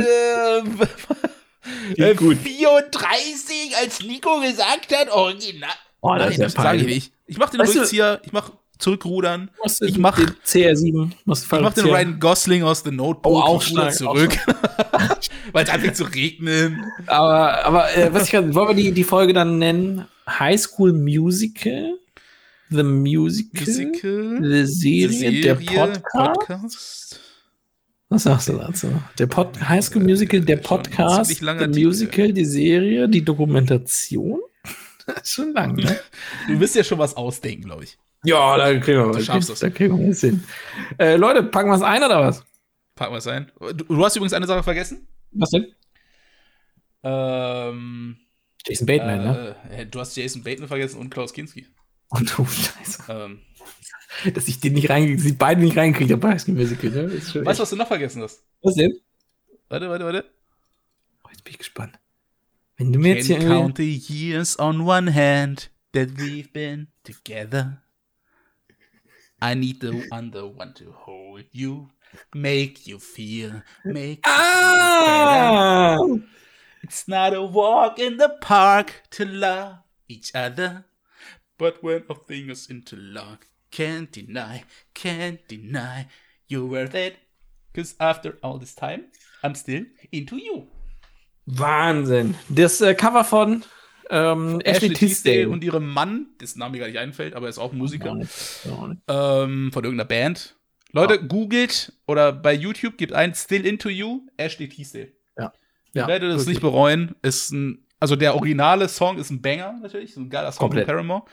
äh, gut. vierunddreißig, als Nico gesagt hat, Original. Oh, das Nein, ist ja das sage ich peinlich. nicht. Ich mach den Weißt du- Rückzieher, ich mach Zurückrudern. Was Ich ist mach, den C R sieben. Was ich mach den Ryan Gosling aus The Notebook. Oh, auch ich ruder stark, zurück. Weil es anfängt zu regnen. Aber, aber äh, was ich kann, wollen wir die, die Folge dann nennen? High School Musical? The Musical? Musical? The Serie? Serie, Der Podcast? Podcast. Was sagst du dazu? Der Pod High School Musical, der Schon ein Podcast, ziemlich langer der Titel. Musical, die Serie, die Dokumentation? Das ist schon lang, ne? Du wirst ja schon was ausdenken, glaube ich. Ja, da kriegen wir Du was. schaffst das. Da kriegen wir was hin. Äh, Leute, packen wir es ein oder was? Packen wir es ein. Du, du hast übrigens eine Sache vergessen. Was denn? Ähm, Jason Bateman, ne? äh, du hast Jason Bateman vergessen und Klaus Kinski. Und oh, Scheiße. Ähm, Dass ich den nicht reingekriegt, dass ich beide nicht reingekriegt habe bei High School Musical, ne? Das ist schon weißt du, echt- was du noch vergessen hast? Was denn? Warte, warte, warte. Oh, jetzt bin ich gespannt. Wenn du mir jetzt hier Can irgendwie... count the years on one hand that we've been together. I need the one, the one to hold you, make you feel, make you feel better. Ah! It's not a walk in the park to love each other, but when our fingers interlock, can't deny, can't deny you were that. Cause after all this time, I'm still into you. Wahnsinn. Das äh, Cover von ähm, Ashley Tisdale. und ihrem Mann, dessen Name mir gar nicht einfällt, aber er ist auch Musiker, Auch nicht, auch nicht. ähm, von irgendeiner Band. Leute, googelt oder bei YouTube gebt ein Still Into You, Ashley Tisdale. Ja. Ihr Ja, werdet es wirklich. nicht bereuen. Ist ein, also der originale Song ist ein Banger natürlich, so ein geiler Song Komplett. von Paramore.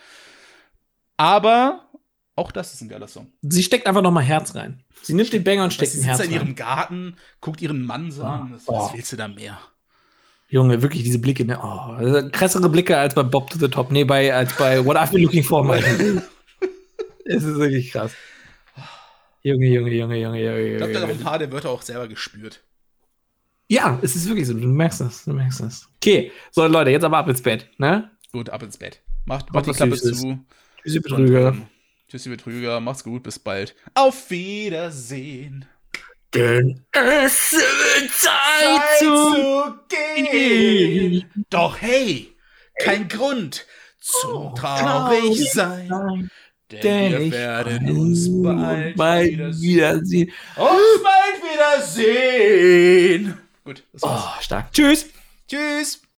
Aber auch das ist ein geiler Song. Sie steckt einfach noch mal Herz rein. Sie nimmt den Banger und steckt Sie ein sitzt Herz da in ihrem rein. Garten, guckt ihren Mann so an. Was, Oh. was willst du da mehr? Junge, wirklich diese Blicke, ne? Oh, also krassere Blicke als bei Bob to the Top. Nee, bei, als bei What I've Been Looking For. Mein. Es ist wirklich krass. Junge, Junge, Junge, Junge, Junge. Ich glaube, da haben Junge. ein paar der Wörter auch selber gespürt. Ja, es ist wirklich so. Du merkst das. Du merkst das. Okay, so Leute, jetzt aber ab ins Bett, ne? Gut, ab ins Bett. Macht, Macht macht die was Klappe Süßes. zu. Tschüssi, Betrüger. Und, ähm, Tschüssi, Betrüger. Macht's gut, bis bald. Auf Wiedersehen. Denn es wird Zeit zu gehen. Doch hey, kein Grund zum Oh, traurig sein. sein. Denn, Denn wir ich werden uns bald, bald wiedersehen. wiedersehen. Uns bald wiedersehen. Gut, das war's. Oh, stark. Tschüss. Tschüss.